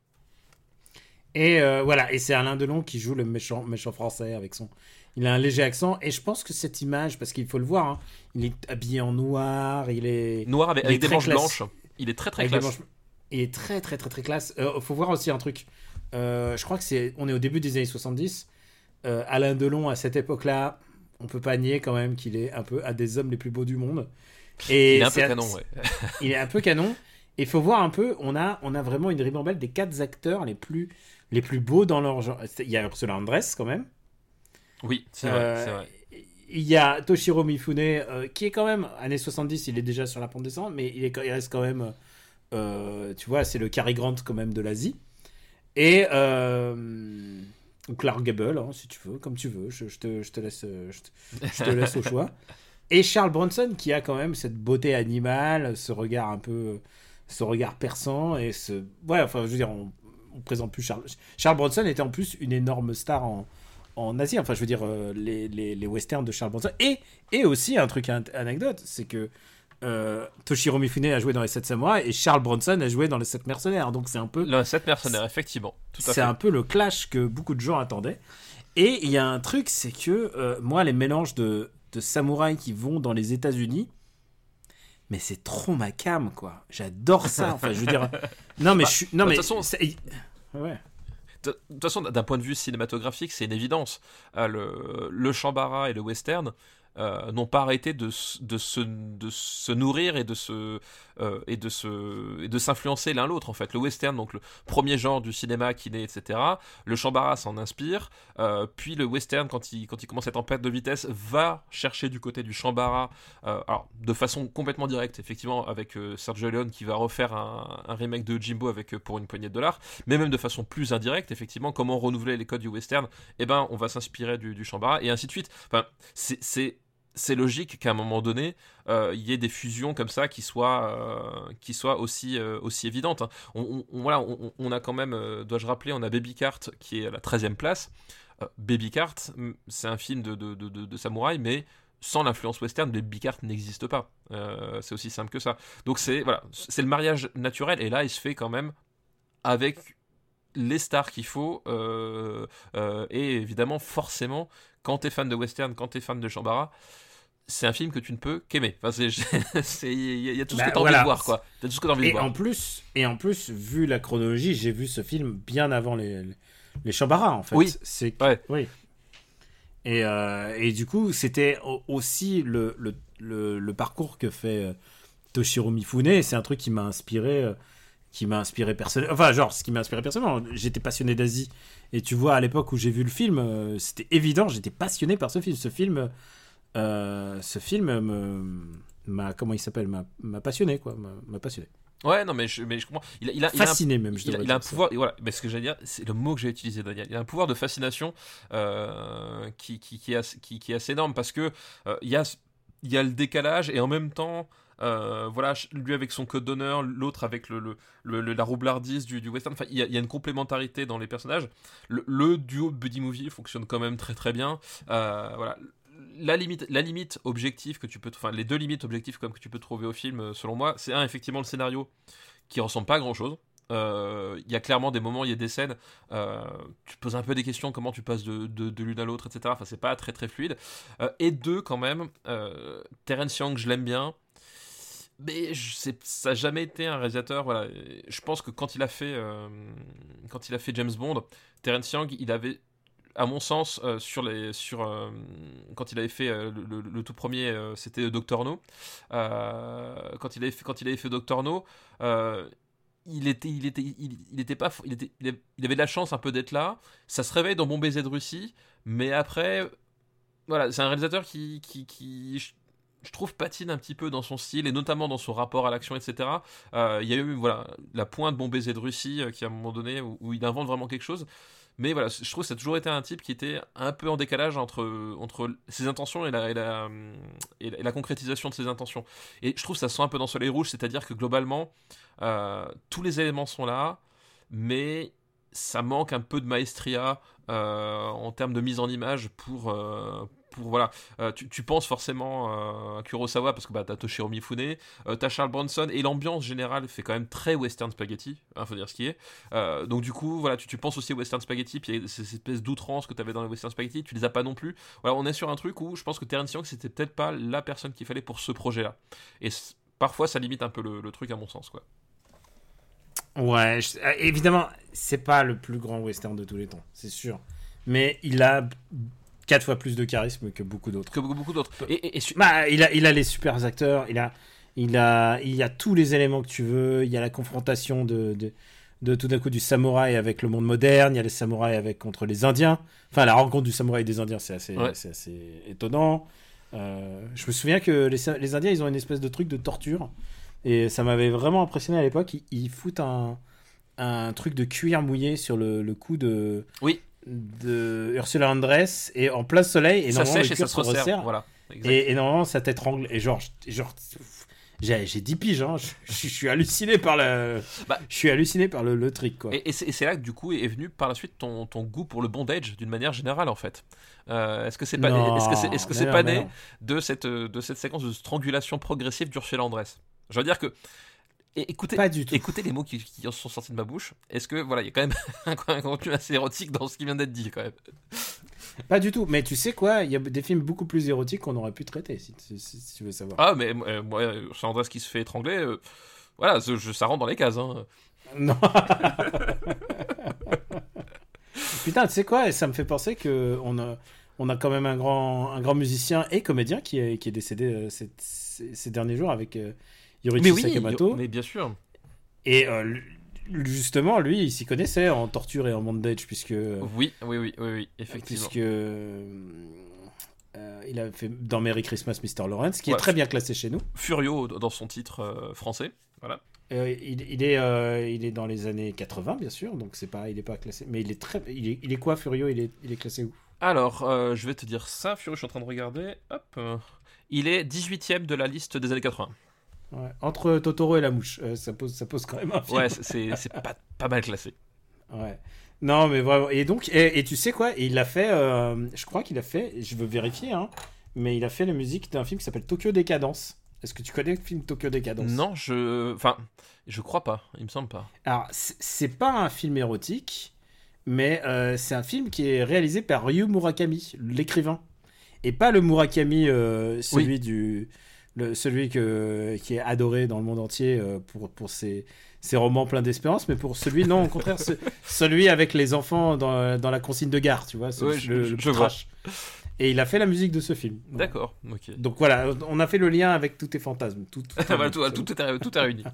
Et euh, voilà, et c'est Alain Delon qui joue le méchant, méchant français avec son, il a un léger accent et je pense que cette image, parce qu'il faut le voir, hein, il est habillé en noir, il est noir avec, avec des manches blanches, il est très très classe. Manches... Il est très très très très classe. Euh, faut voir aussi un truc. Euh, je crois que c'est, on est au début des années soixante-dix. Euh, Alain Delon à cette époque-là, on peut pas nier quand même qu'il est un peu un des hommes les plus beaux du monde. Et il est un peu canon, ouais. Il est un peu canon. Et il faut voir un peu, on a, on a vraiment une ribambelle des quatre acteurs les plus, les plus beaux dans leur genre. Il y a Ursula Andress quand même. Oui, c'est vrai, euh, c'est vrai. Il y a Toshiro Mifune euh, qui est quand même années soixante-dix, il est déjà sur la pente descendante, mais il, est, il reste quand même, euh, tu vois, c'est le Cary Grant quand même de l'Asie. Et euh, ou Clark Gable, hein, si tu veux, comme tu veux, je, je, te, je, te, laisse, je, te, je te laisse au choix. Et Charles Bronson qui a quand même cette beauté animale, ce regard un peu, ce regard perçant et ce, ouais, enfin, je veux dire, on, on présente plus Charles. Charles Bronson était en plus une énorme star en, en Asie. Enfin, je veux dire, euh, les, les, les westerns de Charles Bronson. Et, et aussi, un truc an- anecdote, c'est que euh, Toshiro Mifune a joué dans les sept samouraïs et Charles Bronson a joué dans les sept mercenaires. Donc, c'est un peu... Le sept mercenaires, effectivement. Tout à c'est fait. un peu le clash que beaucoup de gens attendaient. Et il y a un truc, c'est que euh, moi, les mélanges de, de samouraïs qui vont dans les États-Unis, mais c'est trop ma cam, quoi. J'adore ça. Enfin, je veux dire, non mais bah, je suis, non de mais, toute façon, c'est... ouais. De toute façon, d'un point de vue cinématographique, c'est une évidence. Euh, le, le Shambara et le western euh, n'ont pas arrêté de, de, se, de se nourrir et de, se, euh, et, de se, et de s'influencer l'un l'autre, en fait. Le western, donc le premier genre du cinéma qui naît, et cetera. Le Shambara s'en inspire. Euh, puis le western, quand il, quand il commence à être en perte de vitesse, va chercher du côté du Shambara, euh, alors de façon complètement directe, effectivement, avec euh, Sergio Leone qui va refaire un, un remake de Jimbo avec, euh, pour une poignée de dollars, mais même de façon plus indirecte, effectivement, comment renouveler les codes du western, eh ben, on va s'inspirer du, du Shambara, et ainsi de suite. Enfin, c'est... c'est c'est logique qu'à un moment donné, il euh, y ait des fusions comme ça qui soient, euh, qui soient aussi, euh, aussi évidentes. Hein. On, on, voilà, on, on a quand même, euh, dois-je rappeler, on a Baby Cart qui est à la treizième place. Euh, Baby Cart, c'est un film de, de, de, de, de samouraï, mais sans l'influence western, Baby Cart n'existe pas. Euh, c'est aussi simple que ça. Donc c'est, voilà, c'est le mariage naturel, et là, il se fait quand même avec les stars qu'il faut, euh, euh, et évidemment, forcément, quand t'es fan de western, quand t'es fan de Shambara, c'est un film que tu ne peux qu'aimer. Enfin, c'est, c'est, il y a tout ce Bah, que t'as voilà. envie de voir, quoi. T'as tout ce que t'as envie Et de voir. en plus, et en plus, vu la chronologie, j'ai vu ce film bien avant les les, les Shambara, en fait. Oui. C'est Ouais. oui. Et, euh, et du coup, c'était aussi le, le, le, le parcours que fait euh, Toshiro Mifune. Et c'est un truc qui m'a inspiré, euh, qui m'a inspiré personnellement. Enfin, genre, ce qui m'a inspiré personnellement. J'étais passionné d'Asie. Et tu vois, à l'époque où j'ai vu le film, euh, c'était évident, j'étais passionné par ce film. Ce film, euh, ce film me, m'a, comment il s'appelle, m'a, m'a passionné, quoi. M'a, m'a passionné. Ouais, non, mais je, mais je comprends. Il a, il a, il a un- Fasciné, même, je Il a, devrais il a un dire ça. pouvoir, et voilà, mais ce que j'allais dire, c'est le mot que j'ai utilisé, Daniel. Il a un pouvoir de fascination euh, qui, qui, qui, est assez, qui, qui est assez énorme parce que euh, il y a, il y a le décalage et en même temps, euh, voilà, lui avec son code d'honneur, l'autre avec le, le, le- le- la roublardise du, du western. Enfin, il y, a, il y a une complémentarité dans les personnages. Le, le duo buddy movie fonctionne quand même très très bien. Euh, voilà. La limite, la limite objective que tu peux, enfin les deux limites objectives comme que tu peux trouver au film, euh, selon moi, c'est un effectivement le scénario qui ressemble pas à grand chose. Il y a clairement des moments, il y a des scènes, euh, tu te poses un peu des questions, comment tu passes de, de, de l'une à l'autre, et cetera. Enfin, c'est pas très très fluide. Euh, et deux, quand même, euh, Terence Young, je l'aime bien, mais je sais, ça n'a jamais été un réalisateur. Voilà, je pense que quand il a fait, euh, quand il a fait James Bond, Terence Young, il avait, à mon sens, euh, sur les, sur, euh, quand il avait fait euh, le, le- le tout premier, euh, c'était Doctor No. Euh, quand il avait fait, quand il avait fait Doctor No, euh, il était, il était, il, il était pas, il était, il avait il avait de la chance un peu d'être là. Ça se réveille dans Bon baiser de Russie, mais après, voilà, c'est un réalisateur qui, qui, qui je, je trouve patine un petit peu dans son style et notamment dans son rapport à l'action, et cetera. Euh, Il y a eu, voilà, la pointe Bon baiser de Russie euh, qui à un moment donné où, où il invente vraiment quelque chose. Mais voilà, je trouve que ça a toujours été un type qui était un peu en décalage entre, entre ses intentions et la, et, la, et la, et la concrétisation de ses intentions. Et je trouve que ça sent un peu dans Soleil Rouge, c'est-à-dire que globalement, euh, tous les éléments sont là, mais ça manque un peu de maestria euh, en termes de mise en image pour... euh, pour voilà, Euh, tu, tu penses forcément euh, à Kurosawa parce que bah, t'as Toshiro Mifune, euh, t'as Charles Bronson et l'ambiance générale fait quand même très western spaghetti, hein, faut dire ce qui est. Euh, donc du coup, voilà, tu, tu penses aussi au western spaghetti, puis ces espèces d'outrances que t'avais dans les western spaghetti, tu les as pas non plus. Voilà, on est sur un truc où je pense que Terence Young c'était peut-être pas la personne qu'il fallait pour ce projet-là. Et c- parfois ça limite un peu le, le truc à mon sens, quoi. Ouais, je- euh, évidemment, c'est pas le plus grand western de tous les temps, c'est sûr. Mais il a quatre fois plus de charisme que beaucoup d'autres. Que beaucoup, beaucoup d'autres. Et, et- et su- Bah, il a, il a les super acteurs, il a, il a, il y a tous les éléments que tu veux. Il y a la confrontation de, de, de tout d'un coup du samouraï avec le monde moderne. Il y a les samouraïs avec contre les Indiens. Enfin, la rencontre du samouraï et des Indiens, c'est assez, Ouais. c'est assez étonnant. Euh, je me souviens que les, Sa- les Indiens, ils ont une espèce de truc de torture. Et ça m'avait vraiment impressionné à l'époque. Ils, ils foutent un, un truc de cuir mouillé sur le, le cou de, oui, de Ursula Andress et en plein soleil. Et ça normalement, sèche le et ça cuir se resserre. Voilà. Exact. et, et normalement, ça t'étrangle. Et genre, je- genre, j'ai, j'ai dix piges, hein. je, je suis halluciné par le, bah, je suis halluciné par le, le trick, quoi. Et, et, c'est, et c'est là que du coup est venu par la suite ton, ton goût pour le bondage d'une manière générale en fait. Euh, est-ce que c'est pas, non, est-ce que c'est, est-ce que c'est non, pas né de cette, de cette séquence de strangulation progressive d'Ursula Andress? Je veux dire que Et écoutez, pas du tout. écoutez les mots qui, qui sont sortis de ma bouche. Est-ce que voilà, il y a quand même un contenu assez érotique dans ce qui vient d'être dit quand même. Pas du tout. Mais tu sais quoi, il y a des films beaucoup plus érotiques qu'on aurait pu traiter, si, si, si tu veux savoir. Ah mais euh, moi, c'est Andrés qui se fait étrangler. Euh, voilà, je, je, ça rentre dans les cases. Hein. Non. Putain, tu sais quoi, ça me fait penser que on a, on a quand même un grand, un grand musicien et comédien qui est, qui est décédé euh, ces, ces, ces derniers jours avec. Euh, Yorichi mais oui, Sakamoto. Mais bien sûr. Et euh, justement, lui, il s'y connaissait en torture et en bondage, puisque... Oui, oui, oui, oui, oui effectivement. Puisque... Euh, il a fait dans Merry Christmas, mister Lawrence, qui ouais, est très bien classé chez nous. Furio dans son titre euh, français, voilà. Euh, il, il, est, euh, il est dans les années quatre-vingts, bien sûr, donc c'est pas, il est pas classé... Mais il est très... Il est, il est quoi, Furio? il est, il est classé où? Alors, euh, je vais te dire ça, Furio, je suis en train de regarder. Hop. Euh, il est dix-huitième de la liste des années quatre-vingts. Ouais, entre Totoro et la mouche, euh, ça, pose, ça pose quand même un film. Ouais, c'est, c'est pas, pas mal classé. Ouais. Non, mais vraiment. Et donc, et, et tu sais quoi, il a fait, euh, je crois qu'il a fait, je veux vérifier, hein, mais il a fait la musique d'un film qui s'appelle Tokyo Décadence. Est-ce que tu connais le film Tokyo Décadence? Non, je. Enfin, je crois pas, il me semble pas. Alors, c'est, c'est pas un film érotique, mais euh, c'est un film qui est réalisé par Ryu Murakami, l'écrivain. Et pas le Murakami, euh, celui oui. du. Le, celui que, qui est adoré dans le monde entier euh, pour, pour ses, ses romans pleins d'espérance, mais pour celui, non, au contraire, ce, celui avec les enfants dans, dans la consigne de gare, tu vois, ce, ouais, le, je, le je trash. Et il a fait la musique de ce film. D'accord, ok. Donc voilà, on a fait le lien avec tous tes fantasmes. Tout, tout, voilà, tout, tout, est, tout est réuni.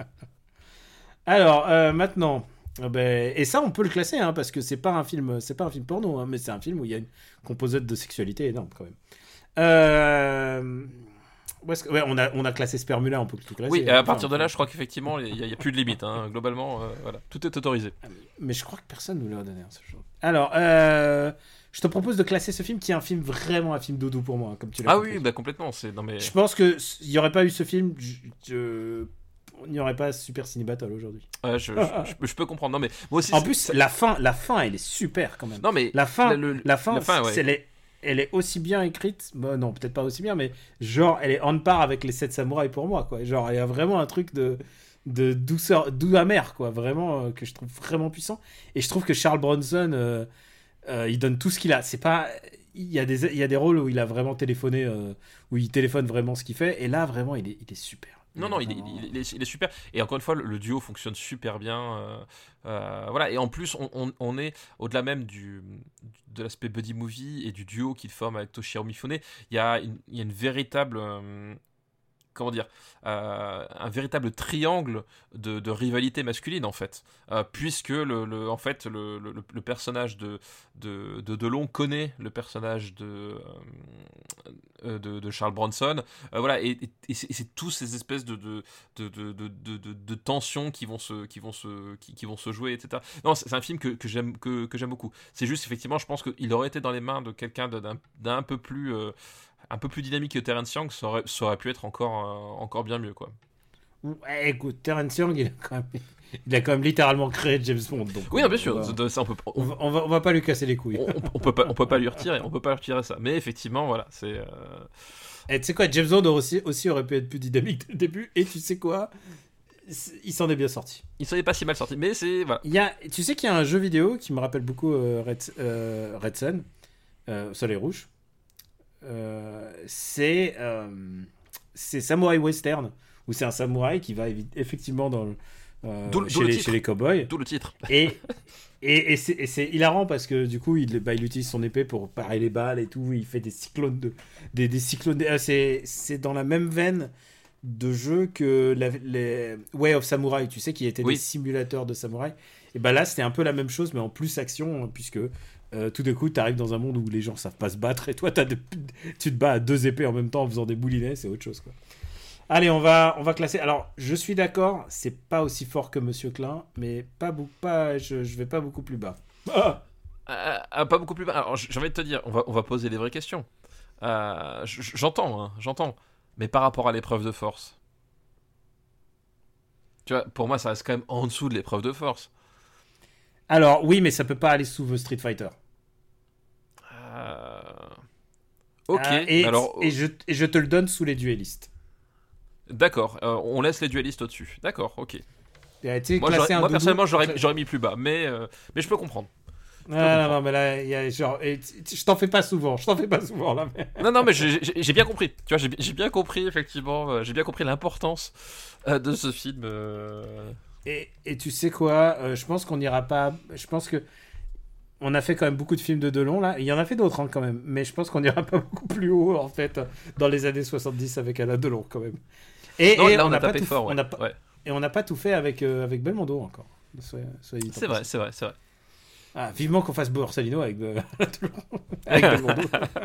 Alors, euh, maintenant... Ben, et ça, on peut le classer, hein, parce que c'est pas un film, c'est pas un film porno, hein, mais c'est un film où il y a une composante de sexualité énorme, quand même. Euh... Que, ouais, on a, on a classé Spermula, on peut tout classer. Oui, et à partir de là, je crois qu'effectivement, il n'y a, a plus de limite. Hein. Globalement, euh, voilà, tout est autorisé. Mais je crois que personne ne nous l'a donné, hein, ce jour. Alors, euh, je te propose de classer ce film, qui est un film vraiment un film doudou pour moi, hein, comme tu l'as Ah compris. oui, bah complètement. C'est... Non, mais... Je pense qu'il n'y aurait pas eu ce film, je, je... il n'y aurait pas Super Ciné Battle aujourd'hui. Ouais, je, je, je, je peux comprendre. Non, mais moi aussi. En c'est... plus, c'est... la fin, la fin, elle est super quand même. Non, mais la fin, le, la fin, la fin ouais. c'est les... elle est aussi bien écrite, bon, non, peut-être pas aussi bien, mais genre, elle est en par avec les sept samouraïs pour moi, quoi. Genre, il y a vraiment un truc de, de douceur, doux amer, quoi, vraiment, euh, que je trouve vraiment puissant. Et je trouve que Charles Bronson, euh, euh, il donne tout ce qu'il a. C'est pas, il y a des, il y a des rôles où il a vraiment téléphoné, euh, où il téléphone vraiment ce qu'il fait, et là, vraiment, il est, il est super. Non, non, il est, il, est, il est super. Et encore une fois, le, le duo fonctionne super bien. Euh, euh, voilà. Et en plus, on, on, on est au-delà même du, de l'aspect buddy movie et du duo qu'il forme avec Toshiro Mifune. Il y a une, il y a une véritable... Euh, comment dire, euh, un véritable triangle de, de rivalité masculine en fait, euh, puisque le, le, en fait le, le, le personnage de de, de Delon connaît le personnage de euh, de, de Charles Bronson, euh, voilà, et, et, et, c'est, et c'est tous ces espèces de de, de, de, de, de, de, de tensions qui vont se qui vont se qui, qui vont se jouer, et cetera. Non, c'est, c'est un film que, que j'aime que, que j'aime beaucoup. C'est juste effectivement, je pense qu'il aurait été dans les mains de quelqu'un d'un, d'un peu plus euh, un peu plus dynamique que Terence Young, ça aurait, ça aurait pu être encore, euh, encore bien mieux, quoi. Ouais, écoute, Terence Young, il a quand même, il a quand même littéralement créé James Bond. Donc oui, non, bien sûr. Va, ça, on, peut, on, on, va, on, va, on va pas lui casser les couilles. On, on peut pas, on peut pas lui retirer, on peut pas lui retirer ça. Mais effectivement, voilà, c'est. Euh... Et tu sais quoi, James Bond aussi, aussi aurait pu être plus dynamique dès le début. Et tu sais quoi, il s'en est bien sorti. Il s'en est pas si mal sorti, mais c'est voilà. Il y a, tu sais qu'il y a un jeu vidéo qui me rappelle beaucoup euh, Red, euh, Red Sun, euh, Soleil Rouge. Euh, c'est euh, c'est Samurai Western, où c'est un samouraï qui va effectivement dans le, euh, d'où, chez, d'où les, chez les cowboys. D'où le titre. Et, et, et, c'est, et c'est hilarant parce que du coup il, bah, il utilise son épée pour parer les balles et tout, il fait des cyclones de, des, des cyclones de, c'est, c'est dans la même veine de jeu que la, les Way of Samurai, tu sais, qui étaient oui. des simulateurs de samouraï. Et bah là c'était un peu la même chose mais en plus action, puisque Euh, tout d'un coup, tu arrives dans un monde où les gens savent pas se battre et toi, t'as de... tu te bats à deux épées en même temps en faisant des boulinets, c'est autre chose, quoi. Allez, on va, on va classer. Alors, je suis d'accord, c'est pas aussi fort que Monsieur Klein, mais pas beaucoup, pas, je, je vais pas beaucoup plus bas. Ah euh, euh, pas beaucoup plus bas. Alors, j'ai envie de te dire, on va, on va poser les vraies questions. Euh, j'entends, hein, j'entends. Mais par rapport à l'épreuve de force, Tu vois, pour moi, ça reste quand même en dessous de l'épreuve de force. Alors, oui, mais ça peut pas aller sous The Street Fighter. Euh... Ok, euh, et, alors... et, je, et je te le donne sous les duellistes. D'accord, euh, on laisse les duellistes au-dessus. D'accord, ok. Et, tu sais, moi, classé un moi doudou, personnellement, j'aurais, j'aurais mis plus bas, mais, euh, mais je peux comprendre. Non, non, non, mais là, il y a genre... Et t- t- je t'en fais pas souvent, je t'en fais pas souvent, là. Mais... Non, non, mais j'ai, j'ai, j'ai bien compris. Tu vois, j'ai, j'ai bien compris, effectivement. Euh, j'ai bien compris l'importance euh, de ce film. Euh... Et, et tu sais quoi, euh, je pense qu'on n'ira pas... Je pense que... On a fait quand même beaucoup de films de Delon, là. Il y en a fait d'autres, hein, quand même. Mais je pense qu'on n'ira pas beaucoup plus haut, en fait, dans les années soixante-dix avec Alain Delon, quand même. Et, non, et là, on, on a n'a pas tapé tout... fort, ouais. on a pas... ouais. Et on n'a pas tout fait avec, euh, avec Belmondo, encore. Soyez, soyez c'est vrai, c'est vrai, c'est vrai. Ah, vivement qu'on fasse Borsalino avec, euh, avec Belmondo.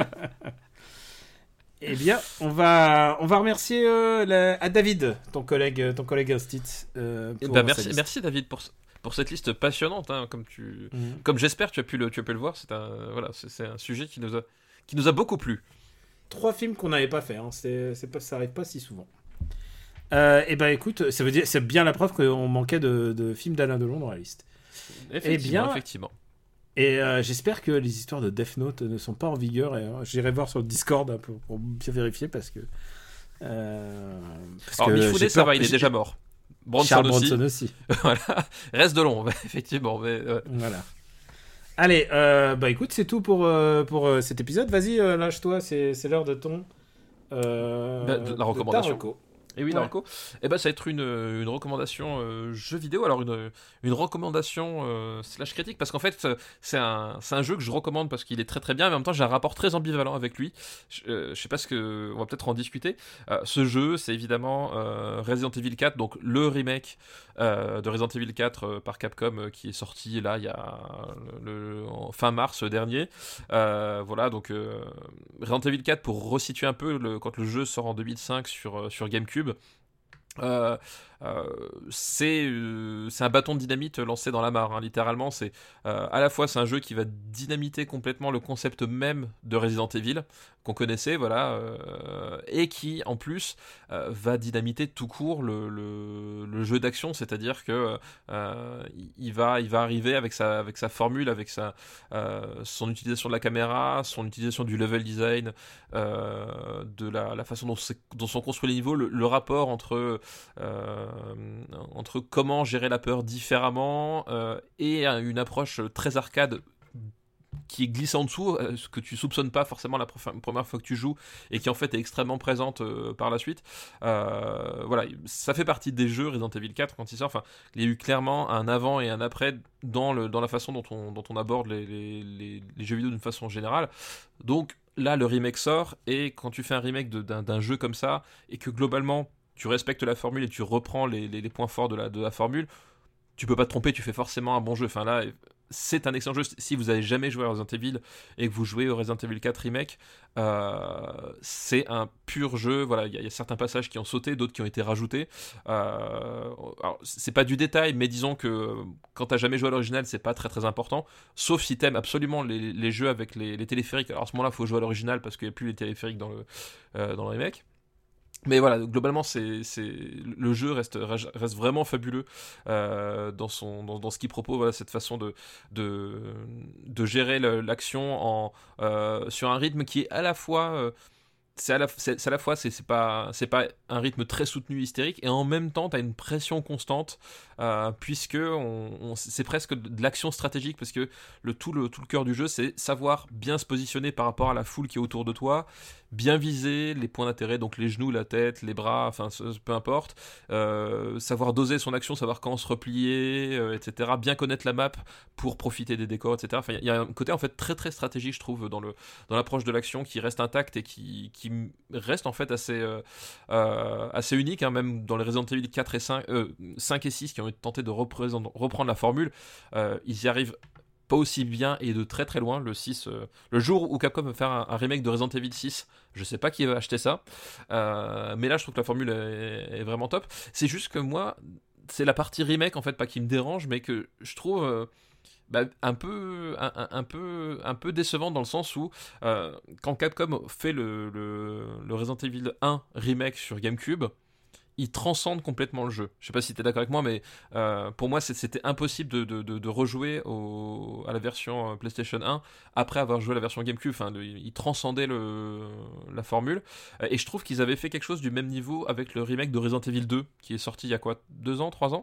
Eh bien, on va, on va remercier euh, la, à David, ton collègue, ton collègue Instit. Euh, pour bah, merci, merci David pour, pour cette liste passionnante. Hein, comme, tu, mm-hmm. comme j'espère tu as pu le, tu as pu le voir, c'est un, voilà, c'est, c'est un sujet qui nous, a, qui nous a beaucoup plu. Trois films qu'on n'avait pas fait, hein, c'est, c'est pas, ça n'arrive pas si souvent. Euh, et ben écoute, ça veut dire, c'est bien la preuve qu'on manquait de, de films d'Alain Delon dans la liste. Effectivement, bien, effectivement. Et euh, j'espère que les histoires de Death Note ne sont pas en vigueur. Et, euh, j'irai voir sur le Discord hein, pour, pour bien vérifier parce que. Euh, parce Alors, que Mifune, ça va, il est déjà mort. Bronson Charles aussi. Bronson aussi. Voilà. Reste de long, effectivement. Mais, ouais. Voilà. Allez, euh, bah écoute, c'est tout pour, euh, pour euh, cet épisode. Vas-y, euh, lâche-toi, c'est, c'est l'heure de ton. Euh, bah, de la recommandation. De Et oui, Narco. Et ben, ça va être une, une recommandation euh, jeu vidéo. Alors, une, une recommandation euh, slash critique, parce qu'en fait, c'est un, c'est un jeu que je recommande parce qu'il est très très bien, mais en même temps, j'ai un rapport très ambivalent avec lui. Je, euh, je sais pas ce que. On va peut-être en discuter. Euh, ce jeu, c'est évidemment euh, Resident Evil quatre, donc le remake euh, de Resident Evil quatre euh, par Capcom euh, qui est sorti là, il y a le, le, en fin mars dernier. Euh, voilà, donc euh, Resident Evil quatre, pour resituer un peu, le, quand le jeu sort en deux mille cinq sur, sur GameCube. Euh, euh, c'est, euh, c'est un bâton de dynamite lancé dans la mare, hein, littéralement. C'est, euh, à la fois c'est un jeu qui va dynamiter complètement le concept même de Resident Evil qu'on connaissait, voilà, euh, et qui en plus euh, va dynamiter tout court le, le, le jeu d'action, c'est-à-dire que euh, il, va, il va arriver avec sa, avec sa formule, avec sa, euh, son utilisation de la caméra, son utilisation du level design, euh, de la, la façon dont, dont sont construits les niveaux, le, le rapport entre Euh, entre comment gérer la peur différemment euh, et une approche très arcade qui glisse en dessous, euh, ce que tu soupçonnes pas forcément la pr- première fois que tu joues et qui en fait est extrêmement présente euh, par la suite. Euh, voilà, ça fait partie des jeux Resident Evil quatre quand il sort. Enfin, il y a eu clairement un avant et un après dans, le, dans la façon dont on, dont on aborde les, les, les, les jeux vidéo d'une façon générale. Donc là, le remake sort, et quand tu fais un remake de, d'un, d'un jeu comme ça et que globalement tu respectes la formule et tu reprends les, les, les points forts de la, de la formule, tu peux pas te tromper, tu fais forcément un bon jeu. Enfin là, c'est un excellent jeu. Si vous avez jamais joué à Resident Evil et que vous jouez au Resident Evil quatre Remake, euh, c'est un pur jeu. Voilà, il y, y a certains passages qui ont sauté, d'autres qui ont été rajoutés. Euh, alors, c'est pas du détail, mais disons que quand t'as jamais joué à l'original, c'est pas très très important. Sauf si t'aimes absolument les, les jeux avec les, les téléphériques. Alors à ce moment-là, faut jouer à l'original parce qu'il y a plus les téléphériques dans le, euh, dans le remake. Mais voilà, globalement, c'est, c'est, le jeu reste, reste vraiment fabuleux euh, dans, son, dans, dans ce qu'il propose, voilà, cette façon de, de, de gérer le, l'action en, euh, sur un rythme qui est à la fois... Euh, c'est à la, c'est, c'est à la fois, c'est, c'est, pas, c'est pas un rythme très soutenu, hystérique, et en même temps, tu as une pression constante, euh, puisque on, on, c'est presque de l'action stratégique, parce que le, tout, le, tout le cœur du jeu, c'est savoir bien se positionner par rapport à la foule qui est autour de toi, bien viser les points d'intérêt, donc les genoux, la tête, les bras, enfin peu importe, euh, savoir doser son action, savoir quand se replier, euh, et cetera. Bien connaître la map pour profiter des décors, et cetera. Enfin, il y a un côté en fait très très stratégique, je trouve, dans, le, dans l'approche de l'action, qui reste intact et qui, qui reste en fait assez, euh, euh, assez unique, hein, même dans les Resident Evil quatre et cinq, euh, cinq et six qui ont tenté de reprendre la formule, euh, ils y arrivent pas aussi bien et de très très loin. Le six, euh, le jour où Capcom va faire un, un remake de Resident Evil six, je sais pas qui va acheter ça, euh, mais là je trouve que la formule est, est vraiment top. C'est juste que moi, c'est la partie remake en fait, pas qui me dérange, mais que je trouve euh, bah, un peu un, un, un peu un peu décevant, dans le sens où euh, quand Capcom fait le, le, le Resident Evil un remake sur GameCube, il transcende complètement le jeu. Je sais pas si tu es d'accord avec moi, mais euh, pour moi, c'est, c'était impossible de, de, de, de rejouer au, à la version PlayStation un après avoir joué à la version GameCube. Enfin, de, il transcendait le, la formule. Et je trouve qu'ils avaient fait quelque chose du même niveau avec le remake de Resident Evil deux, qui est sorti il y a quoi, deux ans, trois ans,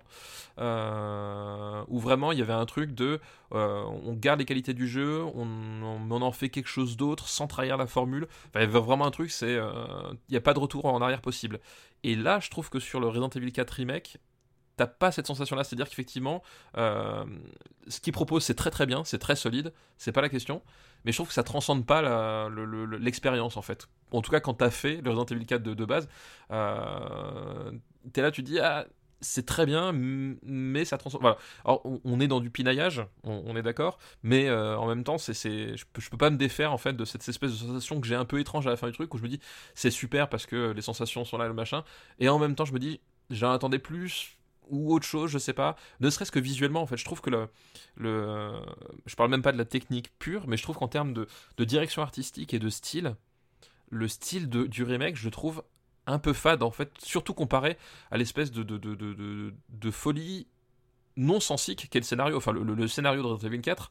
euh, où vraiment il y avait un truc de euh, on garde les qualités du jeu, on, on, on en fait quelque chose d'autre sans trahir la formule. Enfin, il y avait vraiment un truc, c'est il euh, n'y a pas de retour en arrière possible. Et là, je trouve que sur le Resident Evil quatre Remake, t'as pas cette sensation-là. C'est-à-dire qu'effectivement, euh, ce qu'il propose, c'est très très bien, c'est très solide, c'est pas la question. Mais je trouve que ça transcende pas la, le, le, l'expérience, en fait. En tout cas, quand t'as fait le Resident Evil quatre de, de base, euh, t'es là, tu te dis, ah, c'est très bien, mais ça transcende. Voilà. Alors, on, on est dans du pinaillage, on, on est d'accord, mais euh, en même temps, c'est, c'est, je, peux, je peux pas me défaire en fait de cette espèce de sensation que j'ai un peu étrange à la fin du truc, où je me dis, c'est super parce que les sensations sont là, le machin, et en même temps, je me dis, j'en attendais plus ou autre chose, je sais pas, ne serait-ce que visuellement en fait. Je trouve que le, le je parle même pas de la technique pure, mais je trouve qu'en termes de, de direction artistique et de style, le style de, du remake, je le trouve un peu fade en fait, surtout comparé à l'espèce de, de, de, de, de, de folie non sensique qu'est le scénario. Enfin, le, le, le scénario de Resident Evil quatre,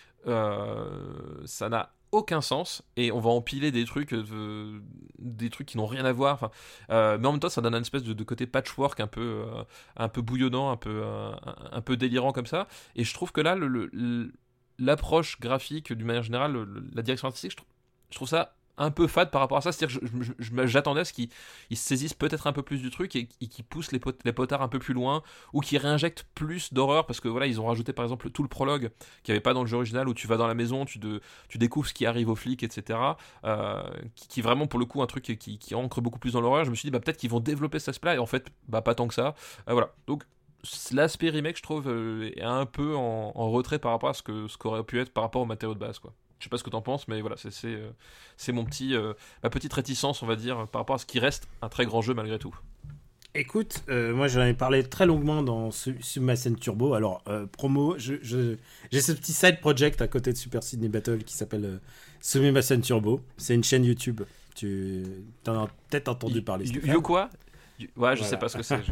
euh, ça n'a aucun sens, et on va empiler des trucs euh, des trucs qui n'ont rien à voir, enfin, euh, mais en même temps ça donne un espèce de, de côté patchwork un peu, euh, un peu bouillonnant, un peu, euh, un, un peu délirant comme ça, et je trouve que là le, le, l'approche graphique d'une manière générale, le, la direction artistique, je trouve, je trouve ça un peu fade par rapport à ça. C'est-à-dire que je, je, je, j'attendais à ce qu'ils ils se saisissent peut-être un peu plus du truc et, et qu'ils poussent les, pot, les potards un peu plus loin, ou qu'ils réinjectent plus d'horreur, parce que voilà, ils ont rajouté par exemple tout le prologue qu'il n'y avait pas dans le jeu original, où tu vas dans la maison, tu, de, tu découvres ce qui arrive aux flics, et cetera. Euh, qui, qui vraiment pour le coup un truc qui, qui ancre beaucoup plus dans l'horreur. Je me suis dit bah peut-être qu'ils vont développer cet aspect-là, et en fait bah pas tant que ça. Euh, voilà, donc l'aspect remake, je trouve, euh, est un peu en, en retrait par rapport à ce que ce qu'aurait pu être par rapport aux matériaux de base, quoi. Je sais pas ce que t'en penses, mais voilà, c'est, c'est, euh, c'est mon petit, euh, ma petite réticence, on va dire, par rapport à ce qui reste un très grand jeu malgré tout. Écoute, euh, moi j'en ai parlé très longuement dans Sumimasen Turbo. Alors, euh, promo, je, je, j'ai ce petit side project à côté de Super Sydney Battle qui s'appelle euh, Sumimasen Turbo. C'est une chaîne YouTube. Tu t'en as peut-être entendu y, parler. You quoi y, Ouais, je voilà. sais pas ce que c'est. Je...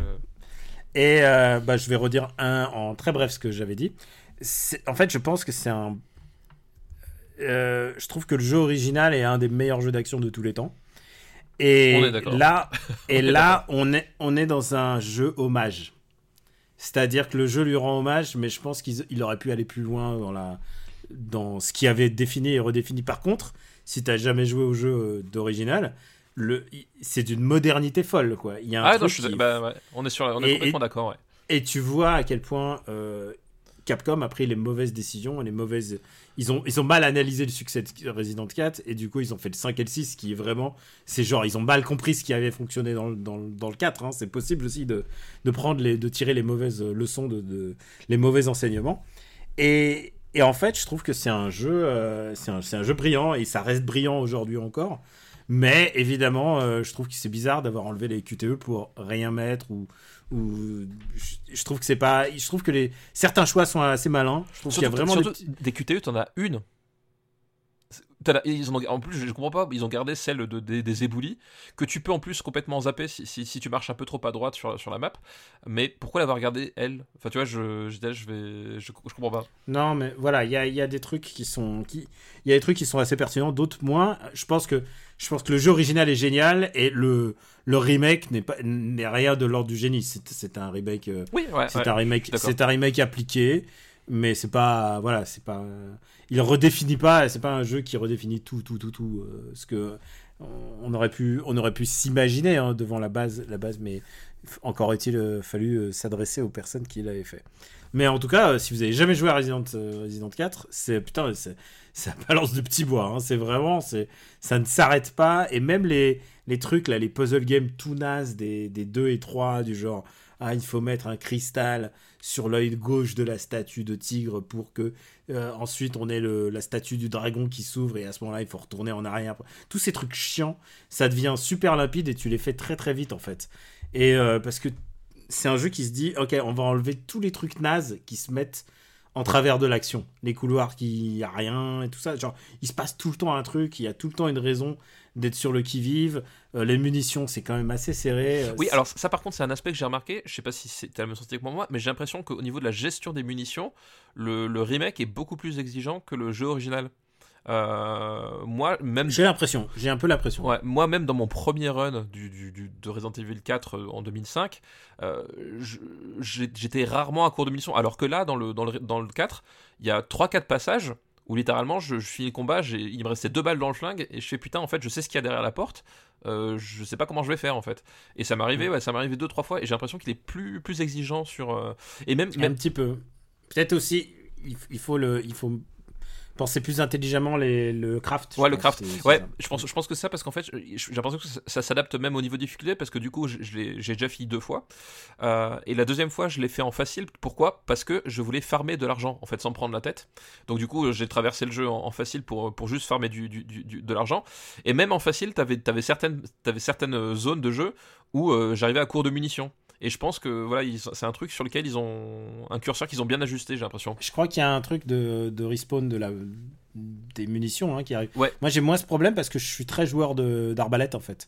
Et euh, bah, je vais redire un, en très bref ce que j'avais dit. C'est, en fait, je pense que c'est un. Euh, je trouve que le jeu original est un des meilleurs jeux d'action de tous les temps. Et on est d'accord. là, et là on, est, on est dans un jeu hommage. C'est-à-dire que le jeu lui rend hommage, mais je pense qu'il il aurait pu aller plus loin dans, la, dans ce qui avait défini et redéfini. Par contre, si tu n'as jamais joué au jeu d'original, le, c'est d'une modernité folle, quoi. Il y a un ah truc non, je suis, qui... bah, ouais. on est, sur, on est et, complètement et, d'accord. Ouais. Et tu vois à quel point euh, Capcom a pris les mauvaises décisions, les mauvaises... Ils ont, ils ont mal analysé le succès de Resident quatre, et du coup ils ont fait le cinq et le six, qui est vraiment, c'est genre ils ont mal compris ce qui avait fonctionné dans, dans, dans le quatre, hein. C'est possible aussi de, de, prendre les, de tirer les mauvaises leçons, de, de, les mauvais enseignements, et, et en fait je trouve que c'est un jeu euh, c'est, un, c'est un jeu brillant, et ça reste brillant aujourd'hui encore, mais évidemment euh, je trouve que c'est bizarre d'avoir enlevé les Q T E pour rien mettre, ou Ou je, je trouve que c'est pas, je trouve que les certains choix sont assez malins. Je trouve surtout, qu'il y a vraiment surtout des, petits... des Q T E, t'en as une. T'as la, ils ont, en plus, je comprends pas, ils ont gardé celle de, des, des éboulis, que tu peux en plus complètement zapper si, si, si tu marches un peu trop à droite sur, sur la map. Mais pourquoi l'avoir gardée, elle ? Enfin, tu vois, je, je, je vais. Je, je comprends pas. Non, mais voilà, il y a, y a des trucs qui sont. Il y a des trucs qui sont assez pertinents, d'autres moins. Je pense que, je pense que le jeu original est génial, et le, le remake n'est, pas, n'est rien de l'ordre du génie. C'est, c'est un remake. Euh, oui, ouais. C'est, ouais, un remake c'est un remake appliqué. Mais c'est pas, voilà, c'est pas, il redéfinit pas, c'est pas un jeu qui redéfinit tout, tout, tout, tout, euh, ce que on aurait pu, on aurait pu s'imaginer, hein, devant la base, la base, mais encore est-il euh, fallu euh, s'adresser aux personnes qui l'avaient fait. Mais en tout cas, euh, si vous avez jamais joué à Resident, euh, Resident quatre, c'est putain, c'est, ça balance de petits bois, hein, c'est vraiment, c'est, ça ne s'arrête pas, et même les, les trucs là, les puzzle games tout nazes des, des deux et trois, du genre, ah, il faut mettre un cristal sur l'œil gauche de la statue de tigre pour que euh, ensuite on ait le, la statue du dragon qui s'ouvre, et à ce moment-là il faut retourner en arrière. Tous ces trucs chiants, ça devient super limpide et tu les fais très très vite en fait. Et euh, parce que c'est un jeu qui se dit ok, on va enlever tous les trucs nazes qui se mettent en travers de l'action. Les couloirs qui y a rien et tout ça. Genre, il se passe tout le temps un truc, il y a tout le temps une raison d'être sur le qui-vive. Euh, les munitions, c'est quand même assez serré. Oui, c'est... alors ça par contre, c'est un aspect que j'ai remarqué. Je sais pas si c'était la même sensation que moi, mais j'ai l'impression qu'au niveau de la gestion des munitions, le, le remake est beaucoup plus exigeant que le jeu original. Euh, moi, même j'ai l'impression, j'ai un peu l'impression. Ouais, moi, même dans mon premier run du, du, du, de Resident Evil quatre en deux mille cinq, euh, je, j'étais rarement à court de munitions. Alors que là, dans le, dans le, dans le quatre, il y a trois quatre passages où littéralement, je, je finis le combat, j'ai, il me restait deux balles dans le flingue et je fais putain, en fait, je sais ce qu'il y a derrière la porte. Euh, je sais pas comment je vais faire en fait. Et ça m'est arrivé, ouais, ça m'est arrivé deux trois fois et j'ai l'impression qu'il est plus, plus exigeant sur. Euh, et même, même un petit peu. Peut-être aussi, il, il faut le, il faut. penser plus intelligemment les, le craft. Ouais, le craft. C'est, c'est ouais, ça. je pense, je pense que ça, parce qu'en fait, j'ai l'impression que ça, ça s'adapte même au niveau de difficulté, parce que du coup, je, je l'ai, j'ai déjà fini deux fois. Euh, et la deuxième fois, je l'ai fait en facile. Pourquoi ? Parce que je voulais farmer de l'argent, en fait, sans me prendre la tête. Donc du coup, j'ai traversé le jeu en, en facile pour, pour juste farmer du, du, du, de l'argent. Et même en facile, t'avais, t'avais, certaines, t'avais certaines zones de jeu où euh, j'arrivais à court de munitions. Et je pense que voilà, ils, c'est un truc sur lequel ils ont un curseur qu'ils ont bien ajusté, j'ai l'impression. Je crois qu'il y a un truc de, de respawn de la, des munitions hein, qui arrive. Ouais. Moi, j'ai moins ce problème parce que je suis très joueur de, d'arbalète en fait.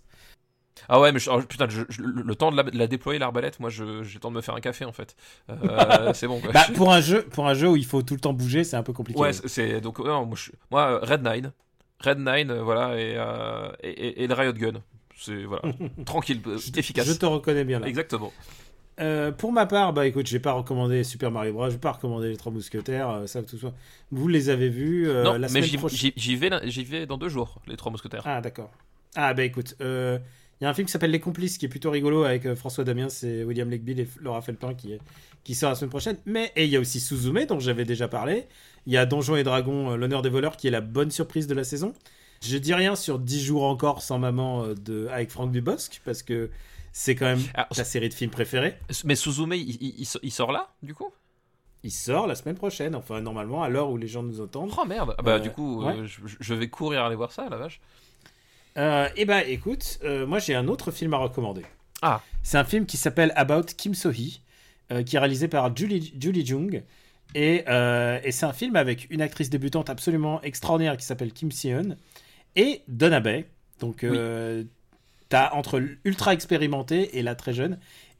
Ah ouais, mais je, alors, putain, je, je, le, le temps de la, de la déployer l'arbalète, moi, je, j'ai le temps de me faire un café en fait. Euh, c'est bon. Quoi. Bah, pour un jeu, pour un jeu où il faut tout le temps bouger, c'est un peu compliqué. Ouais, c'est, c'est donc non, moi, je, moi, Red Nine, Red Nine, euh, voilà, et, euh, et, et, et le Riot Gun. C'est voilà, tranquille, je, efficace. Je te reconnais bien là. Exactement. Euh, pour ma part, bah écoute, je vais pas recommander Super Mario Bros, je vais pas recommander les Trois Mousquetaires, euh, ça tout ça. Vous les avez vus euh, non, la mais semaine j'y, prochaine. j'y, j'y vais, j'y vais dans deux jours, les Trois Mousquetaires. Ah d'accord. Ah bah écoute, il euh, y a un film qui s'appelle Les Complices qui est plutôt rigolo avec euh, François Damiens, c'est William Legbill et Laura Felpin qui qui sort la semaine prochaine. Mais et il y a aussi Suzume dont j'avais déjà parlé. Il y a Donjons et Dragons, euh, l'honneur des voleurs qui est la bonne surprise de la saison. Je dis rien sur dix jours encore sans maman euh, de avec Franck Dubosc parce que c'est quand même ah, ta série de films préférée. Mais Suzume, il, il, il sort là, du coup ? Il sort la semaine prochaine, enfin normalement à l'heure où les gens nous entendent. Oh merde, ah bah euh, du coup, ouais. euh, je, je vais courir aller voir ça, la vache. Euh, et bah écoute, euh, moi j'ai un autre film à recommander. Ah. C'est un film qui s'appelle About Kim So-hee, euh, qui est réalisé par Julie, Julie Jung. Et, euh, et c'est un film avec une actrice débutante absolument extraordinaire qui s'appelle Kim Si-eun et Donna Bay. Donc... Euh, oui. T'as entre l'ultra expérimenté et la très jeune.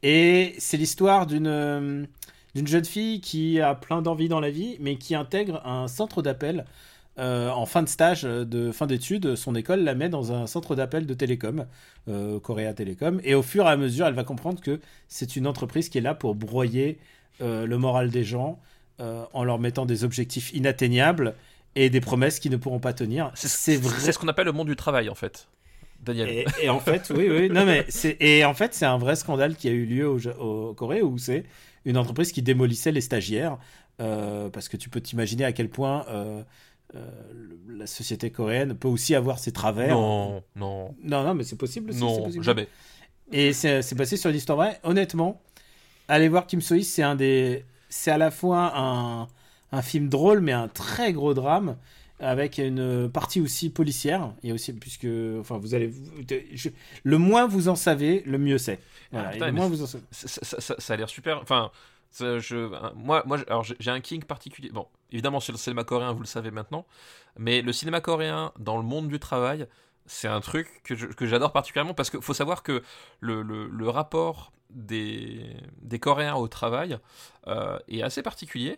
Et c'est l'histoire d'une, euh, d'une jeune fille qui a plein d'envie dans la vie, mais qui intègre un centre d'appel euh, en fin de stage, de fin d'études. Son école la met dans un centre d'appel de télécom, euh, Korea Télécom. Et au fur et à mesure, elle va comprendre que c'est une entreprise qui est là pour broyer euh, le moral des gens euh, en leur mettant des objectifs inatteignables et des promesses qui ne pourront pas tenir. C'est, c'est, vrai. C'est ce qu'on appelle le monde du travail, en fait. Daniel. Et, et en fait, oui, oui, non mais c'est et en fait c'est un vrai scandale qui a eu lieu au, au Corée où c'est une entreprise qui démolissait les stagiaires euh, parce que tu peux t'imaginer à quel point euh, euh, la société coréenne peut aussi avoir ses travers. Non, non, non, non, mais c'est possible. Non, c'est possible. Jamais. Et c'est, c'est basé sur l'histoire vraie. Honnêtement, allez voir Kim So-hee, c'est un des, c'est à la fois un un film drôle mais un très gros drame. Avec une partie aussi policière, et aussi puisque, enfin, vous allez, je, le moins vous en savez, le mieux c'est. Voilà, ah, putain, le moins vous en savez. Ça, ça, ça, ça a l'air super. Enfin, ça, je, moi, moi, alors j'ai un kink particulier. Bon, évidemment, sur le cinéma coréen, vous le savez maintenant, mais le cinéma coréen dans le monde du travail, c'est un truc que, je, que j'adore particulièrement parce qu'il faut savoir que le, le, le rapport des, des Coréens au travail euh, est assez particulier.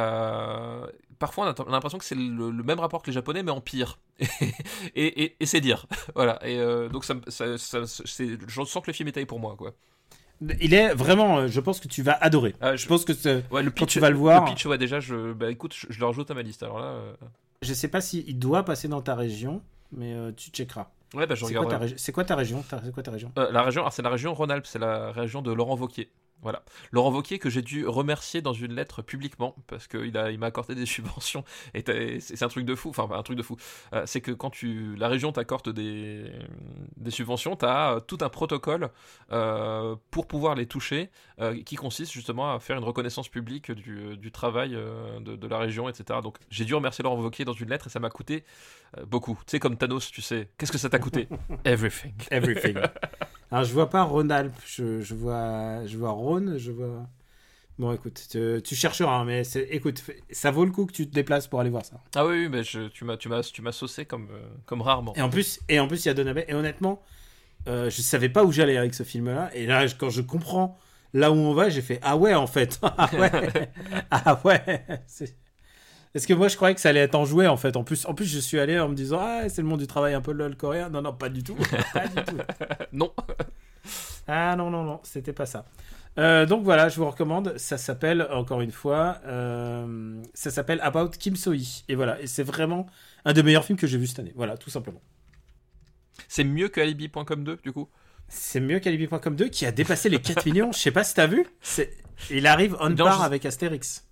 Euh, parfois, on a, on a l'impression que c'est le, le même rapport que les Japonais, mais en pire. et, et, et, et c'est dire. Voilà. Et euh, donc, ça, ça, ça, c'est, je sens que le film est taillé pour moi, quoi. Il est vraiment, je pense que tu vas adorer. Ah, je, je pense que c'est, ouais, le pitch, quand tu vas le voir. Le pitch, ouais, déjà, je, bah, écoute, je, je le rajoute à ma liste. Alors là, euh... je sais pas s'il doit passer dans ta région, mais euh, tu checkeras. Ouais, bah je c'est, regarde, quoi ouais. régi- c'est quoi ta région ta, C'est quoi ta région euh, La région, alors c'est la région Rhône-Alpes, c'est la région de Laurent Wauquiez. Voilà. Laurent Wauquiez que j'ai dû remercier dans une lettre publiquement parce qu'il a, il m'a accordé des subventions et c'est, c'est un truc de fou, enfin un truc de fou. Euh, c'est que quand tu, la région t'accorde des, des subventions, t'as tout un protocole euh, pour pouvoir les toucher euh, qui consiste justement à faire une reconnaissance publique du, du travail euh, de, de la région, et cetera. Donc j'ai dû remercier Laurent Wauquiez dans une lettre et ça m'a coûté euh, beaucoup. Tu sais, comme Thanos, tu sais, qu'est-ce que ça t'a coûté? Everything. Everything. Alors je vois pas Rhône-Alpes, je, je vois, je vois Rhône, je vois. Bon, écoute, tu, tu chercheras, hein, mais c'est, écoute, ça vaut le coup que tu te déplaces pour aller voir ça. Ah oui, oui mais je, tu, m'as, tu, m'as, tu m'as saucé comme, euh, comme rarement. Et en plus, et en plus, il y a Donabe. Et honnêtement, euh, je savais pas où j'allais avec ce film-là. Et là, quand je comprends là où on va, j'ai fait ah ouais, en fait. Ah ouais. Ah ouais. C'est... Parce que moi, je croyais que ça allait être enjoué, en fait. En plus, en plus, je suis allé en me disant ah, c'est le monde du travail un peu lol coréen. Non, non, pas du tout. Pas du tout. Non. Ah non, non, non, c'était pas ça. Euh, donc voilà, je vous recommande. Ça s'appelle, encore une fois, euh, ça s'appelle About Kim So-hee. Et voilà, et c'est vraiment un des meilleurs films que j'ai vu cette année. Voilà, tout simplement. C'est mieux que Alibi point com deux, du coup. C'est mieux qu'Alibi point com deux, qui a dépassé les quatre millions. Je sais pas si t'as vu. C'est... Il arrive on non, par je... avec Astérix.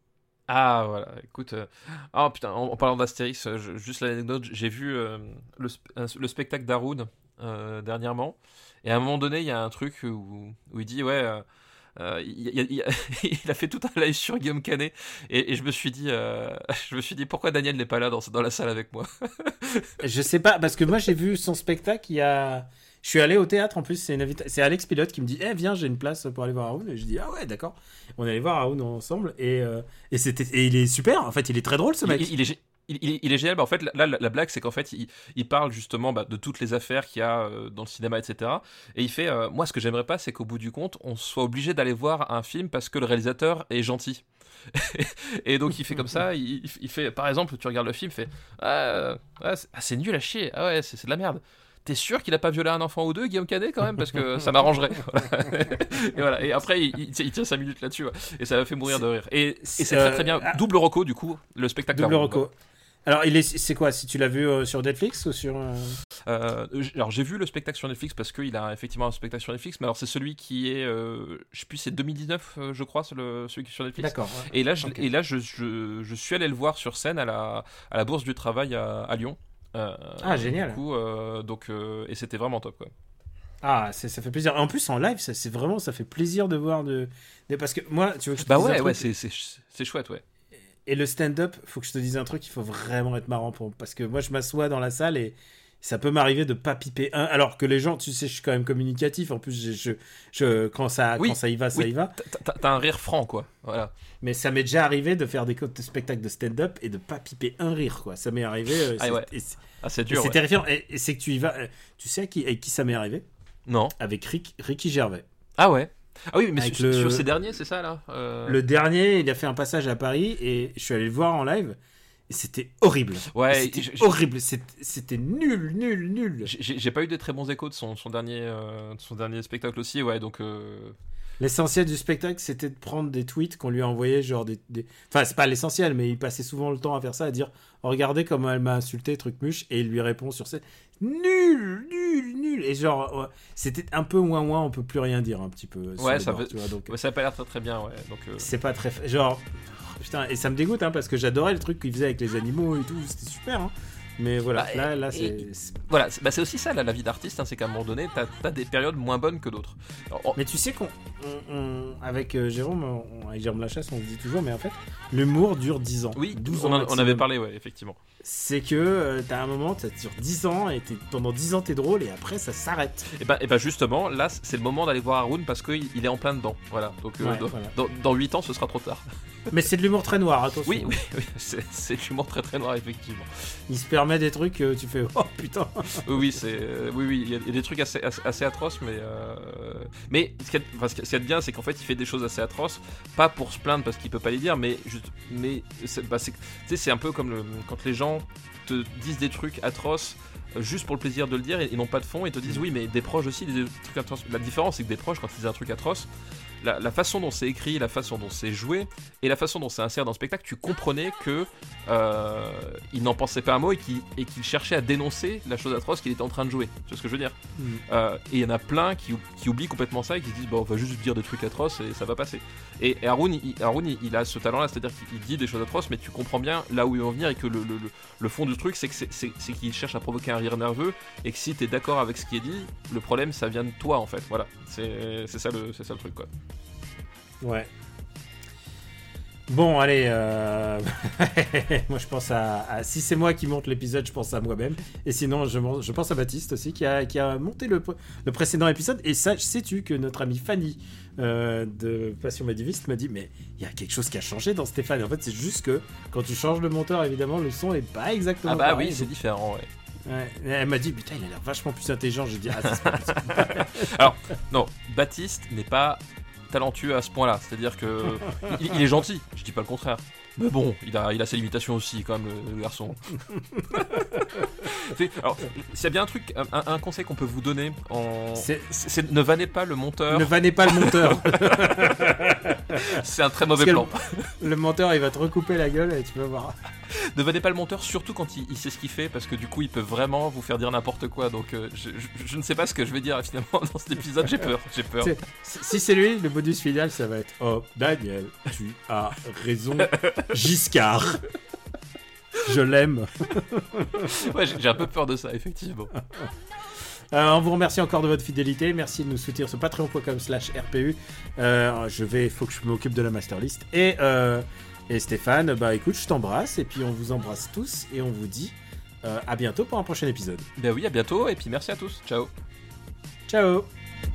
Ah voilà, écoute. Euh... Oh putain, en, en parlant d'Astérix, je, juste l'anecdote, j'ai vu euh, le, sp- le spectacle d'Haroun euh, dernièrement. Et à un moment donné, il y a un truc où, où il dit, ouais, euh, euh, il, il, il, il a fait tout un live sur Guillaume Canet, et, et je me suis dit, euh, je me suis dit, pourquoi Daniel n'est pas là dans, dans la salle avec moi? Je sais pas, parce que moi j'ai vu son spectacle, il y a... Je suis allé au théâtre, en plus, c'est, une invita... c'est Alex Pilote qui me dit, eh viens, j'ai une place pour aller voir Haroun, et je dis, ah ouais, d'accord. On allait voir Haroun ensemble, et, euh, et, c'était... et il est super, en fait, il est très drôle ce mec. Il, il, il est... Il, il, il est génial. Bah, en fait, là, la, la blague, c'est qu'en fait, il, il parle justement bah, de toutes les affaires qu'il y a euh, dans le cinéma, et cetera. Et il fait, euh, moi, ce que j'aimerais pas, c'est qu'au bout du compte, on soit obligé d'aller voir un film parce que le réalisateur est gentil. Et donc, il fait comme ça. Il, il fait, par exemple, tu regardes le film, il fait, ah, ah, c'est, ah, c'est nul à chier. Ah ouais, c'est, c'est de la merde. T'es sûr qu'il a pas violé un enfant ou deux, Guillaume Canet, quand même, parce que ça m'arrangerait. Et voilà. Et après, il, il, il tient cinq minutes là-dessus, ouais. Et ça m'a fait mourir c'est, de rire. Et, c'est, et c'est très euh, très bien. ah, double reco, du coup, le spectacle. Double reco. Alors, il est, c'est quoi, si tu l'as vu euh, sur Netflix ou sur... Euh... Euh, alors, j'ai vu le spectacle sur Netflix parce qu'il a effectivement un spectacle sur Netflix, mais alors c'est celui qui est, euh, je sais plus, c'est deux mille dix-neuf, euh, je crois, c'est le, celui qui est sur Netflix. D'accord. Ouais. Et là, je, okay. et là je, je, je suis allé le voir sur scène à la, à la Bourse du Travail à, à Lyon. Euh, ah, génial. Du coup, euh, donc, euh, et c'était vraiment top, quoi. Ah, c'est, ça fait plaisir. En plus, en live, ça, c'est vraiment, ça fait plaisir de voir de... de... Parce que moi, tu veux que je te bah dise ouais, un truc, ouais, c'est, c'est, c'est chouette, ouais. Et le stand-up, faut que je te dise un truc, il faut vraiment être marrant pour... Parce que moi, je m'assois dans la salle et ça peut m'arriver de pas piper un... Alors que les gens, tu sais, je suis quand même communicatif. En plus, je, je, je, quand, ça, oui, quand ça y va, ça oui. y va. T'as, t'as un rire franc, quoi. Voilà. Mais ça m'est déjà arrivé de faire des spectacles de stand-up et de pas piper un rire, quoi. Ça m'est arrivé... Euh, ah, c'est, ouais. et c'est, ah, c'est dur, et c'est ouais. terrifiant. Et, et c'est que tu y vas... Tu sais à qui, avec qui ça m'est arrivé? Non. Avec Rick, Ricky Gervais. Ah ouais. Ah oui, mais sur, le... sur ces derniers, c'est ça, là euh... Le dernier, il a fait un passage à Paris et je suis allé le voir en live et c'était horrible. Ouais, c'était j'ai... horrible. C'était, c'était nul, nul, nul. J'ai, j'ai pas eu de très bons échos de son, son, dernier, euh, de son dernier spectacle aussi, ouais, donc... Euh... L'essentiel du spectacle, c'était de prendre des tweets qu'on lui a envoyés, genre des, des... Enfin, c'est pas l'essentiel, mais il passait souvent le temps à faire ça, à dire oh, « Regardez comment elle m'a insulté, truc muche », et il lui répond sur scène « Nul, nul, nul !» Et genre, ouais, c'était un peu moins moins, on peut plus rien dire un petit peu. Ouais, ça, bords, fait... tu vois, donc, ouais, ça a pas l'air très très bien, ouais. Donc, euh... c'est pas très... Genre, putain, et ça me dégoûte, hein, parce que j'adorais le truc qu'il faisait avec les animaux et tout, c'était super, hein. Mais voilà, bah, là, là c'est... Et, voilà, c'est, bah, c'est aussi ça, là, la vie d'artiste, hein, c'est qu'à un moment donné, t'as, t'as des périodes moins bonnes que d'autres. Alors, on... Mais tu sais qu'on... On, on, avec euh, Jérôme, on, avec Jérôme Lachasse, on se dit toujours, mais en fait, l'humour dure dix ans. Oui, douze on, ans on avait parlé, ouais, effectivement. C'est que euh, t'as un moment, ça dure dix ans, et t'es, pendant dix ans, t'es drôle, et après, ça s'arrête. Et bah, et bah justement, là, c'est le moment d'aller voir Haroun, parce qu'il il est en plein dedans. Voilà, donc euh, ouais, dans, voilà. dans, dans huit ans, ce sera trop tard. Mais c'est de l'humour très noir, attention. Oui, oui, oui, c'est, c'est de l'humour très très noir, effectivement. Il se permet des trucs, euh, tu fais oh putain. Oui, c'est, euh, oui, oui, il y, y a des trucs assez, assez, assez atroces, mais euh, mais ce qu'il y a, enfin, ce qu'il y a de bien, c'est qu'en fait, il fait des choses assez atroces, pas pour se plaindre parce qu'il peut pas les dire, mais juste, mais c'est, bah, c'est, tu sais, c'est un peu comme le, quand les gens te disent des trucs atroces juste pour le plaisir de le dire et, et n'ont pas de fond et te disent oui, mais des proches aussi disent des trucs atroces. La différence, c'est que des proches, quand ils disent un truc atroce, La, la façon dont c'est écrit, la façon dont c'est joué et la façon dont c'est inséré dans le spectacle, tu comprenais que euh, il n'en pensait pas un mot et qu'il, et qu'il cherchait à dénoncer la chose atroce qu'il était en train de jouer. Tu vois ce que je veux dire? mm. euh, Et il y en a plein qui, qui oublient complètement ça et qui se disent bon, on va juste dire des trucs atroces et ça va passer. Et, et Haroun, il, Haroun il, il a ce talent-là, c'est-à-dire qu'il dit des choses atroces, mais tu comprends bien là où il va en venir et que le, le, le, le fond du truc, c'est, que c'est, c'est, c'est qu'il cherche à provoquer un rire nerveux et que si t'es d'accord avec ce qui est dit, le problème ça vient de toi en fait. Voilà, c'est, c'est, ça, le, c'est ça le truc quoi. Ouais. Bon, allez, euh... moi je pense à, à... Si c'est moi qui monte l'épisode, je pense à moi-même. Et sinon, je, je pense à Baptiste aussi, qui a, qui a monté le, le précédent épisode. Et ça, sais-tu que notre amie Fanny euh, de Passion Médiéviste m'a dit, mais il y a quelque chose qui a changé dans Stéphane. Et en fait, c'est juste que quand tu changes le monteur, évidemment, le son est pas exactement Ah bah pareil, oui, c'est donc... différent, ouais. Ouais, elle m'a dit, putain, il a l'air vachement plus intelligent. J'ai dit, ah, c'est pas possible. Alors, non, Baptiste n'est pas talentueux à ce point-là. C'est-à-dire que il, il est gentil, je dis pas le contraire. Mais bon, il a, il a ses limitations aussi, quand même, le, le garçon. Alors, s'il y a bien un truc, un, un conseil qu'on peut vous donner, en... c'est... c'est ne vannez pas le monteur. Ne vannez pas le monteur. C'est un très mauvais plan. Le, le monteur, il va te recouper la gueule et tu vas voir. Ne vannez pas le monteur, surtout quand il, il sait ce qu'il fait, parce que du coup, il peut vraiment vous faire dire n'importe quoi. Donc, euh, je, je, je ne sais pas ce que je vais dire finalement dans cet épisode. J'ai peur, j'ai peur. C'est, si c'est lui, le bonus final, ça va être oh Daniel, tu as raison, Giscard. Je l'aime. Ouais, j'ai, j'ai un peu peur de ça, effectivement. Euh, on vous remercie encore de votre fidélité. Merci de nous soutenir sur patreon point com slash R P U. Euh, je vais, faut que je m'occupe de la masterlist. Et, euh, et Stéphane, bah écoute, je t'embrasse. Et puis on vous embrasse tous. Et on vous dit euh, à bientôt pour un prochain épisode. Ben oui, à bientôt. Et puis merci à tous. Ciao. Ciao.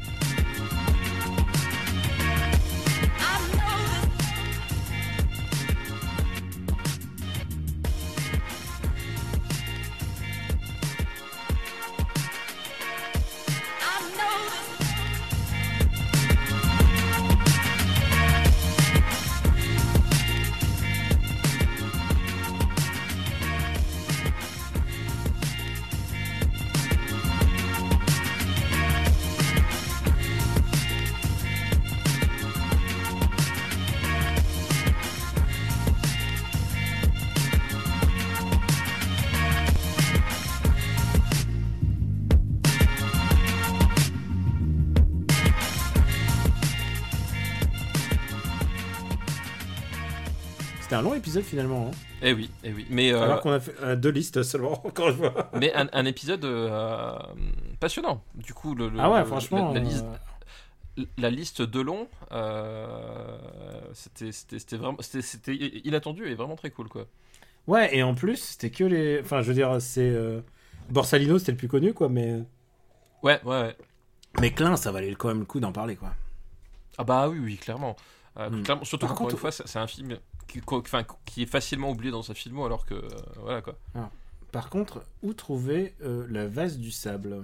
C'était un long épisode finalement. Hein. Eh oui, eh oui. Mais euh... alors qu'on a fait euh, deux listes seulement, encore une fois. Mais un, un épisode euh, passionnant. Du coup, le, le ah ouais, le, franchement, la, la, liste, euh... la liste de long, euh, c'était, c'était, c'était vraiment, c'était, c'était inattendu et vraiment très cool, quoi. Ouais, et en plus, c'était que les, enfin, je veux dire, c'est euh... Borsalino, c'était le plus connu, quoi, mais. Ouais, ouais, ouais. Mais Klein, ça valait quand même le coup d'en parler, quoi. Ah bah oui, oui, clairement. Euh, mm. clairement surtout Par encore contre, une fois, c'est, c'est un film qui, enfin, qui est facilement oublié dans sa filmo, alors que euh, voilà quoi. Ah. Par contre, où trouver euh, la vase du sable?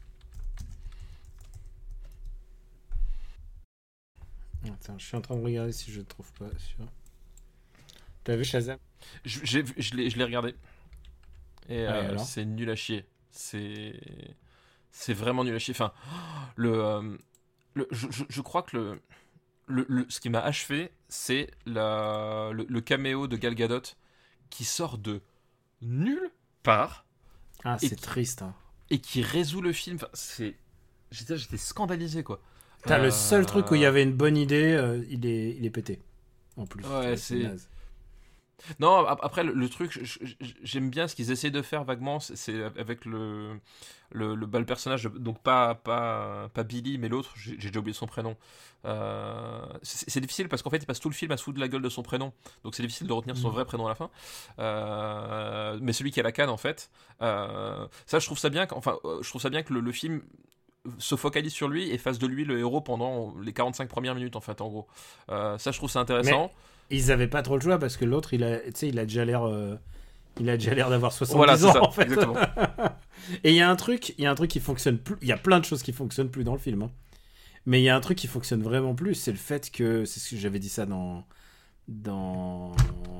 Attends, je suis en train de regarder si je ne trouve pas. Sur... T'as vu Shazam? je, j'ai, je, l'ai, je l'ai regardé. Et ouais, euh, c'est nul à chier. C'est, c'est vraiment nul à chier. Enfin, le, euh, le je, je, je crois que le, le, le, ce qui m'a achevé, c'est la, le, le caméo de Gal Gadot qui sort de nulle part. Ah, c'est qui, triste. Hein. Et qui résout le film. Enfin, c'est, j'étais, j'étais scandalisé, quoi. T'as euh... le seul truc où il y avait une bonne idée, euh, il, est, il est pété. En plus. Ouais, c'est... c'est... Non, après, le, le truc, j'aime bien ce qu'ils essayent de faire vaguement, c'est, c'est avec le, le, le, bah, le personnage, donc pas, pas, pas Billy, mais l'autre, j'ai, j'ai déjà oublié son prénom. Euh, c'est, c'est difficile parce qu'en fait, il passe tout le film à se foutre de la gueule de son prénom, donc c'est difficile de retenir son mmh. vrai prénom à la fin. Euh, mais celui qui a la canne, en fait, euh, ça, je trouve ça bien, enfin, je trouve ça bien que le, le film se focalise sur lui et fasse de lui le héros pendant les quarante-cinq premières minutes, en fait, en gros. Euh, ça, je trouve ça intéressant. Mais... Ils avaient pas trop le choix parce que l'autre, il a, tu sais, il a déjà l'air, euh, il a déjà l'air d'avoir soixante-dix voilà, ans ça, en fait. Exactement. Et il y a un truc, il y a un truc qui fonctionne plus. Il y a plein de choses qui fonctionnent plus dans le film, hein. Mais il y a un truc qui fonctionne vraiment plus, c'est le fait que, c'est ce que j'avais dit ça dans dans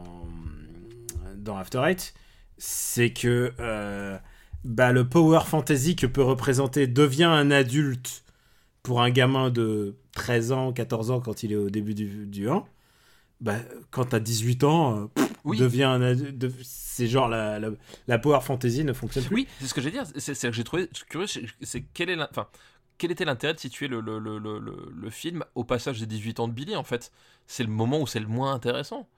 dans After Eight, c'est que euh, bah le power fantasy que peut représenter devient un adulte pour un gamin de treize ans, quatorze ans quand il est au début du, du un. Bah, quand t'as dix-huit ans, euh, pff, oui. devient un adulte, de, c'est genre la, la, la power fantasy ne fonctionne plus. Oui, c'est ce que j'ai dit, c'est, c'est que j'ai trouvé curieux, c'est, c'est quel, est enfin, quel était l'intérêt de situer le, le, le, le, le film au passage des dix-huit ans de Billy, en fait. C'est le moment où c'est le moins intéressant.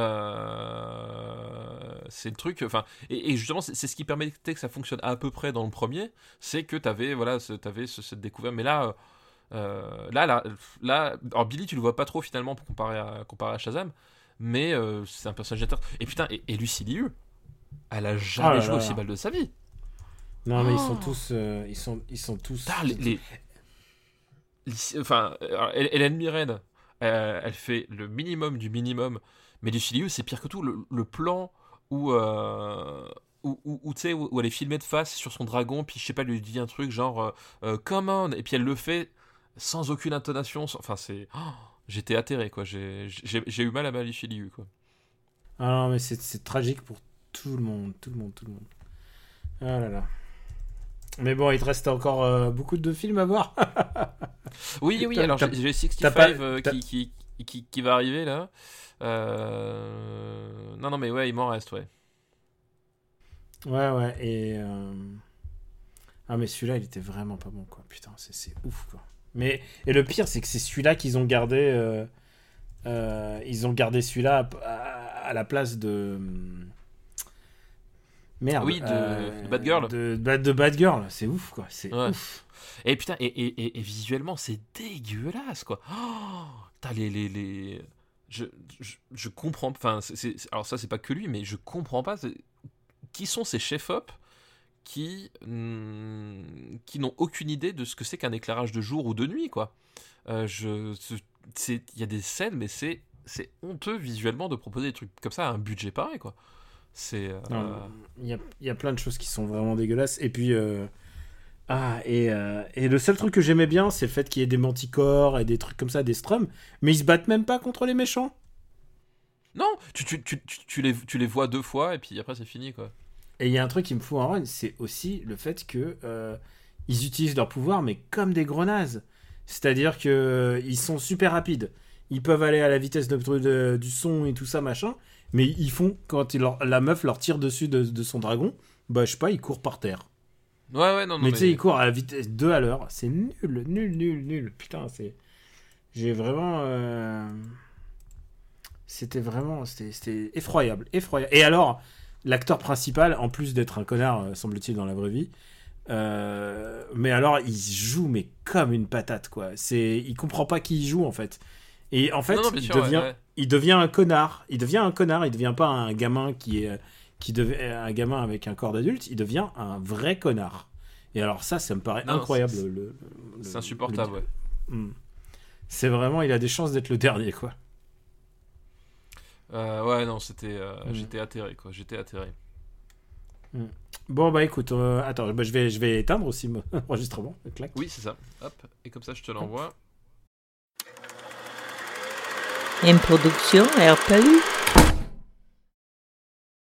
Euh, c'est le truc, enfin, et, et justement, c'est, c'est ce qui permettait que ça fonctionne à peu près dans le premier, c'est que t'avais, voilà, ce, t'avais ce, cette découverte, mais là... Euh, là, là, là, alors Billy, tu le vois pas trop finalement pour comparer à, comparer à Shazam, mais euh, c'est un personnage intéressant. Et putain, et, et Lucy Liu, elle a jamais Oh joué là aussi là. mal de sa vie. Non, mais Oh. ils sont tous. euh, ils, sont, ils sont tous. Putain, les, les- les- Enfin, alors, Hé- Hélène Mirren, euh, elle fait le minimum du minimum, mais Lucy Liu, c'est pire que tout. Le, le plan où, euh, où, où, où, tu sais, où, où elle est filmée de face sur son dragon, puis je sais pas, elle lui dit un truc genre euh, euh, come on, et puis elle le fait sans aucune intonation. sans- Enfin, c'est. Oh, j'étais atterré, quoi. J'ai, j'ai, j'ai eu mal à ma Lucy Liu, quoi. Ah non, mais c'est, c'est tragique pour tout le monde. Tout le monde, tout le monde. Ah là là. Mais bon, il te reste encore euh, beaucoup de films à voir. Oui, oui, T'as- alors t'as- j'ai, j'ai t'as pas- soixante-quinze euh, t'as- qui, qui, qui, qui va arriver là. Euh... Non, non, mais ouais, il m'en reste, ouais. Ouais, ouais, et... euh, Ah, mais celui-là, il était vraiment pas bon, quoi. Putain, c'est, c'est ouf, quoi. Mais... Et le pire, c'est que c'est celui-là qu'ils ont gardé... euh, euh, Ils ont gardé celui-là à, à- à la place de... Merde. Oui, de- de Bad Girl. De, de, de Bad Girl, c'est ouf, quoi. C'est Ouais. ouf. Et putain, et, et, et, et visuellement, c'est dégueulasse, quoi. Oh, putain, les, les, les... Je, je, je comprends... Enfin, c'est, c'est- alors ça, c'est pas que lui, mais je comprends pas... c'est- Qui sont ces chefs-op qui, hmm, qui n'ont aucune idée de ce que c'est qu'un éclairage de jour ou de nuit, quoi. Euh, je... c'est- Il y a des scènes, mais c'est, c'est honteux visuellement de proposer des trucs comme ça à un budget pareil, quoi. C'est... euh, Non, Il y a, il y a plein de choses qui sont vraiment dégueulasses. Et puis... euh, Ah, et, euh, et le seul truc que j'aimais bien, c'est le fait qu'il y ait des manticores et des trucs comme ça, des strums, mais ils se battent même pas contre les méchants. Non, tu, tu, tu, tu, tu les, tu les vois deux fois, et puis après, c'est fini, quoi. Et il y a un truc qui me fout en run, c'est aussi le fait que euh, ils utilisent leur pouvoir, mais comme des grenades. C'est-à-dire que euh, ils sont super rapides. Ils peuvent aller à la vitesse de, de- du son et tout ça, machin, mais ils font, quand il leur- la meuf leur tire dessus de, de son dragon, bah je sais pas, ils courent par terre. Ouais, ouais, non, non, mais mais... tu sais, ils courent à la vitesse deux à l'heure. C'est nul, nul, nul, nul. Putain, c'est... J'ai vraiment... euh, C'était vraiment... C'était, c'était effroyable, effroyable. Et alors, l'acteur principal, en plus d'être un connard, euh, semble-t-il, dans la vraie vie, euh, mais alors, il joue mais comme une patate, quoi. C'est... Il comprend pas qui il joue, en fait. Et en fait, Non, non, bien il, sûr, devient... ouais, ouais. il devient un connard. Il devient un connard, il devient pas un gamin qui est... qui devait un gamin avec un corps d'adulte, il devient un vrai connard. Et alors ça, ça me paraît Non, incroyable. c'est- le, le- C'est le- insupportable, le- ouais. Hmm. C'est vraiment, il a des chances d'être le dernier, quoi. Euh, ouais, non, c'était... euh, Mm. J'étais atterré, quoi. J'étais atterré. Bon bah écoute, euh, attends, bah, je vais, je vais éteindre aussi mon enregistrement. Clac. Oui, c'est ça. Hop, et comme ça, je te l'envoie. Une production R P U.